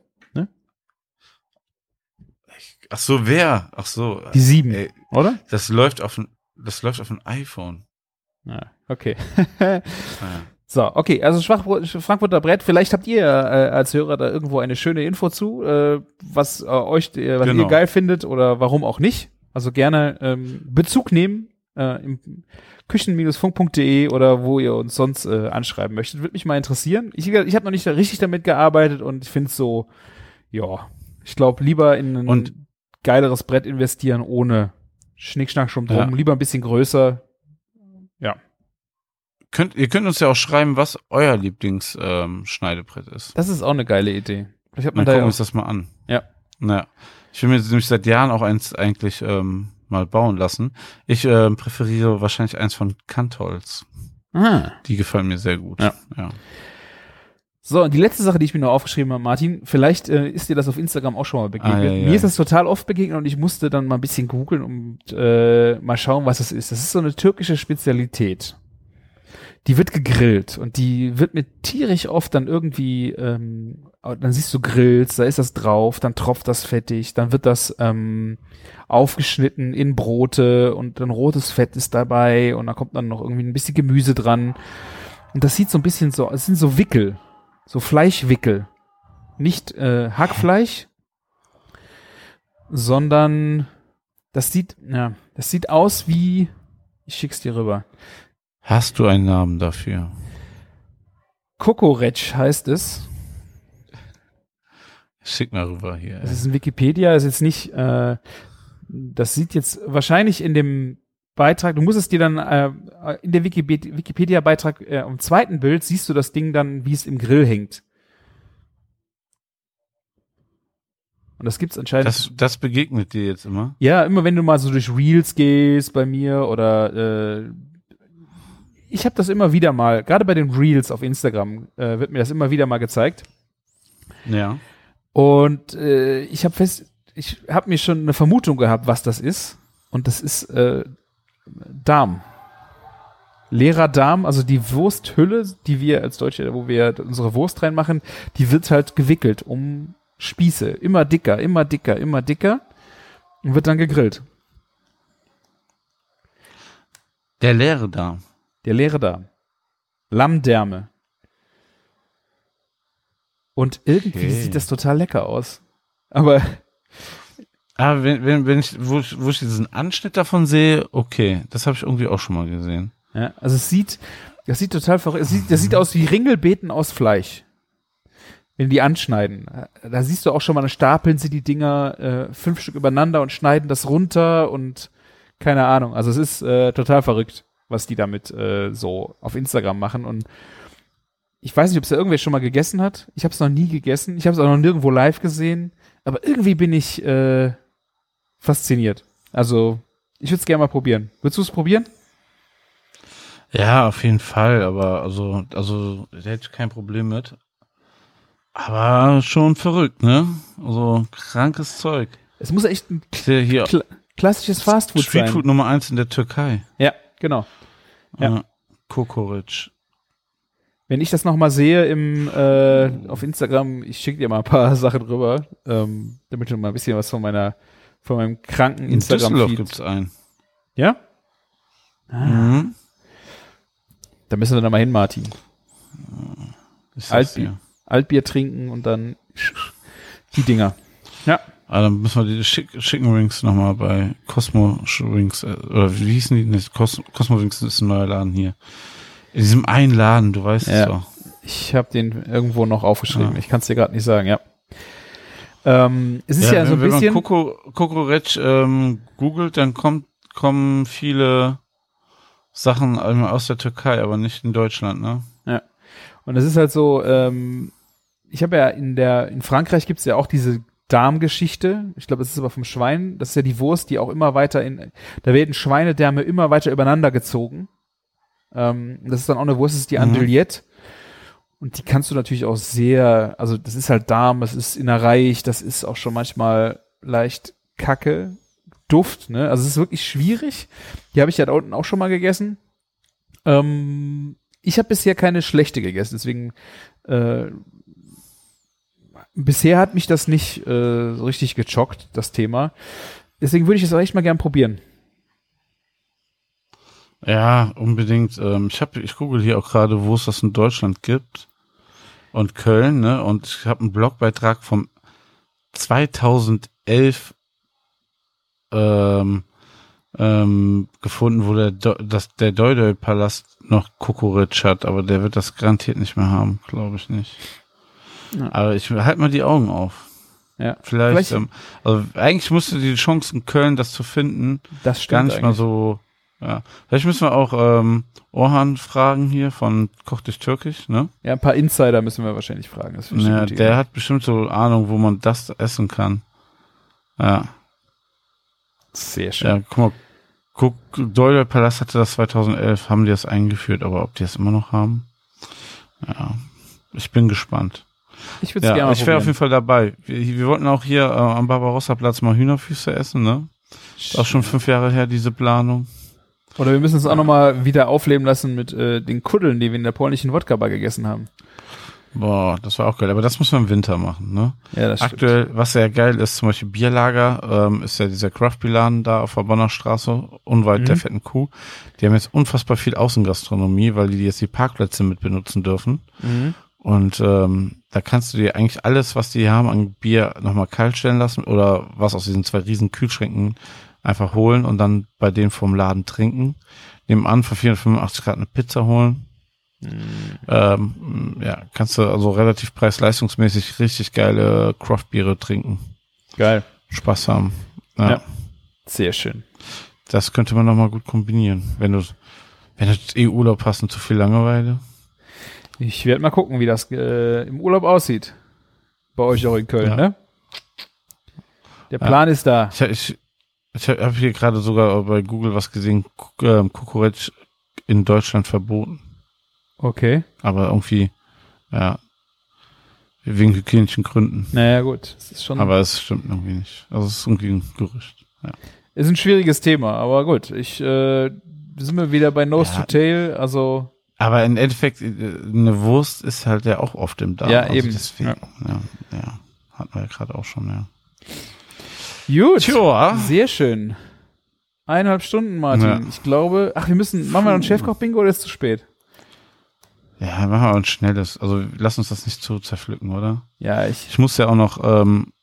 Ach so, wer? Ach so. Die sieben, Ey, oder? das läuft auf ein, das läuft auf ein iPhone. Ja, okay. Ah, ja. So, okay, also Schwach- Frankfurter Brett, vielleicht habt ihr äh, als Hörer da irgendwo eine schöne Info zu, äh, was äh, euch, äh, was Genau. ihr geil findet oder warum auch nicht. Also gerne ähm, Bezug nehmen äh, im küchen funk punkt de oder wo ihr uns sonst äh, anschreiben möchtet. Würde mich mal interessieren. Ich, ich habe noch nicht richtig damit gearbeitet und ich finde es so, ja, ich glaube lieber in ein Und- geileres Brett investieren ohne Schnickschnack schon drum. Ja. Lieber ein bisschen größer. Ja. Könnt, ihr könnt uns ja auch schreiben, was euer Lieblingsschneidebrett ähm, Schneidebrett ist. Das ist auch eine geile Idee. Vielleicht hat Dann man da gucken ja wir auch, uns das mal an. Ja. Naja. Ich will mir nämlich seit Jahren auch eins eigentlich ähm, mal bauen lassen. Ich ähm, präferiere wahrscheinlich eins von Kantholz. ah. Die gefallen mir sehr gut. Ja. ja. So, und die letzte Sache, die ich mir noch aufgeschrieben habe, Martin, vielleicht äh, ist dir das auf Instagram auch schon mal begegnet. Ah, ja, ja. Mir ist das total oft begegnet und ich musste dann mal ein bisschen googeln und äh, mal schauen, was das ist. Das ist so eine türkische Spezialität. Die wird gegrillt und die wird mit tierisch oft dann irgendwie, ähm, dann siehst du Grills, da ist das drauf, dann tropft das fettig, dann wird das ähm, aufgeschnitten in Brote und dann rotes Fett ist dabei und da kommt dann noch irgendwie ein bisschen Gemüse dran. Und das sieht so ein bisschen so, es sind so Wickel. So Fleischwickel. Nicht äh, Hackfleisch, sondern das sieht, ja, das sieht aus wie, ich schick's dir rüber. Hast du einen Namen dafür? Kokoretsch heißt es. Schick mal rüber hier. Das ist in Wikipedia, ist jetzt nicht, äh, das sieht jetzt wahrscheinlich in dem Beitrag, du musst es dir dann äh, in der Wikiped- Wikipedia-Beitrag äh, am zweiten Bild siehst du das Ding dann, wie es im Grill hängt. Und das gibt's anscheinend. Das, das begegnet dir jetzt immer? Ja, immer wenn du mal so durch Reels gehst bei mir oder äh, ich habe das immer wieder mal, gerade bei den Reels auf Instagram äh, wird mir das immer wieder mal gezeigt. Ja. Und äh, ich habe fest, ich habe mir schon eine Vermutung gehabt, was das ist. Und das ist äh, Darm. Leerer Darm, also die Wursthülle, die wir als Deutsche, wo wir unsere Wurst reinmachen, die wird halt gewickelt um Spieße. Immer dicker, immer dicker, immer dicker und wird dann gegrillt. Der leere Darm. Der leere Darm. Lammdärme. Und irgendwie Okay. sieht das total lecker aus. Aber Ah, wenn, wenn, wenn ich, wo ich, wo ich diesen Anschnitt davon sehe, okay, das habe ich irgendwie auch schon mal gesehen. ja, also es sieht, das sieht total verrückt. Es sieht, das sieht aus wie Ringelbeeten aus Fleisch. Wenn die anschneiden. Da siehst du auch schon mal, dann stapeln sie die Dinger äh, fünf Stück übereinander und schneiden das runter und keine Ahnung. Also es ist äh, total verrückt, was die damit äh, so auf Instagram machen. Und ich weiß nicht, ob es da irgendwer schon mal gegessen hat. Ich habe es noch nie gegessen. Ich habe es auch noch nirgendwo live gesehen. Aber irgendwie bin ich äh, fasziniert. Also ich würde es gerne mal probieren. Würdest du es probieren? Ja, auf jeden Fall, aber also, also, da hätte ich kein Problem mit. Aber schon verrückt, ne? Also, krankes Zeug. Es muss echt ein Ich sehe hier kla klassisches Fastfood sein. Streetfood Nummer eins in der Türkei. Ja, genau. Ja. Äh, Kokoritsch. Wenn ich das nochmal sehe im äh, auf Instagram, ich schicke dir mal ein paar Sachen rüber, ähm, damit du mal ein bisschen was von meiner von meinem kranken In Düsseldorf Instagram-Feed. gibt's einen. Ja? Ah. Mhm. Da müssen wir dann mal hin, Martin. Ich sag's Altbier. dir. Altbier trinken und dann die Dinger. Ja. Aber dann müssen wir die Chick- Chicken Wings nochmal bei Cosmo Wings, äh, oder wie hießen die? Nicht? Cos- Cosmo Wings ist ein neuer Laden hier. In diesem einen Laden, du weißt Ja. es doch. Ich habe den irgendwo noch aufgeschrieben. Ja. Ich kann es dir gerade nicht sagen, ja. Ähm, es ist ja, wenn, so ein wenn bisschen... man Koko, Kokoretsch ähm, googelt, dann kommt, kommen viele Sachen aus der Türkei, aber nicht in Deutschland, ne? Ja. Und es ist halt so, ähm, ich habe ja in der, in Frankreich gibt's ja auch diese Darmgeschichte. Ich glaube, das ist aber vom Schwein. Das ist ja die Wurst, die auch immer weiter in, da werden Schweinedärme immer weiter übereinander gezogen. Ähm, das ist dann auch eine Wurst, das ist die Mhm. Andouillette. Und die kannst du natürlich auch sehr, also das ist halt Darm, das ist innereich, das ist auch schon manchmal leicht Kacke, Duft, ne? Also es ist wirklich schwierig. Die habe ich ja da unten auch schon mal gegessen. Ähm, ich habe bisher keine schlechte gegessen, deswegen äh, bisher hat mich das nicht äh, so richtig gechockt, das Thema. Deswegen würde ich es auch echt mal gern probieren. Ja, unbedingt. Ähm, ich habe, ich google hier auch gerade, wo es das in Deutschland gibt und Köln, ne? Und ich habe einen Blogbeitrag vom zweitausendelf ähm, ähm, gefunden, wo der Do- das, der Doi-Doi-Palast noch Kokoretsch hat, aber der wird das garantiert nicht mehr haben, glaube ich nicht. Ja. Aber ich halte mal die Augen auf. Ja. Vielleicht, Vielleicht- ähm, also eigentlich musste die Chance in Köln, das zu finden, Das stimmt gar nicht mal eigentlich. so. Ja, vielleicht müssen wir auch ähm, Orhan fragen hier von Koch dich Türkisch, ne? Ja, ein paar Insider müssen wir wahrscheinlich fragen. Das finde ich eine Ja, gute der Idee. hat bestimmt so Ahnung, wo man das essen kann. Ja, Sehr schön. ja, guck mal, guck, Deutscher Palast hatte das zweitausendelf, haben die das eingeführt, aber ob die das immer noch haben? Ja, ich bin gespannt. Ich würde es Ja, gerne mal ich wäre auf probieren. jeden Fall dabei. Wir, wir wollten auch hier äh, am Barbarossa-Platz mal Hühnerfüße essen, ne? Ist auch schon fünf Jahre her, diese Planung. Oder wir müssen es auch nochmal wieder aufleben lassen mit äh, den Kuddeln, die wir in der polnischen Wodka-Bar gegessen haben. Boah, das war auch geil. Aber das muss man im Winter machen, ne? Ja, das Aktuell, was sehr geil ist, zum Beispiel Bierlager, ähm, ist ja dieser Craft-Bier-Laden da auf der Bonner Straße, unweit Mhm. der fetten Kuh. Die haben jetzt unfassbar viel Außengastronomie, weil die jetzt die Parkplätze mit benutzen dürfen. Mhm. Und ähm, da kannst du dir eigentlich alles, was die haben an Bier, nochmal kalt stellen lassen oder was aus diesen zwei riesen Kühlschränken einfach holen und dann bei denen vom Laden trinken. Nebenan für vierhundertfünfundachtzig Grad eine Pizza holen. Mhm. Ähm, ja, kannst du also relativ preis-leistungsmäßig richtig geile Craft-Biere trinken. Geil. Spaß haben. Ja, Ja. Sehr schön. das könnte man nochmal gut kombinieren. Wenn du, wenn du eh Urlaub hast und zu viel Langeweile. Ich werde mal gucken, wie das äh, im Urlaub aussieht. Bei euch auch in Köln, Ja. ne? Der Plan ist da. Ich, ich, ich habe hier gerade sogar bei Google was gesehen, K- ähm, Kokoretsch in Deutschland verboten. Okay. Aber irgendwie, ja, wegen hygienischen Gründen. Naja, gut. Das ist schon Aber es stimmt irgendwie nicht. Also es ist irgendwie ein Gerücht. Ja. ist ein schwieriges Thema, aber gut. Ich äh, sind wir wieder bei Nose Ja. to Tail, also Aber im Endeffekt, äh, eine Wurst ist halt ja auch oft im Darm. Ja, also eben. Deswegen, ja. Ja, hatten wir ja gerade auch schon, ja. gut. Tja. Sehr schön. Eineinhalb Stunden, Martin. Ja. Ich glaube, ach, wir müssen, machen wir noch ein Chefkoch-Bingo oder ist es zu spät? Ja, machen wir ein schnelles. Also lass uns das nicht zu zerpflücken, oder? Ja, ich, Ich muss ja auch noch ähm,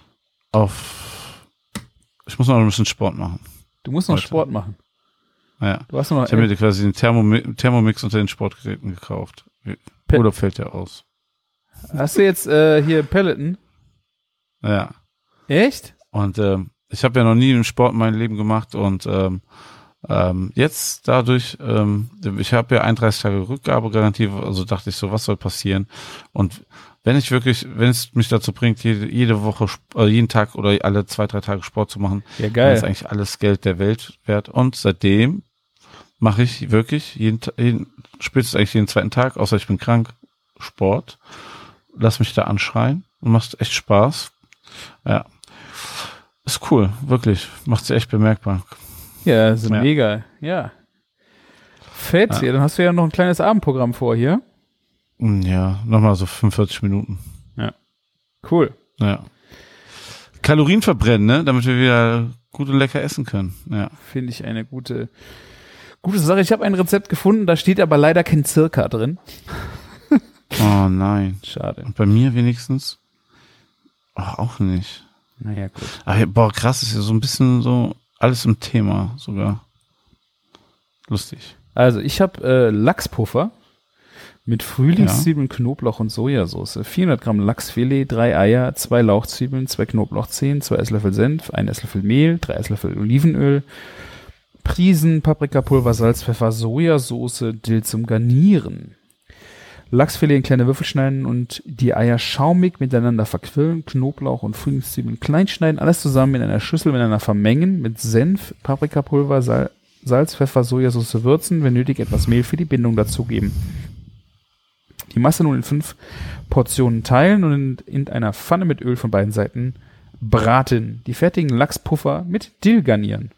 auf, ich muss noch ein bisschen Sport machen. du musst noch Heute. Sport machen. Ja. Du hast noch Ich habe mir quasi den Thermomi- Thermomix unter den Sportgeräten gekauft. Pe- Urlaub fällt ja aus. Hast du jetzt äh, hier Peloton? Ja. Echt? Und ähm, ich habe ja noch nie im Sport mein Leben gemacht und ähm, ähm, jetzt dadurch, ähm, ich habe ja einunddreißig Tage Rückgabegarantie, also dachte ich so, was soll passieren? Und wenn ich wirklich, wenn es mich dazu bringt, jede, jede Woche, Sp- äh, jeden Tag oder alle zwei, drei Tage Sport zu machen, Ja, dann geil. ist eigentlich alles Geld der Welt wert. Und seitdem mache ich wirklich jeden, Ta- jeden spätestens eigentlich jeden zweiten Tag, außer ich bin krank, Sport. Lass mich da anschreien und macht echt Spaß. Ja. Ist cool, wirklich. Macht sie echt bemerkbar. Ja, sind Ja. mega. Ja. Fett. Ja. Ja, dann hast du ja noch ein kleines Abendprogramm vor hier. Ja, nochmal so fünfundvierzig Minuten. Cool. Ja. Kalorien verbrennen, ne? Damit wir wieder gut und lecker essen können. Ja. Finde ich eine gute, gute Sache. Ich habe ein Rezept gefunden, da steht aber leider kein Circa drin. Oh nein. Schade. Und bei mir wenigstens? Oh, auch nicht. Naja, gut. Ach, boah, krass, ist ja so ein bisschen so alles im Thema sogar. Lustig. Also ich habe äh, Lachspuffer mit Frühlingszwiebeln, ja. Knoblauch und Sojasauce. vierhundert Gramm Lachsfilet, drei Eier, zwei Lauchzwiebeln, zwei Knoblauchzehen, zwei Esslöffel Senf, ein Esslöffel Mehl, drei Esslöffel Olivenöl, Prisen, Paprikapulver, Salz, Pfeffer, Sojasauce, Dill zum Garnieren. Lachsfilet in kleine Würfel schneiden und die Eier schaumig miteinander verquirlen, Knoblauch und Frühlingszwiebeln klein schneiden, alles zusammen in einer Schüssel miteinander vermengen, mit Senf, Paprikapulver, Sal- Salz, Pfeffer, Sojasauce würzen, wenn nötig etwas Mehl für die Bindung dazugeben. Die Masse nun in fünf Portionen teilen und in, in einer Pfanne mit Öl von beiden Seiten braten. Die fertigen Lachspuffer mit Dill garnieren.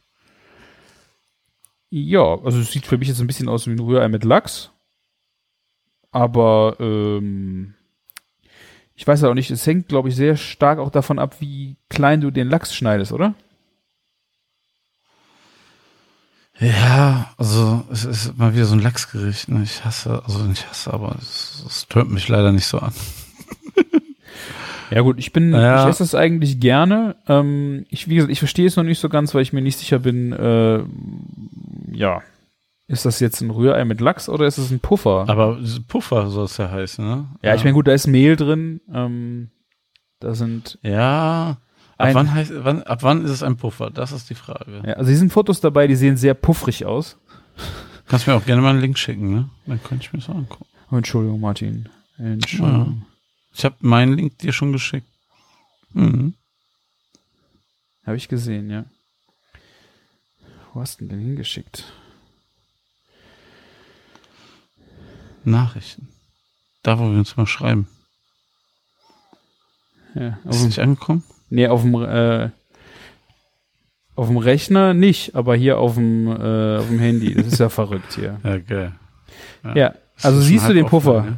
Ja, also es sieht für mich jetzt ein bisschen aus wie ein Rührei mit Lachs. Aber ähm, ich weiß auch nicht, es hängt, glaube ich, sehr stark auch davon ab, wie klein du den Lachs schneidest, oder? Ja, also es ist mal wieder so ein Lachsgericht. Ne? Ich hasse, also nicht hasse, aber es, es tönt mich leider nicht so an. Ja gut, ich bin, ja. ich esse das eigentlich gerne. Ähm, ich, wie gesagt, ich verstehe es noch nicht so ganz, weil ich mir nicht sicher bin, äh, ja, ist das jetzt ein Rührei mit Lachs oder ist es ein Puffer? Aber Puffer soll es ja heißen, ne? Ja, ja. ich meine, gut, da ist Mehl drin. Ähm, da sind. Ja. Ab ein, wann heißt, wann, ab wann ist es ein Puffer? Das ist die Frage. Ja, also hier sind Fotos dabei, die sehen sehr puffrig aus. Kannst mir auch gerne mal einen Link schicken, ne? Dann könnte ich mir das auch angucken. Oh, Entschuldigung, Martin. Entschuldigung. Ja. Ich habe meinen Link dir schon geschickt. Mhm. Habe ich gesehen, ja. Wo hast du denn den hingeschickt? Nachrichten. Da, wo wir uns mal schreiben. Ja, ist es nicht angekommen? Nee, auf dem, äh, auf dem Rechner nicht, aber hier auf dem, äh, auf dem Handy. Das ist ja verrückt hier. Ja, geil. Ja, ja. Also siehst du den Puffer? Offen,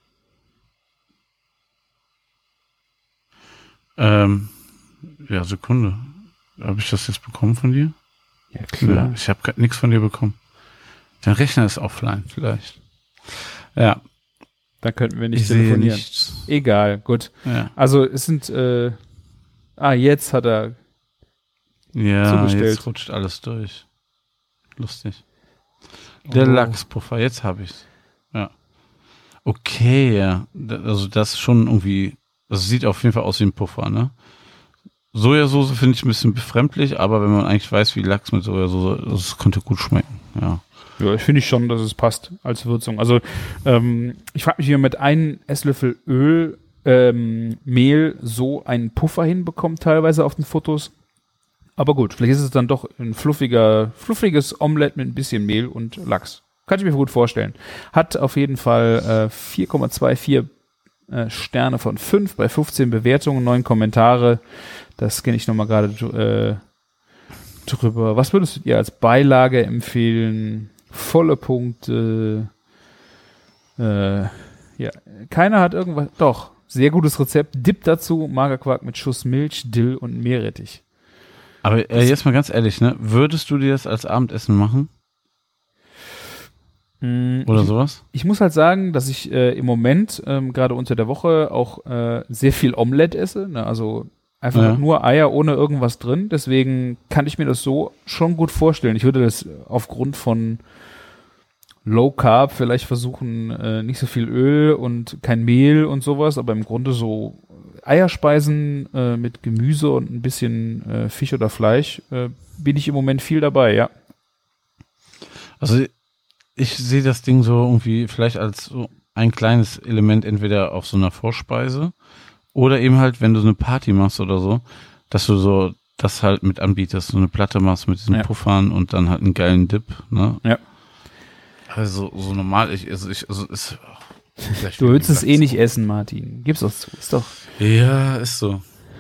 ja? Ähm, ja, Sekunde. Habe ich das jetzt bekommen von dir? Ja, klar. Ja, ich habe nichts von dir bekommen. Dein Rechner ist offline, vielleicht. Ja. Da könnten wir nicht ich telefonieren. Sehe Egal, gut. Ja. Also es sind, äh, ah, jetzt hat er ja, zugestellt. Jetzt rutscht alles durch. Lustig. Der oh. Lachspuffer, jetzt habe ich's. Ja. Okay, ja. Also das ist schon irgendwie, das sieht auf jeden Fall aus wie ein Puffer, ne? Sojasauce finde ich ein bisschen befremdlich, aber wenn man eigentlich weiß, wie Lachs mit Sojasauce, das könnte gut schmecken, ja. Ja, ich finde ich schon, dass es passt als Würzung. Also ähm, ich frage mich, wie man mit einem Esslöffel Öl, ähm, Mehl so einen Puffer hinbekommt, teilweise auf den Fotos. Aber gut, vielleicht ist es dann doch ein fluffiger, fluffiges Omelett mit ein bisschen Mehl und Lachs. Kann ich mir gut vorstellen. Hat auf jeden Fall äh, vier Komma vierundzwanzig äh, Sterne von fünf bei fünfzehn Bewertungen, neun Kommentare. Das kenne ich nochmal gerade äh, drüber. Was würdest du dir als Beilage empfehlen? Volle Punkte. Äh, ja, keiner hat irgendwas. Doch, sehr gutes Rezept. Dip dazu, Magerquark mit Schuss Milch, Dill und Meerrettich. Aber äh, jetzt mal ganz ehrlich, ne? Würdest du dir das als Abendessen machen? Mm, Oder ich, sowas? Ich muss halt sagen, dass ich äh, im Moment, ähm, gerade unter der Woche, auch äh, sehr viel Omelette esse. Ne? Also einfach ja. nur Eier ohne irgendwas drin. Deswegen kann ich mir das so schon gut vorstellen. Ich würde das aufgrund von Low Carb vielleicht versuchen, äh, nicht so viel Öl und kein Mehl und sowas, aber im Grunde so Eierspeisen äh, mit Gemüse und ein bisschen äh, Fisch oder Fleisch äh, bin ich im Moment viel dabei, ja. Also ich sehe das Ding so irgendwie vielleicht als so ein kleines Element entweder auf so einer Vorspeise oder eben halt, wenn du so eine Party machst oder so, dass du so das halt mit anbietest, so eine Platte machst mit diesen ja. Puffern und dann halt einen geilen Dip, ne? Ja. Also so normal, ich, also ich, also ist. Du willst es eh nicht essen, Martin. Gib's doch zu, ist doch. Ja, ist so.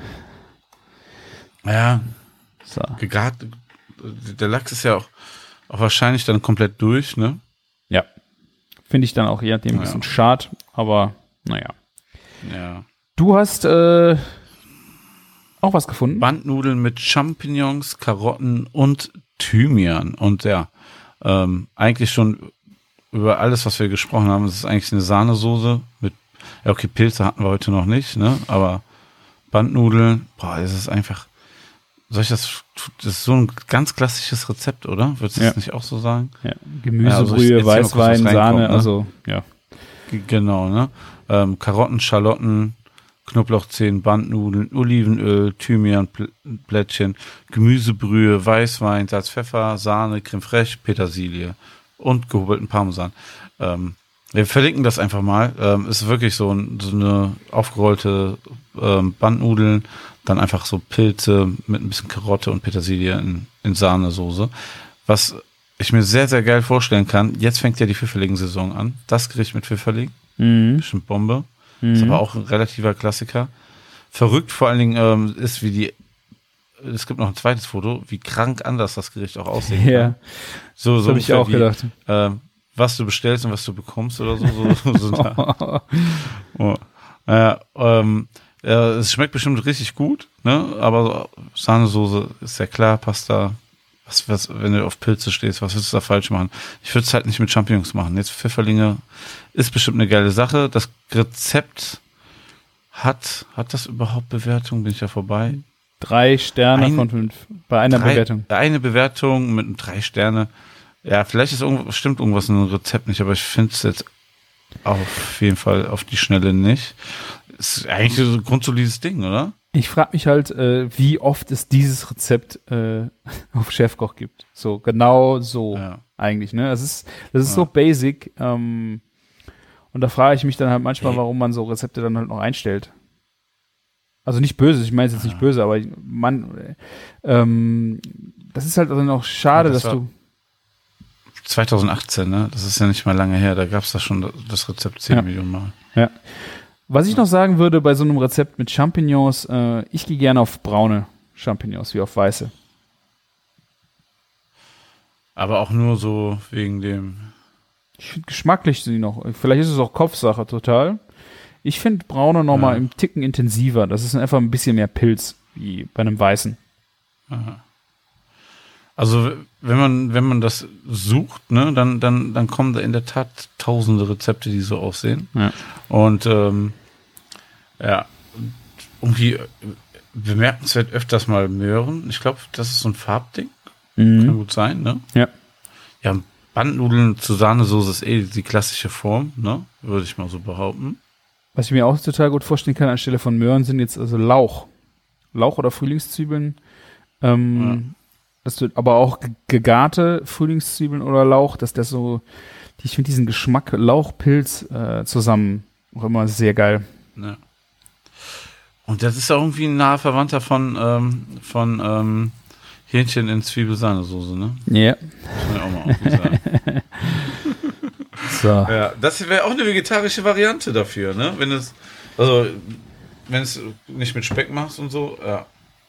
Ja. So. Gerade, der Lachs ist ja auch, auch wahrscheinlich dann komplett durch, ne? Ja. Finde ich dann auch je nachdem ein bisschen ja. schad, aber naja. Ja. Du hast äh, auch was gefunden? Bandnudeln mit Champignons, Karotten und Thymian. Und ja, ähm, eigentlich schon über alles, was wir gesprochen haben, es ist eigentlich eine Sahnesoße mit, ja okay, Pilze hatten wir heute noch nicht, ne? Aber Bandnudeln, boah, es ist einfach, soll ich das, das ist so ein ganz klassisches Rezept, oder? Würdest du Ja. das nicht auch so sagen? Ja. Gemüsebrühe, Ja, also ich erzähl mal kurz, was Weißwein, Sahne, reinkommt, ne? also ja. G- Genau, ne? Ähm, Karotten, Schalotten, Knoblauchzehen, Bandnudeln, Olivenöl, Thymian, Pl- Blättchen, Gemüsebrühe, Weißwein, Salz, Pfeffer, Sahne, Creme fraiche, Petersilie und gehobelten Parmesan. Ähm, wir verlinken das einfach mal. Ähm, ist wirklich so, ein, so eine aufgerollte ähm, Bandnudeln, dann einfach so Pilze mit ein bisschen Karotte und Petersilie in, in Sahnesoße. Was ich mir sehr, sehr geil vorstellen kann, jetzt fängt ja die Pfifferling-Saison an. Das Gericht mit Pfifferling, Mhm. bestimmt Bombe. Mhm. Ist aber auch ein relativer Klassiker. Verrückt vor allen Dingen ähm, ist, wie die, es gibt noch ein zweites Foto, wie krank anders das Gericht auch aussehen Ja, kann. So, das so habe ich ungefähr auch wie, gedacht. ähm, was du bestellst und was du bekommst oder so. so, so, so da. Oh. Ja, ähm, ja, es schmeckt bestimmt richtig gut, ne? Aber Sahnesoße ist ja klar, Pasta. Was, was, wenn du auf Pilze stehst, was würdest du da falsch machen? Ich würde es halt nicht mit Champignons machen. Jetzt Pfifferlinge ist bestimmt eine geile Sache. Das Rezept hat, hat das überhaupt Bewertung? Bin ich da vorbei? Drei Sterne Ein- von fünf bei einer drei, Bewertung. Eine Bewertung mit drei Sterne. Ja, vielleicht ist irgendwo, stimmt irgendwas in dem Rezept nicht, aber ich finde es jetzt auf jeden Fall auf die Schnelle nicht. Ist eigentlich so ein grundsolides Ding, oder? Ich frage mich halt, äh, wie oft es dieses Rezept äh, auf Chefkoch gibt. So, genau so Ja. eigentlich, ne? Das ist, das ist Ja. so basic. Ähm, und da frage ich mich dann halt manchmal, Ey. warum man so Rezepte dann halt noch einstellt. Also nicht böse, ich meine es jetzt nicht böse, aber man, äh, ähm, das ist halt dann auch schade, Ja, das dass war- du, zwanzig achtzehn, ne? Das ist ja nicht mal lange her. Da gab es da schon das Rezept zehn Ja. Millionen Mal. ja. Was ich noch sagen würde bei so einem Rezept mit Champignons, äh, ich gehe gerne auf braune Champignons, wie auf weiße. Aber auch nur so wegen dem. Ich finde geschmacklich sie noch. Vielleicht ist es auch Kopfsache total. Ich finde braune noch mal Ja. im Ticken intensiver. Das ist einfach ein bisschen mehr Pilz, wie bei einem weißen. Also wenn man wenn man das sucht, ne, dann dann dann kommen da in der Tat tausende Rezepte, die so aussehen. Ja. Und ähm, ja, irgendwie bemerkenswert öfters mal Möhren. Ich glaube, das ist so ein Farbding. Kann gut sein, ne? Ja. Ja, Bandnudeln zu Sahnesoße ist eh die klassische Form, ne? Würde ich mal so behaupten. Was ich mir auch total gut vorstellen kann anstelle von Möhren sind jetzt also Lauch. Lauch oder Frühlingszwiebeln. Ähm, das wird aber auch ge- gegarte Frühlingszwiebeln oder Lauch, dass das so, ich finde diesen Geschmack Lauchpilz äh, zusammen auch immer sehr geil. Ja. Und das ist auch irgendwie ein naher Verwandter von, ähm, von ähm, Hähnchen in Zwiebelsahnesoße, ne? Ja. Muss man ja auch mal irgendwie sagen. So. Ja, das wäre auch eine vegetarische Variante dafür, ne? Wenn es, also, wenn es nicht mit Speck machst und so, ja.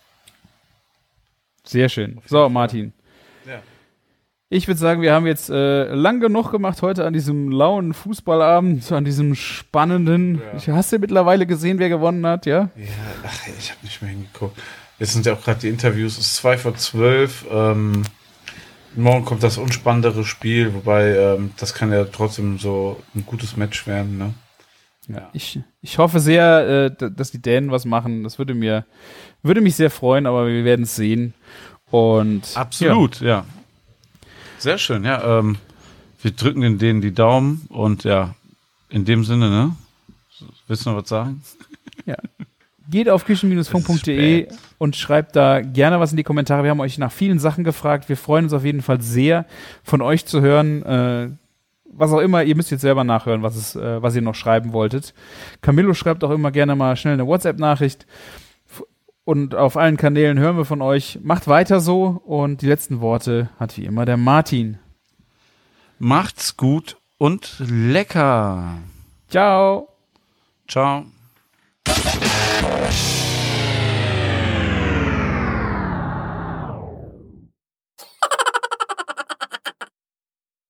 Sehr schön. So, Martin. Ja. Ich würde sagen, wir haben jetzt äh, lang genug gemacht heute an diesem lauen Fußballabend, an diesem spannenden. Ja. Ich, hast du mittlerweile gesehen, wer gewonnen hat, ja? Ja, ach, ich habe nicht mehr hingeguckt. Jetzt sind ja auch gerade die Interviews, es ist zwei vor zwölf. Ähm, morgen kommt das unspannendere Spiel, wobei ähm, das kann ja trotzdem so ein gutes Match werden, ne? Ja. Ich, ich hoffe sehr, äh, d- dass die Dänen was machen. Das würde mir, würde mich sehr freuen, aber wir werden es sehen. Und Absolut, ja. Sehr schön, ja. Ähm, wir drücken den denen die Daumen und ja, in dem Sinne, ne? Willst du noch was sagen? Ja. Geht auf küchen funk punkt de und schreibt da gerne was in die Kommentare. Wir haben euch nach vielen Sachen gefragt. Wir freuen uns auf jeden Fall sehr, von euch zu hören. Äh, was auch immer, ihr müsst jetzt selber nachhören, was, es, äh, was ihr noch schreiben wolltet. Camillo schreibt auch immer gerne mal schnell eine WhatsApp-Nachricht. F- Und auf allen Kanälen hören wir von euch. Macht weiter so. Und die letzten Worte hat wie immer der Martin. Macht's gut und lecker. Ciao. Ciao.